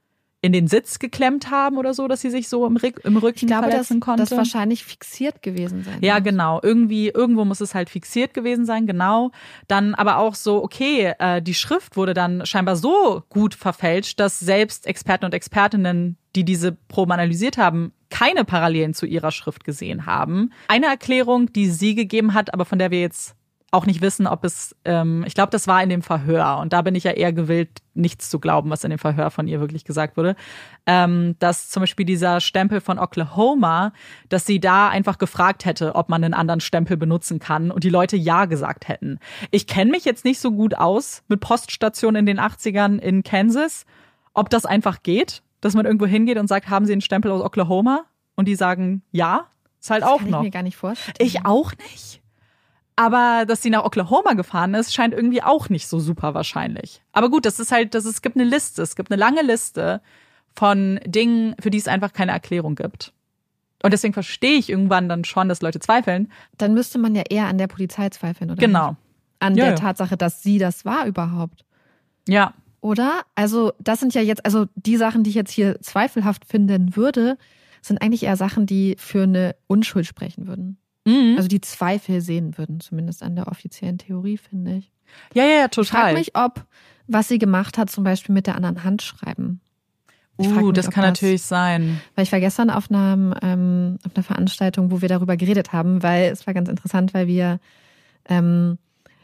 in den Sitz geklemmt haben oder so, dass sie sich so im, Rick, im Rücken Ich glaube, dass verletzen konnte? das wahrscheinlich fixiert gewesen sein Ja, muss. genau. Irgendwie, irgendwo muss es halt fixiert gewesen sein, genau. Dann aber auch so, okay, äh, die Schrift wurde dann scheinbar so gut verfälscht, dass selbst Experten und Expertinnen, die diese Proben analysiert haben, keine Parallelen zu ihrer Schrift gesehen haben. Eine Erklärung, die sie gegeben hat, aber von der wir jetzt auch nicht wissen, ob es, ähm, ich glaube, das war in dem Verhör. Und da bin ich ja eher gewillt, nichts zu glauben, was in dem Verhör von ihr wirklich gesagt wurde. Ähm, dass zum Beispiel dieser Stempel von Oklahoma, dass sie da einfach gefragt hätte, ob man einen anderen Stempel benutzen kann und die Leute ja gesagt hätten. Ich kenne mich jetzt nicht so gut aus mit Poststationen in den achtzigern in Kansas, ob das einfach geht, dass man irgendwo hingeht und sagt, haben Sie einen Stempel aus Oklahoma? Und die sagen, ja, ist halt Das auch kann noch. ich mir gar nicht vorstellen. Ich auch nicht. Aber dass sie nach Oklahoma gefahren ist, scheint irgendwie auch nicht so super wahrscheinlich. Aber gut, das ist halt, das ist, es gibt eine Liste, es gibt eine lange Liste von Dingen, für die es einfach keine Erklärung gibt. Und deswegen verstehe ich irgendwann dann schon, dass Leute zweifeln. Dann müsste man ja eher an der Polizei zweifeln, oder? Genau. Nicht? An Ja, der ja. Tatsache, dass sie das war überhaupt. Ja. Oder? Also, das sind ja jetzt, also die Sachen, die ich jetzt hier zweifelhaft finden würde, sind eigentlich eher Sachen, die für eine Unschuld sprechen würden. Mhm. Also die Zweifel sehen würden, zumindest an der offiziellen Theorie, finde ich. Ja, ja, ja, Ich frage total. mich, ob, was sie gemacht hat, zum Beispiel mit der anderen Hand schreiben. Ich frag Uh, mich, das ob kann natürlich sein. Weil ich war gestern auf, einem, ähm, auf einer Veranstaltung, wo wir darüber geredet haben, weil es war ganz interessant, weil wir ähm,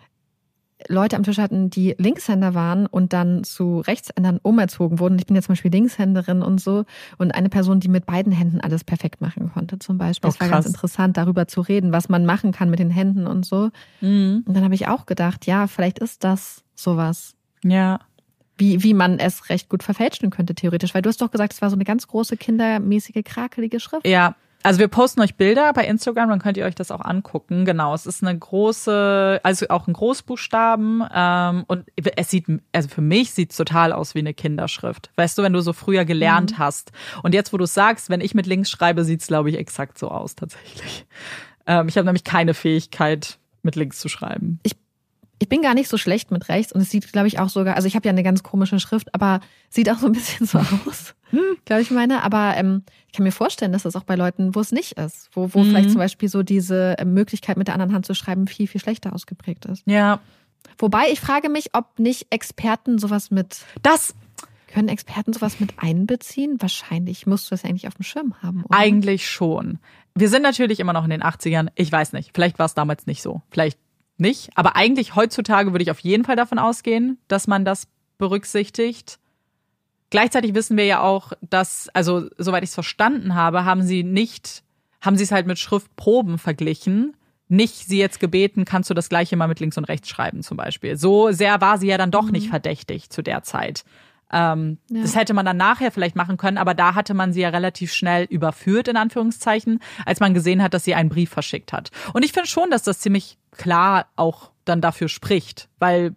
Leute am Tisch hatten, die Linkshänder waren und dann zu Rechtshändern umerzogen wurden. Ich bin ja zum Beispiel Linkshänderin und so. Und eine Person, die mit beiden Händen alles perfekt machen konnte zum Beispiel. Oh, Es war ganz krass. interessant, darüber zu reden, was man machen kann mit den Händen und so. Mhm. Und dann habe ich auch gedacht, ja, vielleicht ist das sowas. Ja. Wie, wie man es recht gut verfälschen könnte, theoretisch. Weil du hast doch gesagt, es war so eine ganz große, kindermäßige, krakelige Schrift. Ja, also wir posten euch Bilder bei Instagram, dann könnt ihr euch das auch angucken. Genau, es ist eine große, also auch ein Großbuchstaben ähm, und es sieht, also für mich sieht es total aus wie eine Kinderschrift. Weißt du, wenn du so früher gelernt Mhm. hast und jetzt, wo du es sagst, wenn ich mit links schreibe, sieht es, glaube ich, exakt so aus tatsächlich. Ähm, ich habe nämlich keine Fähigkeit, mit links zu schreiben. Ich bin gar nicht so schlecht mit rechts und es sieht, glaube ich, auch sogar, also ich habe ja eine ganz komische Schrift, aber sieht auch so ein bisschen so aus, glaube ich meine. Aber ähm, ich kann mir vorstellen, dass das auch bei Leuten, wo es nicht ist, wo, wo Mhm. vielleicht zum Beispiel so diese äh, Möglichkeit mit der anderen Hand zu schreiben viel, viel schlechter ausgeprägt ist. Ja, Wobei ich frage mich, ob nicht Experten sowas mit, das können Experten sowas mit einbeziehen? Wahrscheinlich musst du das ja eigentlich auf dem Schirm haben, oder? eigentlich schon. Wir sind natürlich immer noch in den achtzigern. Ich weiß nicht, vielleicht war es damals nicht so. Vielleicht nicht. Aber eigentlich heutzutage würde ich auf jeden Fall davon ausgehen, dass man das berücksichtigt. gleichzeitig wissen wir ja auch, dass, also soweit ich es verstanden habe, haben sie nicht, haben sie es halt mit Schriftproben verglichen. Nicht sie jetzt gebeten, kannst du das Gleiche mal mit links und rechts schreiben zum Beispiel. So sehr war sie ja dann doch mhm. nicht verdächtig zu der Zeit. Ähm, ja. Das hätte man dann nachher vielleicht machen können, aber da hatte man sie ja relativ schnell überführt, in Anführungszeichen, als man gesehen hat, dass sie einen Brief verschickt hat. Und ich finde schon, dass das ziemlich klar auch dann dafür spricht, weil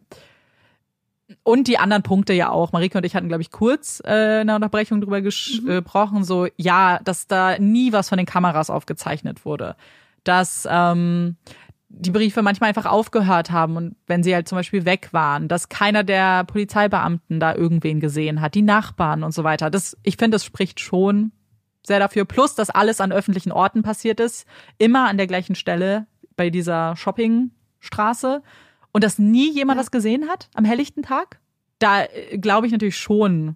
und die anderen Punkte ja auch. Marike und ich hatten, glaube ich, kurz äh, in der Unterbrechung drüber gesprochen, mhm. so, ja, dass da nie was von den Kameras aufgezeichnet wurde. Dass ähm, die Briefe manchmal einfach aufgehört haben und wenn sie halt zum Beispiel weg waren, dass keiner der Polizeibeamten da irgendwen gesehen hat, die Nachbarn und so weiter. Das, ich finde, das spricht schon sehr dafür. Plus, dass alles an öffentlichen Orten passiert ist, immer an der gleichen Stelle bei dieser Shoppingstraße. Und dass nie jemand ja. das gesehen hat am helllichten Tag, da glaube ich natürlich schon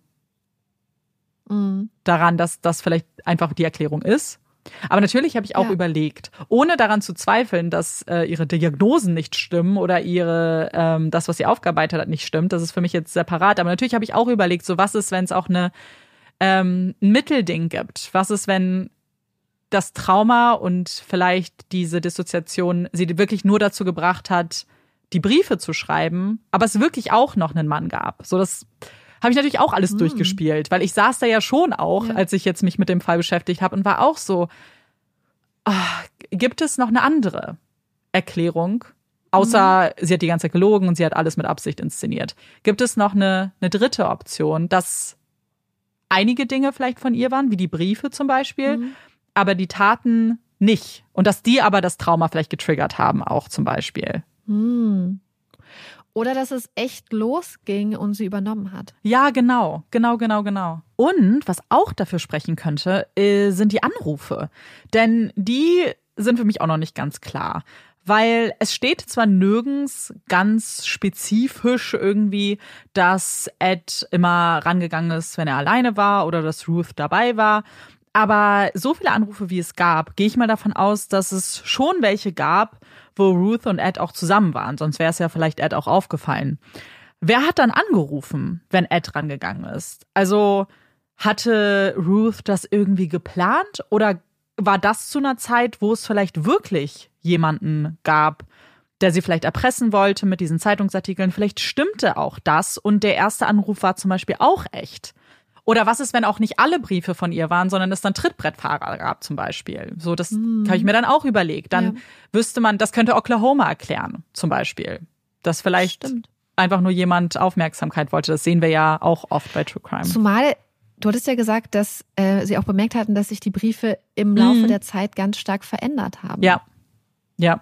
mhm. daran, dass das vielleicht einfach die Erklärung ist. Aber natürlich habe ich auch ja. überlegt, ohne daran zu zweifeln, dass äh, ihre Diagnosen nicht stimmen oder ihre ähm, das, was sie aufgearbeitet hat, nicht stimmt. Das ist für mich jetzt separat. Aber natürlich habe ich auch überlegt, so was ist, wenn es auch eine ähm, ein Mittelding gibt? Was ist, wenn das Trauma und vielleicht diese Dissoziation sie wirklich nur dazu gebracht hat, die Briefe zu schreiben, aber es wirklich auch noch einen Mann gab. So, das habe ich natürlich auch alles hm. durchgespielt, weil ich saß da ja schon auch, ja. als ich jetzt mich mit dem Fall beschäftigt habe und war auch so, oh, gibt es noch eine andere Erklärung? Außer hm. sie hat die ganze Zeit gelogen und sie hat alles mit Absicht inszeniert. Gibt es noch eine, eine dritte Option, dass einige Dinge vielleicht von ihr waren, wie die Briefe zum Beispiel, hm. aber die Taten nicht. Und dass die aber das Trauma vielleicht getriggert haben auch zum Beispiel. Hm. Oder dass es echt losging und sie übernommen hat. Ja, genau, genau, genau, genau. Und was auch dafür sprechen könnte, sind die Anrufe. Denn die sind für mich auch noch nicht ganz klar. Weil es steht zwar nirgends ganz spezifisch irgendwie, dass Ed immer rangegangen ist, wenn er alleine war oder dass Ruth dabei war. Aber so viele Anrufe, wie es gab, gehe ich mal davon aus, dass es schon welche gab, wo Ruth und Ed auch zusammen waren. Sonst wäre es ja vielleicht Ed auch aufgefallen. Wer hat dann angerufen, wenn Ed rangegangen ist? Also hatte Ruth das irgendwie geplant oder war das zu einer Zeit, wo es vielleicht wirklich jemanden gab, der sie vielleicht erpressen wollte mit diesen Zeitungsartikeln? Vielleicht stimmte auch das und der erste Anruf war zum Beispiel auch echt. Oder was ist, wenn auch nicht alle Briefe von ihr waren, sondern es dann Trittbrettfahrer gab zum Beispiel? So, das hm. habe ich mir dann auch überlegt. Dann ja. wüsste man, das könnte Oklahoma erklären zum Beispiel. Dass vielleicht Stimmt. einfach nur jemand Aufmerksamkeit wollte. Das sehen wir ja auch oft bei True Crime. Zumal, du hattest ja gesagt, dass äh, sie auch bemerkt hatten, dass sich die Briefe im Laufe mhm. der Zeit ganz stark verändert haben. Ja, ja.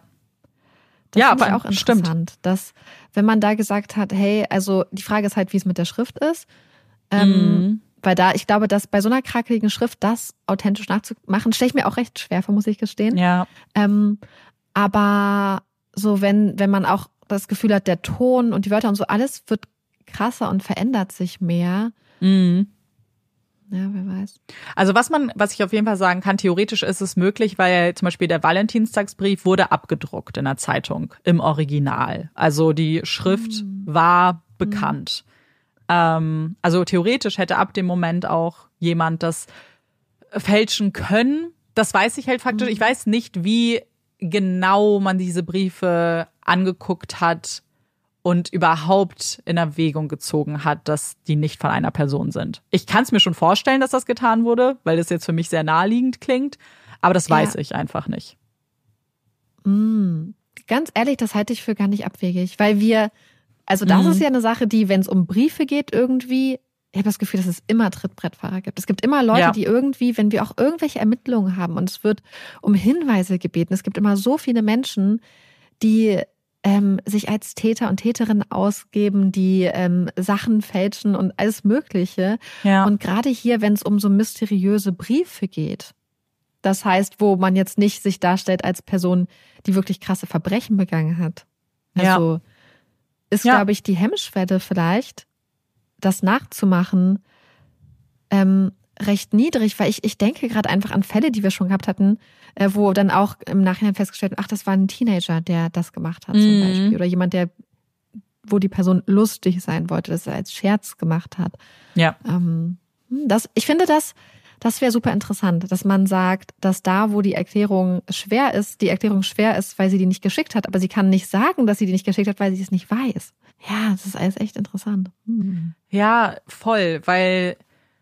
Das ja, finde ich auch interessant, stimmt. Dass, wenn man da gesagt hat, hey, also die Frage ist halt, wie es mit der Schrift ist. Ähm, mhm. Weil da, ich glaube, dass bei so einer krakeligen Schrift das authentisch nachzumachen, stelle ich mir auch recht schwer vor, muss ich gestehen. Ja. Ähm, aber so, wenn, wenn man auch das Gefühl hat, der Ton und die Wörter und so, alles wird krasser und verändert sich mehr. Mhm. Ja, wer weiß. Also was man, was ich auf jeden Fall sagen kann, theoretisch ist es möglich, weil zum Beispiel der Valentinstagsbrief wurde abgedruckt in der Zeitung im Original. Also die Schrift mhm. war bekannt. Mhm. Ähm, also theoretisch hätte ab dem Moment auch jemand das fälschen können. Das weiß ich halt faktisch. Mhm. Ich weiß nicht, wie genau man diese Briefe angeguckt hat und überhaupt in Erwägung gezogen hat, dass die nicht von einer Person sind. Ich kann es mir schon vorstellen, dass das getan wurde, weil das jetzt für mich sehr naheliegend klingt, aber das weiß ja. ich einfach nicht. Mhm. Ganz ehrlich, das halte ich für gar nicht abwegig, weil wir Also das mhm. ist ja eine Sache, die, wenn es um Briefe geht irgendwie, ich habe das Gefühl, dass es immer Trittbrettfahrer gibt. Es gibt immer Leute, ja. die irgendwie, wenn wir auch irgendwelche Ermittlungen haben und es wird um Hinweise gebeten, es gibt immer so viele Menschen, die ähm, sich als Täter und Täterinnen ausgeben, die ähm, Sachen fälschen und alles Mögliche. Ja. Und gerade hier, wenn es um so mysteriöse Briefe geht, das heißt, wo man jetzt nicht sich darstellt als Person, die wirklich krasse Verbrechen begangen hat. Also ja. ist, ja. glaube ich, die Hemmschwelle vielleicht, das nachzumachen, ähm, recht niedrig, weil ich, ich denke gerade einfach an Fälle, die wir schon gehabt hatten, äh, wo dann auch im Nachhinein festgestellt wird, ach, das war ein Teenager, der das gemacht hat zum mhm. Beispiel. Oder jemand, der wo die Person lustig sein wollte, dass er als Scherz gemacht hat. Ja. Ähm, das, ich finde das, das wäre super interessant, dass man sagt, dass da, wo die Erklärung schwer ist, die Erklärung schwer ist, weil sie die nicht geschickt hat, aber sie kann nicht sagen, dass sie die nicht geschickt hat, weil sie es nicht weiß. Ja, das ist alles echt interessant. Hm. Ja, voll, weil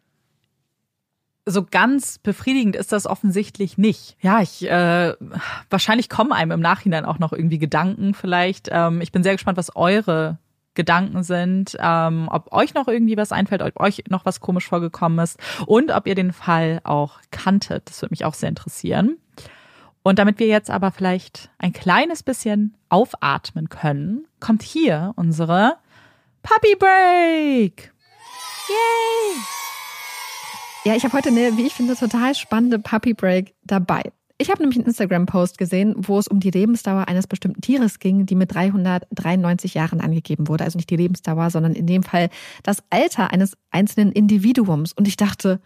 so ganz befriedigend ist das offensichtlich nicht. Ja, ich äh, wahrscheinlich kommen einem im Nachhinein auch noch irgendwie Gedanken vielleicht. Ähm, ich bin sehr gespannt, was eure Gedanken sind, ähm, ob euch noch irgendwie was einfällt, ob euch noch was komisch vorgekommen ist und ob ihr den Fall auch kanntet. Das würde mich auch sehr interessieren. Und damit wir jetzt aber vielleicht ein kleines bisschen aufatmen können, kommt hier unsere Puppy Break. Yay! Ja, ich habe heute eine, wie ich finde, total spannende Puppy Break dabei. Ich habe nämlich einen Instagram-Post gesehen, wo es um die Lebensdauer eines bestimmten Tieres ging, die mit dreihundertdreiundneunzig Jahren angegeben wurde. Also nicht die Lebensdauer, sondern in dem Fall das Alter eines einzelnen Individuums. Und ich dachte,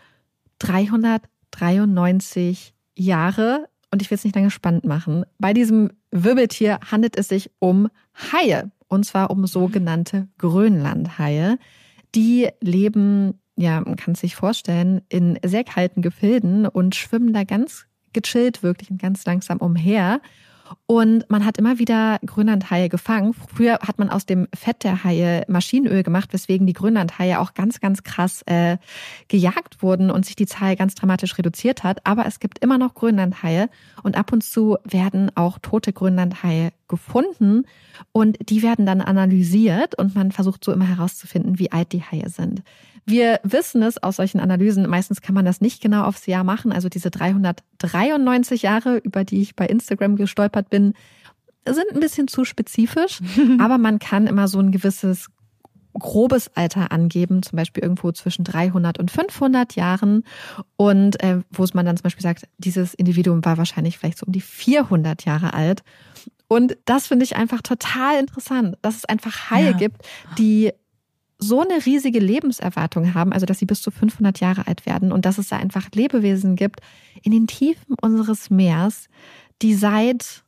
dreihundertdreiundneunzig Jahre. Und ich will es nicht lange spannend machen. Bei diesem Wirbeltier handelt es sich um Haie. Und zwar um sogenannte Grönlandhaie. Die leben, ja, man kann es sich vorstellen, in sehr kalten Gefilden und schwimmen da ganz gechillt wirklich und ganz langsam umher. Und man hat immer wieder Grönlandhaie gefangen. Früher hat man aus dem Fett der Haie Maschinenöl gemacht, weswegen die Grönlandhaie auch ganz, ganz krass äh, gejagt wurden und sich die Zahl ganz dramatisch reduziert hat. Aber es gibt immer noch Grönlandhaie und ab und zu werden auch tote Grönlandhaie gefunden und die werden dann analysiert und man versucht so immer herauszufinden, wie alt die Haie sind. Wir wissen es aus solchen Analysen, meistens kann man das nicht genau aufs Jahr machen, also diese dreihundertdreiundneunzig Jahre, über die ich bei Instagram gestolpert bin, sind ein bisschen zu spezifisch, aber man kann immer so ein gewisses grobes Alter angeben, zum Beispiel irgendwo zwischen dreihundert und fünfhundert Jahren und äh, wo es man dann zum Beispiel sagt, dieses Individuum war wahrscheinlich vielleicht so um die vierhundert Jahre alt. Und das finde ich einfach total interessant, dass es einfach Haie ja. gibt, die so eine riesige Lebenserwartung haben, also dass sie bis zu fünfhundert Jahre alt werden und dass es da einfach Lebewesen gibt in den Tiefen unseres Meers, die seit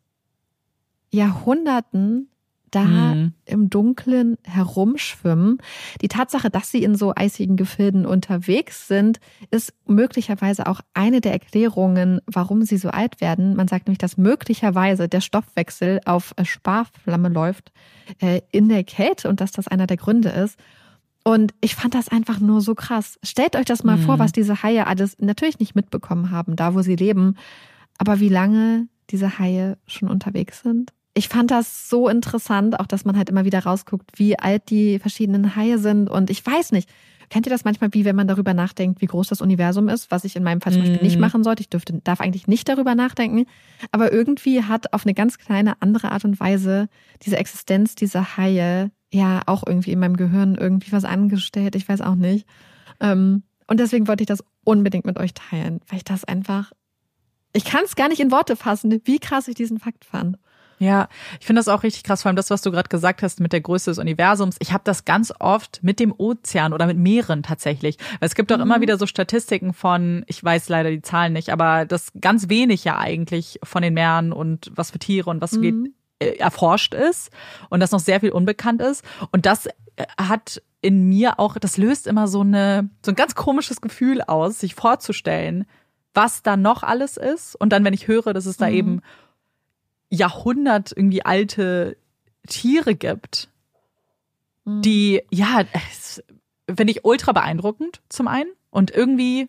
Jahrhunderten da mhm. im Dunkeln herumschwimmen. Die Tatsache, dass sie in so eisigen Gefilden unterwegs sind, ist möglicherweise auch eine der Erklärungen, warum sie so alt werden. Man sagt nämlich, dass möglicherweise der Stoffwechsel auf Sparflamme läuft äh, in der Kälte und dass das einer der Gründe ist. Und ich fand das einfach nur so krass. Stellt euch das mal mhm. vor, was diese Haie alles natürlich nicht mitbekommen haben, da wo sie leben, aber wie lange diese Haie schon unterwegs sind. Ich fand das so interessant, auch dass man halt immer wieder rausguckt, wie alt die verschiedenen Haie sind. Und ich weiß nicht, kennt ihr das manchmal, wie wenn man darüber nachdenkt, wie groß das Universum ist, was ich in meinem Fall zum Beispiel nicht machen sollte. Ich dürfte, darf eigentlich nicht darüber nachdenken. Aber irgendwie hat auf eine ganz kleine andere Art und Weise diese Existenz dieser Haie ja auch irgendwie in meinem Gehirn irgendwie was angestellt. Ich weiß auch nicht. Und deswegen wollte ich das unbedingt mit euch teilen, weil ich das einfach, ich kann es gar nicht in Worte fassen, wie krass ich diesen Fakt fand. Ja, ich finde das auch richtig krass, vor allem das, was du gerade gesagt hast mit der Größe des Universums. Ich habe das ganz oft mit dem Ozean oder mit Meeren tatsächlich. Weil es gibt auch mhm. immer wieder so Statistiken von, ich weiß leider die Zahlen nicht, aber das ganz wenig ja eigentlich von den Meeren und was für Tiere und was mhm. geht, äh, erforscht ist und dass noch sehr viel unbekannt ist. Und das hat in mir auch, das löst immer so eine so ein ganz komisches Gefühl aus, sich vorzustellen, was da noch alles ist. Und dann, wenn ich höre, dass es da mhm. eben Jahrhundert irgendwie alte Tiere gibt, mhm. die, ja, finde ich ultra beeindruckend zum einen und irgendwie,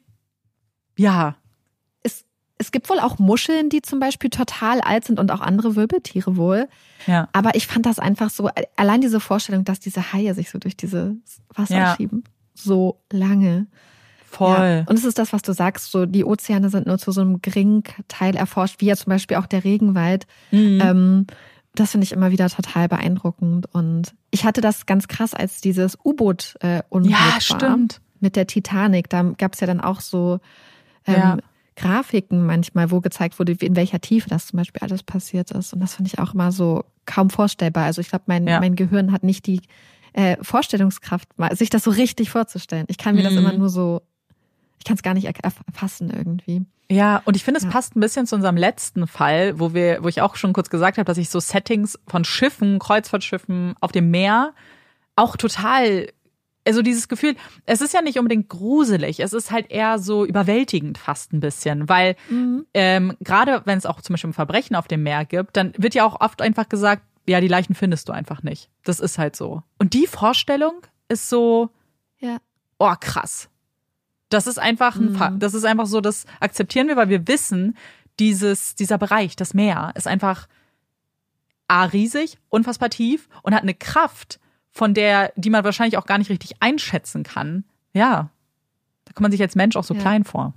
ja. Es, es gibt wohl auch Muscheln, die zum Beispiel total alt sind und auch andere Wirbeltiere wohl. Ja. Aber ich fand das einfach so, allein diese Vorstellung, dass diese Haie sich so durch dieses Wasser ja. schieben, so lange. Voll. Ja. Und es ist das, was du sagst, so die Ozeane sind nur zu so einem geringen Teil erforscht, wie ja zum Beispiel auch der Regenwald. Mhm. Ähm, das finde ich immer wieder total beeindruckend. Und ich hatte das ganz krass, als dieses U-Boot-Unglück ja, war. stimmt. Mit der Titanic. Da gab es ja dann auch so ähm, ja. Grafiken manchmal, wo gezeigt wurde, in welcher Tiefe das zum Beispiel alles passiert ist. Und das finde ich auch immer so kaum vorstellbar. Also ich glaube, mein, ja. mein Gehirn hat nicht die äh, Vorstellungskraft, mal sich das so richtig vorzustellen. Ich kann mir mhm. das immer nur so Ich kann es gar nicht erfassen irgendwie. Ja, und ich finde, es Ja. passt ein bisschen zu unserem letzten Fall, wo wir, wo ich auch schon kurz gesagt habe, dass ich so Settings von Schiffen, Kreuzfahrtschiffen auf dem Meer auch total, also dieses Gefühl, es ist ja nicht unbedingt gruselig, es ist halt eher so überwältigend fast ein bisschen, weil Mhm. ähm, gerade wenn es auch zum Beispiel ein Verbrechen auf dem Meer gibt, dann wird ja auch oft einfach gesagt, ja, die Leichen findest du einfach nicht. Das ist halt so. Und die Vorstellung ist so, Ja. oh krass. Das ist einfach ein, Fa- Mhm. das ist einfach so, das akzeptieren wir, weil wir wissen, dieses, dieser Bereich, das Meer, ist einfach a riesig, unfassbar tief und hat eine Kraft, von der, die man wahrscheinlich auch gar nicht richtig einschätzen kann. Ja, da kommt man sich als Mensch auch so Ja. klein vor.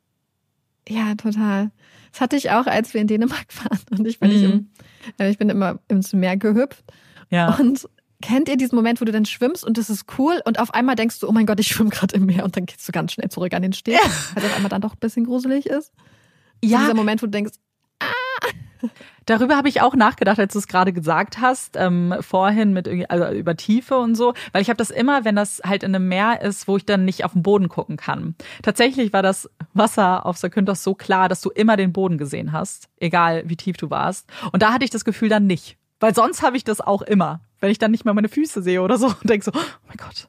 Ja, total. Das hatte ich auch, als wir in Dänemark waren. Und ich bin, nicht Mhm. im, äh, ich bin immer ins Meer gehüpft. Ja. Und kennt ihr diesen Moment, wo du dann schwimmst und das ist cool und auf einmal denkst du, oh mein Gott, ich schwimme gerade im Meer und dann gehst du ganz schnell zurück an den Steg, weil das auf einmal dann doch ein bisschen gruselig ist. So Ja. dieser Moment, wo du denkst, Darüber habe ich auch nachgedacht, als du es gerade gesagt hast, ähm, vorhin mit irgendwie, also über Tiefe und so, weil ich habe das immer, wenn das halt in einem Meer ist, wo ich dann nicht auf den Boden gucken kann. Tatsächlich war das Wasser auf Zakynthos so klar, dass du immer den Boden gesehen hast, egal wie tief du warst. Und da hatte ich das Gefühl dann nicht, weil sonst habe ich das auch immer, wenn ich dann nicht mehr meine Füße sehe oder so und denke so, oh mein Gott.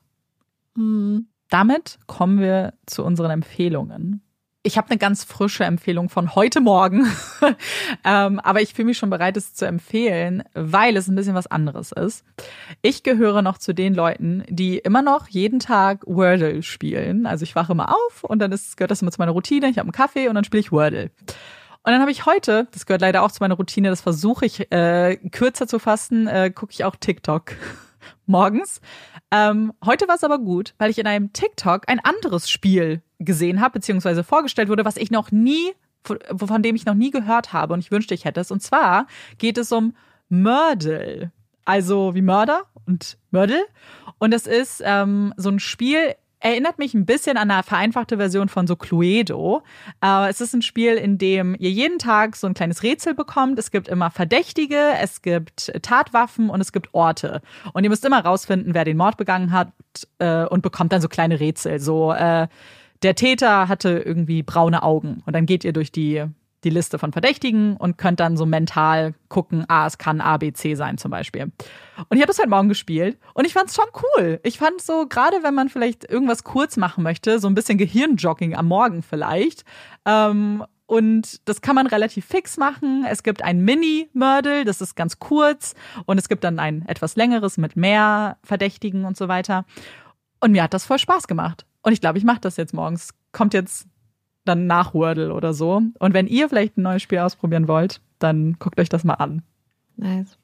hm, Damit kommen wir zu unseren Empfehlungen. Ich habe eine ganz frische Empfehlung von heute Morgen, ähm, aber ich fühle mich schon bereit, es zu empfehlen, weil es ein bisschen was anderes ist. Ich gehöre noch zu den Leuten, die immer noch jeden Tag Wordle spielen. Also ich wache immer auf und dann ist, gehört das immer zu meiner Routine. Ich habe einen Kaffee und dann spiele ich Wordle. Und dann habe ich heute, das gehört leider auch zu meiner Routine, das versuche ich äh, kürzer zu fassen, äh, gucke ich auch TikTok morgens. Ähm, heute war es aber gut, weil ich in einem TikTok ein anderes Spiel gesehen habe, beziehungsweise vorgestellt wurde, was ich noch nie, von dem ich noch nie gehört habe und ich wünschte, ich hätte es. Und zwar geht es um Mördel. Also wie Mörder und Mördel. Und es ist ähm, so ein Spiel, erinnert mich ein bisschen an eine vereinfachte Version von so Cluedo. Äh, es ist ein Spiel, in dem ihr jeden Tag so ein kleines Rätsel bekommt. Es gibt immer Verdächtige, es gibt Tatwaffen und es gibt Orte. Und ihr müsst immer rausfinden, wer den Mord begangen hat äh, und bekommt dann so kleine Rätsel. So, äh, der Täter hatte irgendwie braune Augen. Und dann geht ihr durch die, die Liste von Verdächtigen und könnt dann so mental gucken, ah, es kann A, B, C sein zum Beispiel. Und ich habe das heute Morgen gespielt und ich fand es schon cool. Ich fand so, gerade wenn man vielleicht irgendwas kurz machen möchte, so ein bisschen Gehirnjogging am Morgen vielleicht. Ähm, und das kann man relativ fix machen. Es gibt ein Mini-Mördel, das ist ganz kurz. Und es gibt dann ein etwas längeres mit mehr Verdächtigen und so weiter. Und mir hat das voll Spaß gemacht. Und ich glaube, ich mache das jetzt morgens. Kommt jetzt dann nach Wordle oder so. Und wenn ihr vielleicht ein neues Spiel ausprobieren wollt, dann guckt euch das mal an. nice.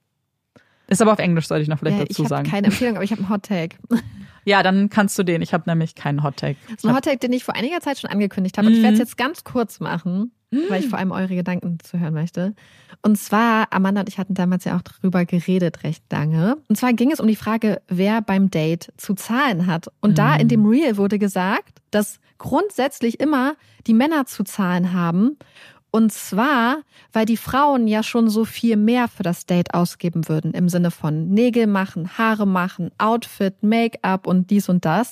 Ist aber auf Englisch, sollte ich noch vielleicht Ja, dazu ich sagen. habe keine Empfehlung, aber ich habe einen Hot Take. Ja, dann kannst du den. Ich habe nämlich keinen Hot Take. So ein Hot Take, den ich vor einiger Zeit schon angekündigt habe. Und ich werde es jetzt ganz kurz machen, weil ich vor allem eure Gedanken zu hören möchte. Und zwar, Amanda und ich hatten damals ja auch drüber geredet, recht lange. Und zwar ging es um die Frage, wer beim Date zu zahlen hat. Und da in dem Reel wurde gesagt, dass grundsätzlich immer die Männer zu zahlen haben. Und zwar, weil die Frauen ja schon so viel mehr für das Date ausgeben würden. Im Sinne von Nägel machen, Haare machen, Outfit, Make-up und dies und das.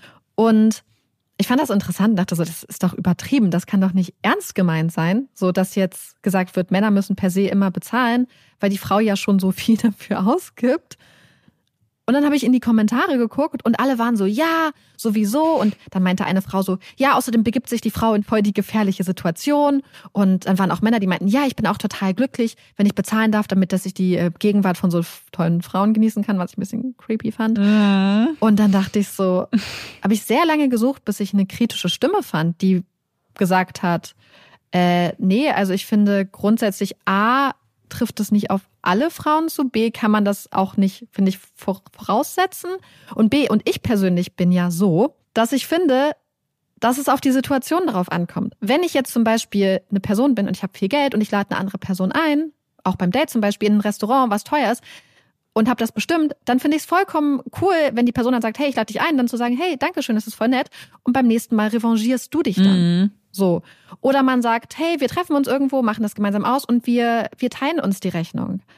Und ich fand das interessant und dachte so, das ist doch übertrieben. Das kann doch nicht ernst gemeint sein, so dass jetzt gesagt wird, Männer müssen per se immer bezahlen, weil die Frau ja schon so viel dafür ausgibt. Und dann habe ich in die Kommentare geguckt und alle waren so, ja, sowieso. Und dann meinte eine Frau so, ja, außerdem begibt sich die Frau in voll die gefährliche Situation. Und dann waren auch Männer, die meinten, ja, ich bin auch total glücklich, wenn ich bezahlen darf, damit dass ich die Gegenwart von so tollen Frauen genießen kann, was ich ein bisschen creepy fand. Mhm. Und dann dachte ich so, habe ich sehr lange gesucht, bis ich eine kritische Stimme fand, die gesagt hat, äh, nee, also ich finde grundsätzlich A, trifft es nicht auf alle Frauen zu, B, kann man das auch nicht, finde ich, voraussetzen und B, und ich persönlich bin ja so, dass ich finde, dass es auf die Situation darauf ankommt. Wenn ich jetzt zum Beispiel eine Person bin und ich habe viel Geld und ich lade eine andere Person ein, auch beim Date zum Beispiel in ein Restaurant, was teuer ist, und habe das bestimmt, dann finde ich es vollkommen cool, wenn die Person dann sagt, hey, ich lade dich ein, dann zu sagen, hey, danke schön, das ist voll nett und beim nächsten Mal revanchierst du dich dann. Mhm. So. Oder man sagt, hey, wir treffen uns irgendwo, machen das gemeinsam aus und wir, wir teilen uns die Rechnung.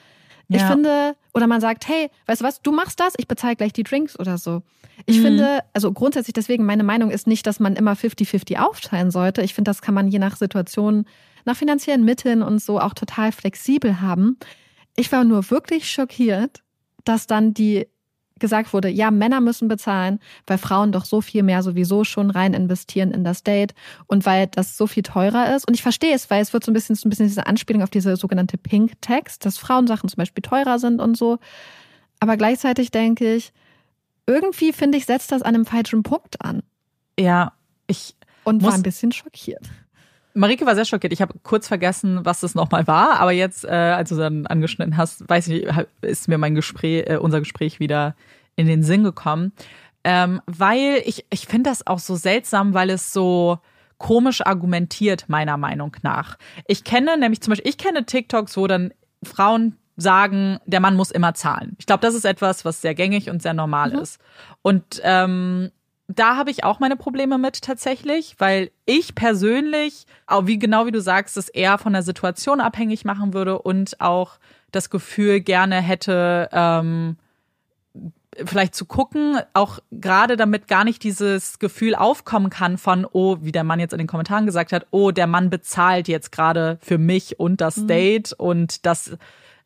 Ich Ja. finde, oder man sagt, hey, weißt du was, du machst das, ich bezahle gleich die Drinks oder so. Ich mhm. finde, also grundsätzlich deswegen, meine Meinung ist nicht, dass man immer fifty fifty aufteilen sollte. Ich finde, das kann man je nach Situation, nach finanziellen Mitteln und so auch total flexibel haben. Ich war nur wirklich schockiert, dass dann die gesagt wurde, ja, Männer müssen bezahlen, weil Frauen doch so viel mehr sowieso schon rein investieren in das Date und weil das so viel teurer ist. Und ich verstehe es, weil es wird so ein bisschen, so ein bisschen diese Anspielung auf diese sogenannte Pink Tax, dass Frauensachen zum Beispiel teurer sind und so. Aber gleichzeitig denke ich, irgendwie finde ich, setzt das an einem falschen Punkt an. Ja, ich Und muss war ein bisschen schockiert. Marike war sehr schockiert. Ich habe kurz vergessen, was das nochmal war, aber jetzt, äh, als du dann angeschnitten hast, weiß ich, ist mir mein Gespräch, äh, unser Gespräch wieder in den Sinn gekommen. Ähm, weil ich, ich finde das auch so seltsam, weil es so komisch argumentiert, meiner Meinung nach. Ich kenne nämlich zum Beispiel, ich kenne TikToks, wo dann Frauen sagen, der Mann muss immer zahlen. Ich glaube, das ist etwas, was sehr gängig und sehr normal mhm. ist. Und ähm, da habe ich auch meine Probleme mit tatsächlich, weil ich persönlich, auch wie genau wie du sagst, es eher von der Situation abhängig machen würde und auch das Gefühl gerne hätte, ähm, vielleicht zu gucken, auch gerade damit gar nicht dieses Gefühl aufkommen kann von, oh, wie der Mann jetzt in den Kommentaren gesagt hat, oh, der Mann bezahlt jetzt gerade für mich und das mhm. Date und das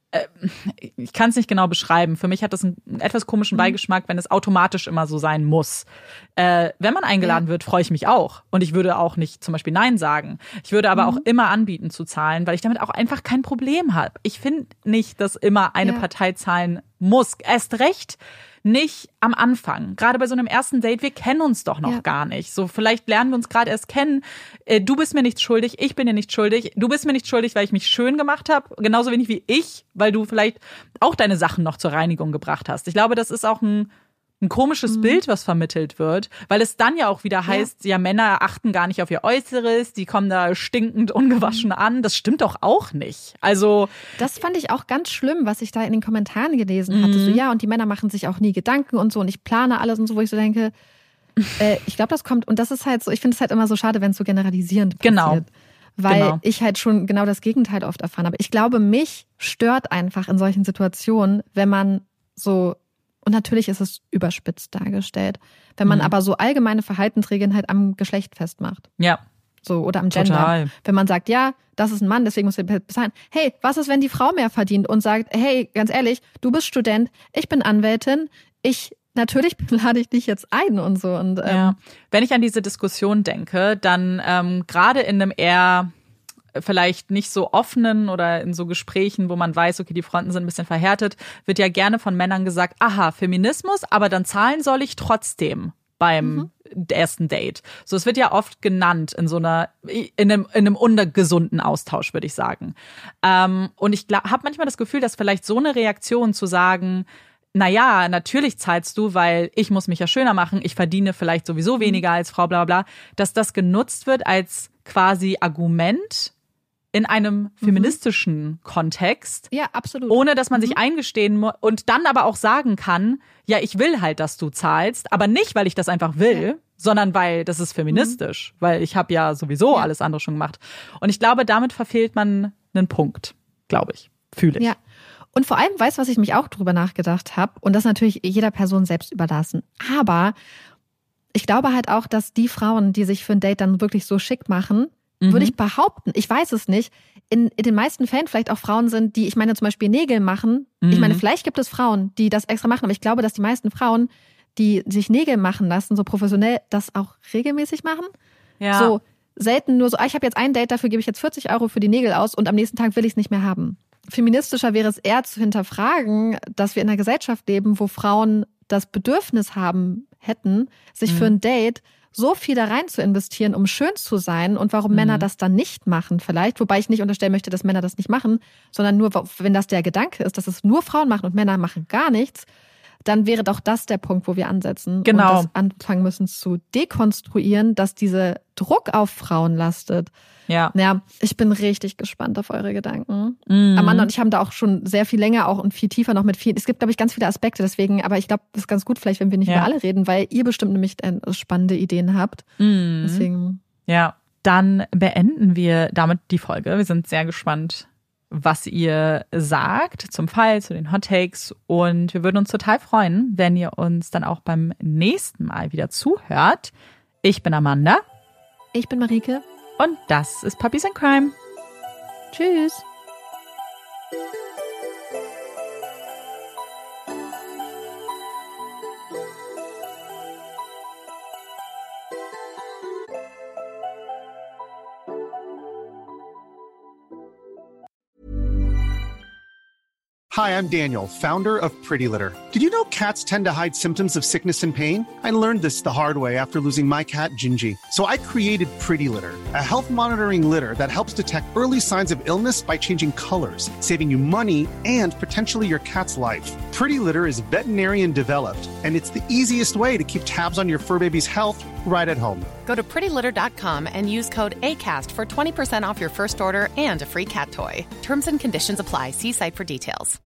ich kann es nicht genau beschreiben. Für mich hat das einen etwas komischen Beigeschmack, wenn es automatisch immer so sein muss. Äh, wenn man eingeladen ja. wird, freue ich mich auch. Und ich würde auch nicht zum Beispiel Nein sagen. Ich würde aber mhm. auch immer anbieten zu zahlen, weil ich damit auch einfach kein Problem habe. Ich finde nicht, dass immer eine ja. Partei zahlen muss. Erst recht nicht am Anfang. Gerade bei so einem ersten Date, wir kennen uns doch noch ja. gar nicht. So, vielleicht lernen wir uns gerade erst kennen. Äh, du bist mir nicht schuldig, ich bin dir nicht schuldig. Du bist mir nicht schuldig, weil ich mich schön gemacht habe. Genauso wenig wie ich, weil du vielleicht auch deine Sachen noch zur Reinigung gebracht hast. Ich glaube, das ist auch ein ein komisches mhm. Bild, was vermittelt wird, weil es dann ja auch wieder heißt, ja. ja, Männer achten gar nicht auf ihr Äußeres, die kommen da stinkend ungewaschen an. Das stimmt doch auch nicht. Also das fand ich auch ganz schlimm, was ich da in den Kommentaren gelesen mhm. hatte. So, ja, und die Männer machen sich auch nie Gedanken und so und ich plane alles und so, wo ich so denke, äh, ich glaube, das kommt, und das ist halt so, ich finde es halt immer so schade, wenn es so generalisierend passiert. Genau. Weil genau. ich halt schon genau das Gegenteil oft erfahren habe. Ich glaube, mich stört einfach in solchen Situationen, wenn man so, und natürlich ist es überspitzt dargestellt, wenn man mhm. aber so allgemeine Verhaltensregeln halt am Geschlecht festmacht. Ja. So, oder am Gender. Total. Wenn man sagt, ja, das ist ein Mann, deswegen muss er bezahlen. Hey, was ist, wenn die Frau mehr verdient und sagt, hey, ganz ehrlich, du bist Student, ich bin Anwältin, ich, natürlich lade ich dich jetzt ein und so. Und, ähm, ja. Wenn ich an diese Diskussion denke, dann ähm, gerade in einem eher vielleicht nicht so offenen oder in so Gesprächen, wo man weiß, okay, die Fronten sind ein bisschen verhärtet, wird ja gerne von Männern gesagt, aha, Feminismus, aber dann zahlen soll ich trotzdem beim mhm. ersten Date. So, es wird ja oft genannt in so einer, in einem, in einem ungesunden Austausch, würde ich sagen. Ähm, und ich habe manchmal das Gefühl, dass vielleicht so eine Reaktion zu sagen, naja, natürlich zahlst du, weil ich muss mich ja schöner machen, ich verdiene vielleicht sowieso weniger als Frau, bla bla, dass das genutzt wird als quasi Argument in einem feministischen mhm. Kontext. Ja, absolut. Ohne, dass man mhm. sich eingestehen muss und dann aber auch sagen kann, ja, ich will halt, dass du zahlst, aber nicht, weil ich das einfach will, ja. sondern weil das ist feministisch, mhm. weil ich habe ja sowieso ja. alles andere schon gemacht. Und ich glaube, damit verfehlt man einen Punkt, glaube ich, fühle ich. Ja. Und vor allem, weißt du, was ich mich auch drüber nachgedacht habe? Und das natürlich jeder Person selbst überlassen. Aber ich glaube halt auch, dass die Frauen, die sich für ein Date dann wirklich so schick machen, mhm. würde ich behaupten, ich weiß es nicht, in, in den meisten Fällen vielleicht auch Frauen sind, die, ich meine zum Beispiel Nägel machen. Mhm. Ich meine, vielleicht gibt es Frauen, die das extra machen, aber ich glaube, dass die meisten Frauen, die sich Nägel machen lassen, so professionell, das auch regelmäßig machen. Ja. So selten nur so, ah, ich habe jetzt ein Date, dafür gebe ich jetzt vierzig Euro für die Nägel aus und am nächsten Tag will ich es nicht mehr haben. Feministischer wäre es eher zu hinterfragen, dass wir in einer Gesellschaft leben, wo Frauen das Bedürfnis haben hätten, sich mhm. für ein Date so viel da rein zu investieren, um schön zu sein, und warum mhm. Männer das dann nicht machen vielleicht, wobei ich nicht unterstellen möchte, dass Männer das nicht machen, sondern nur, wenn das der Gedanke ist, dass es nur Frauen machen und Männer machen gar nichts, dann wäre doch das der Punkt, wo wir ansetzen genau. und das anfangen müssen zu dekonstruieren, dass dieser Druck auf Frauen lastet. Ja. Ja, ich bin richtig gespannt auf eure Gedanken. Mhm. Amanda und ich haben da auch schon sehr viel länger auch und viel tiefer noch mit vielen. Es gibt, glaube ich, ganz viele Aspekte, deswegen, aber ich glaube, das ist ganz gut vielleicht, wenn wir nicht ja. über alle reden, weil ihr bestimmt nämlich spannende Ideen habt. Mhm. Deswegen. Ja, dann beenden wir damit die Folge. Wir sind sehr gespannt, was ihr sagt zum Fall, zu den Hot Takes. Und wir würden uns total freuen, wenn ihr uns dann auch beim nächsten Mal wieder zuhört. Ich bin Amanda. Ich bin Marike. Und das ist Puppies in Crime. Tschüss. Hi, I'm Daniel, founder of Pretty Litter. Did you know cats tend to hide symptoms of sickness and pain? I learned this the hard way after losing my cat, Gingy. So I created Pretty Litter, a health monitoring litter that helps detect early signs of illness by changing colors, saving you money and potentially your cat's life. Pretty Litter is veterinarian developed, and it's the easiest way to keep tabs on your fur baby's health right at home. Go to pretty litter dot com and use code ACAST for twenty percent off your first order and a free cat toy. Terms and conditions apply. See site for details.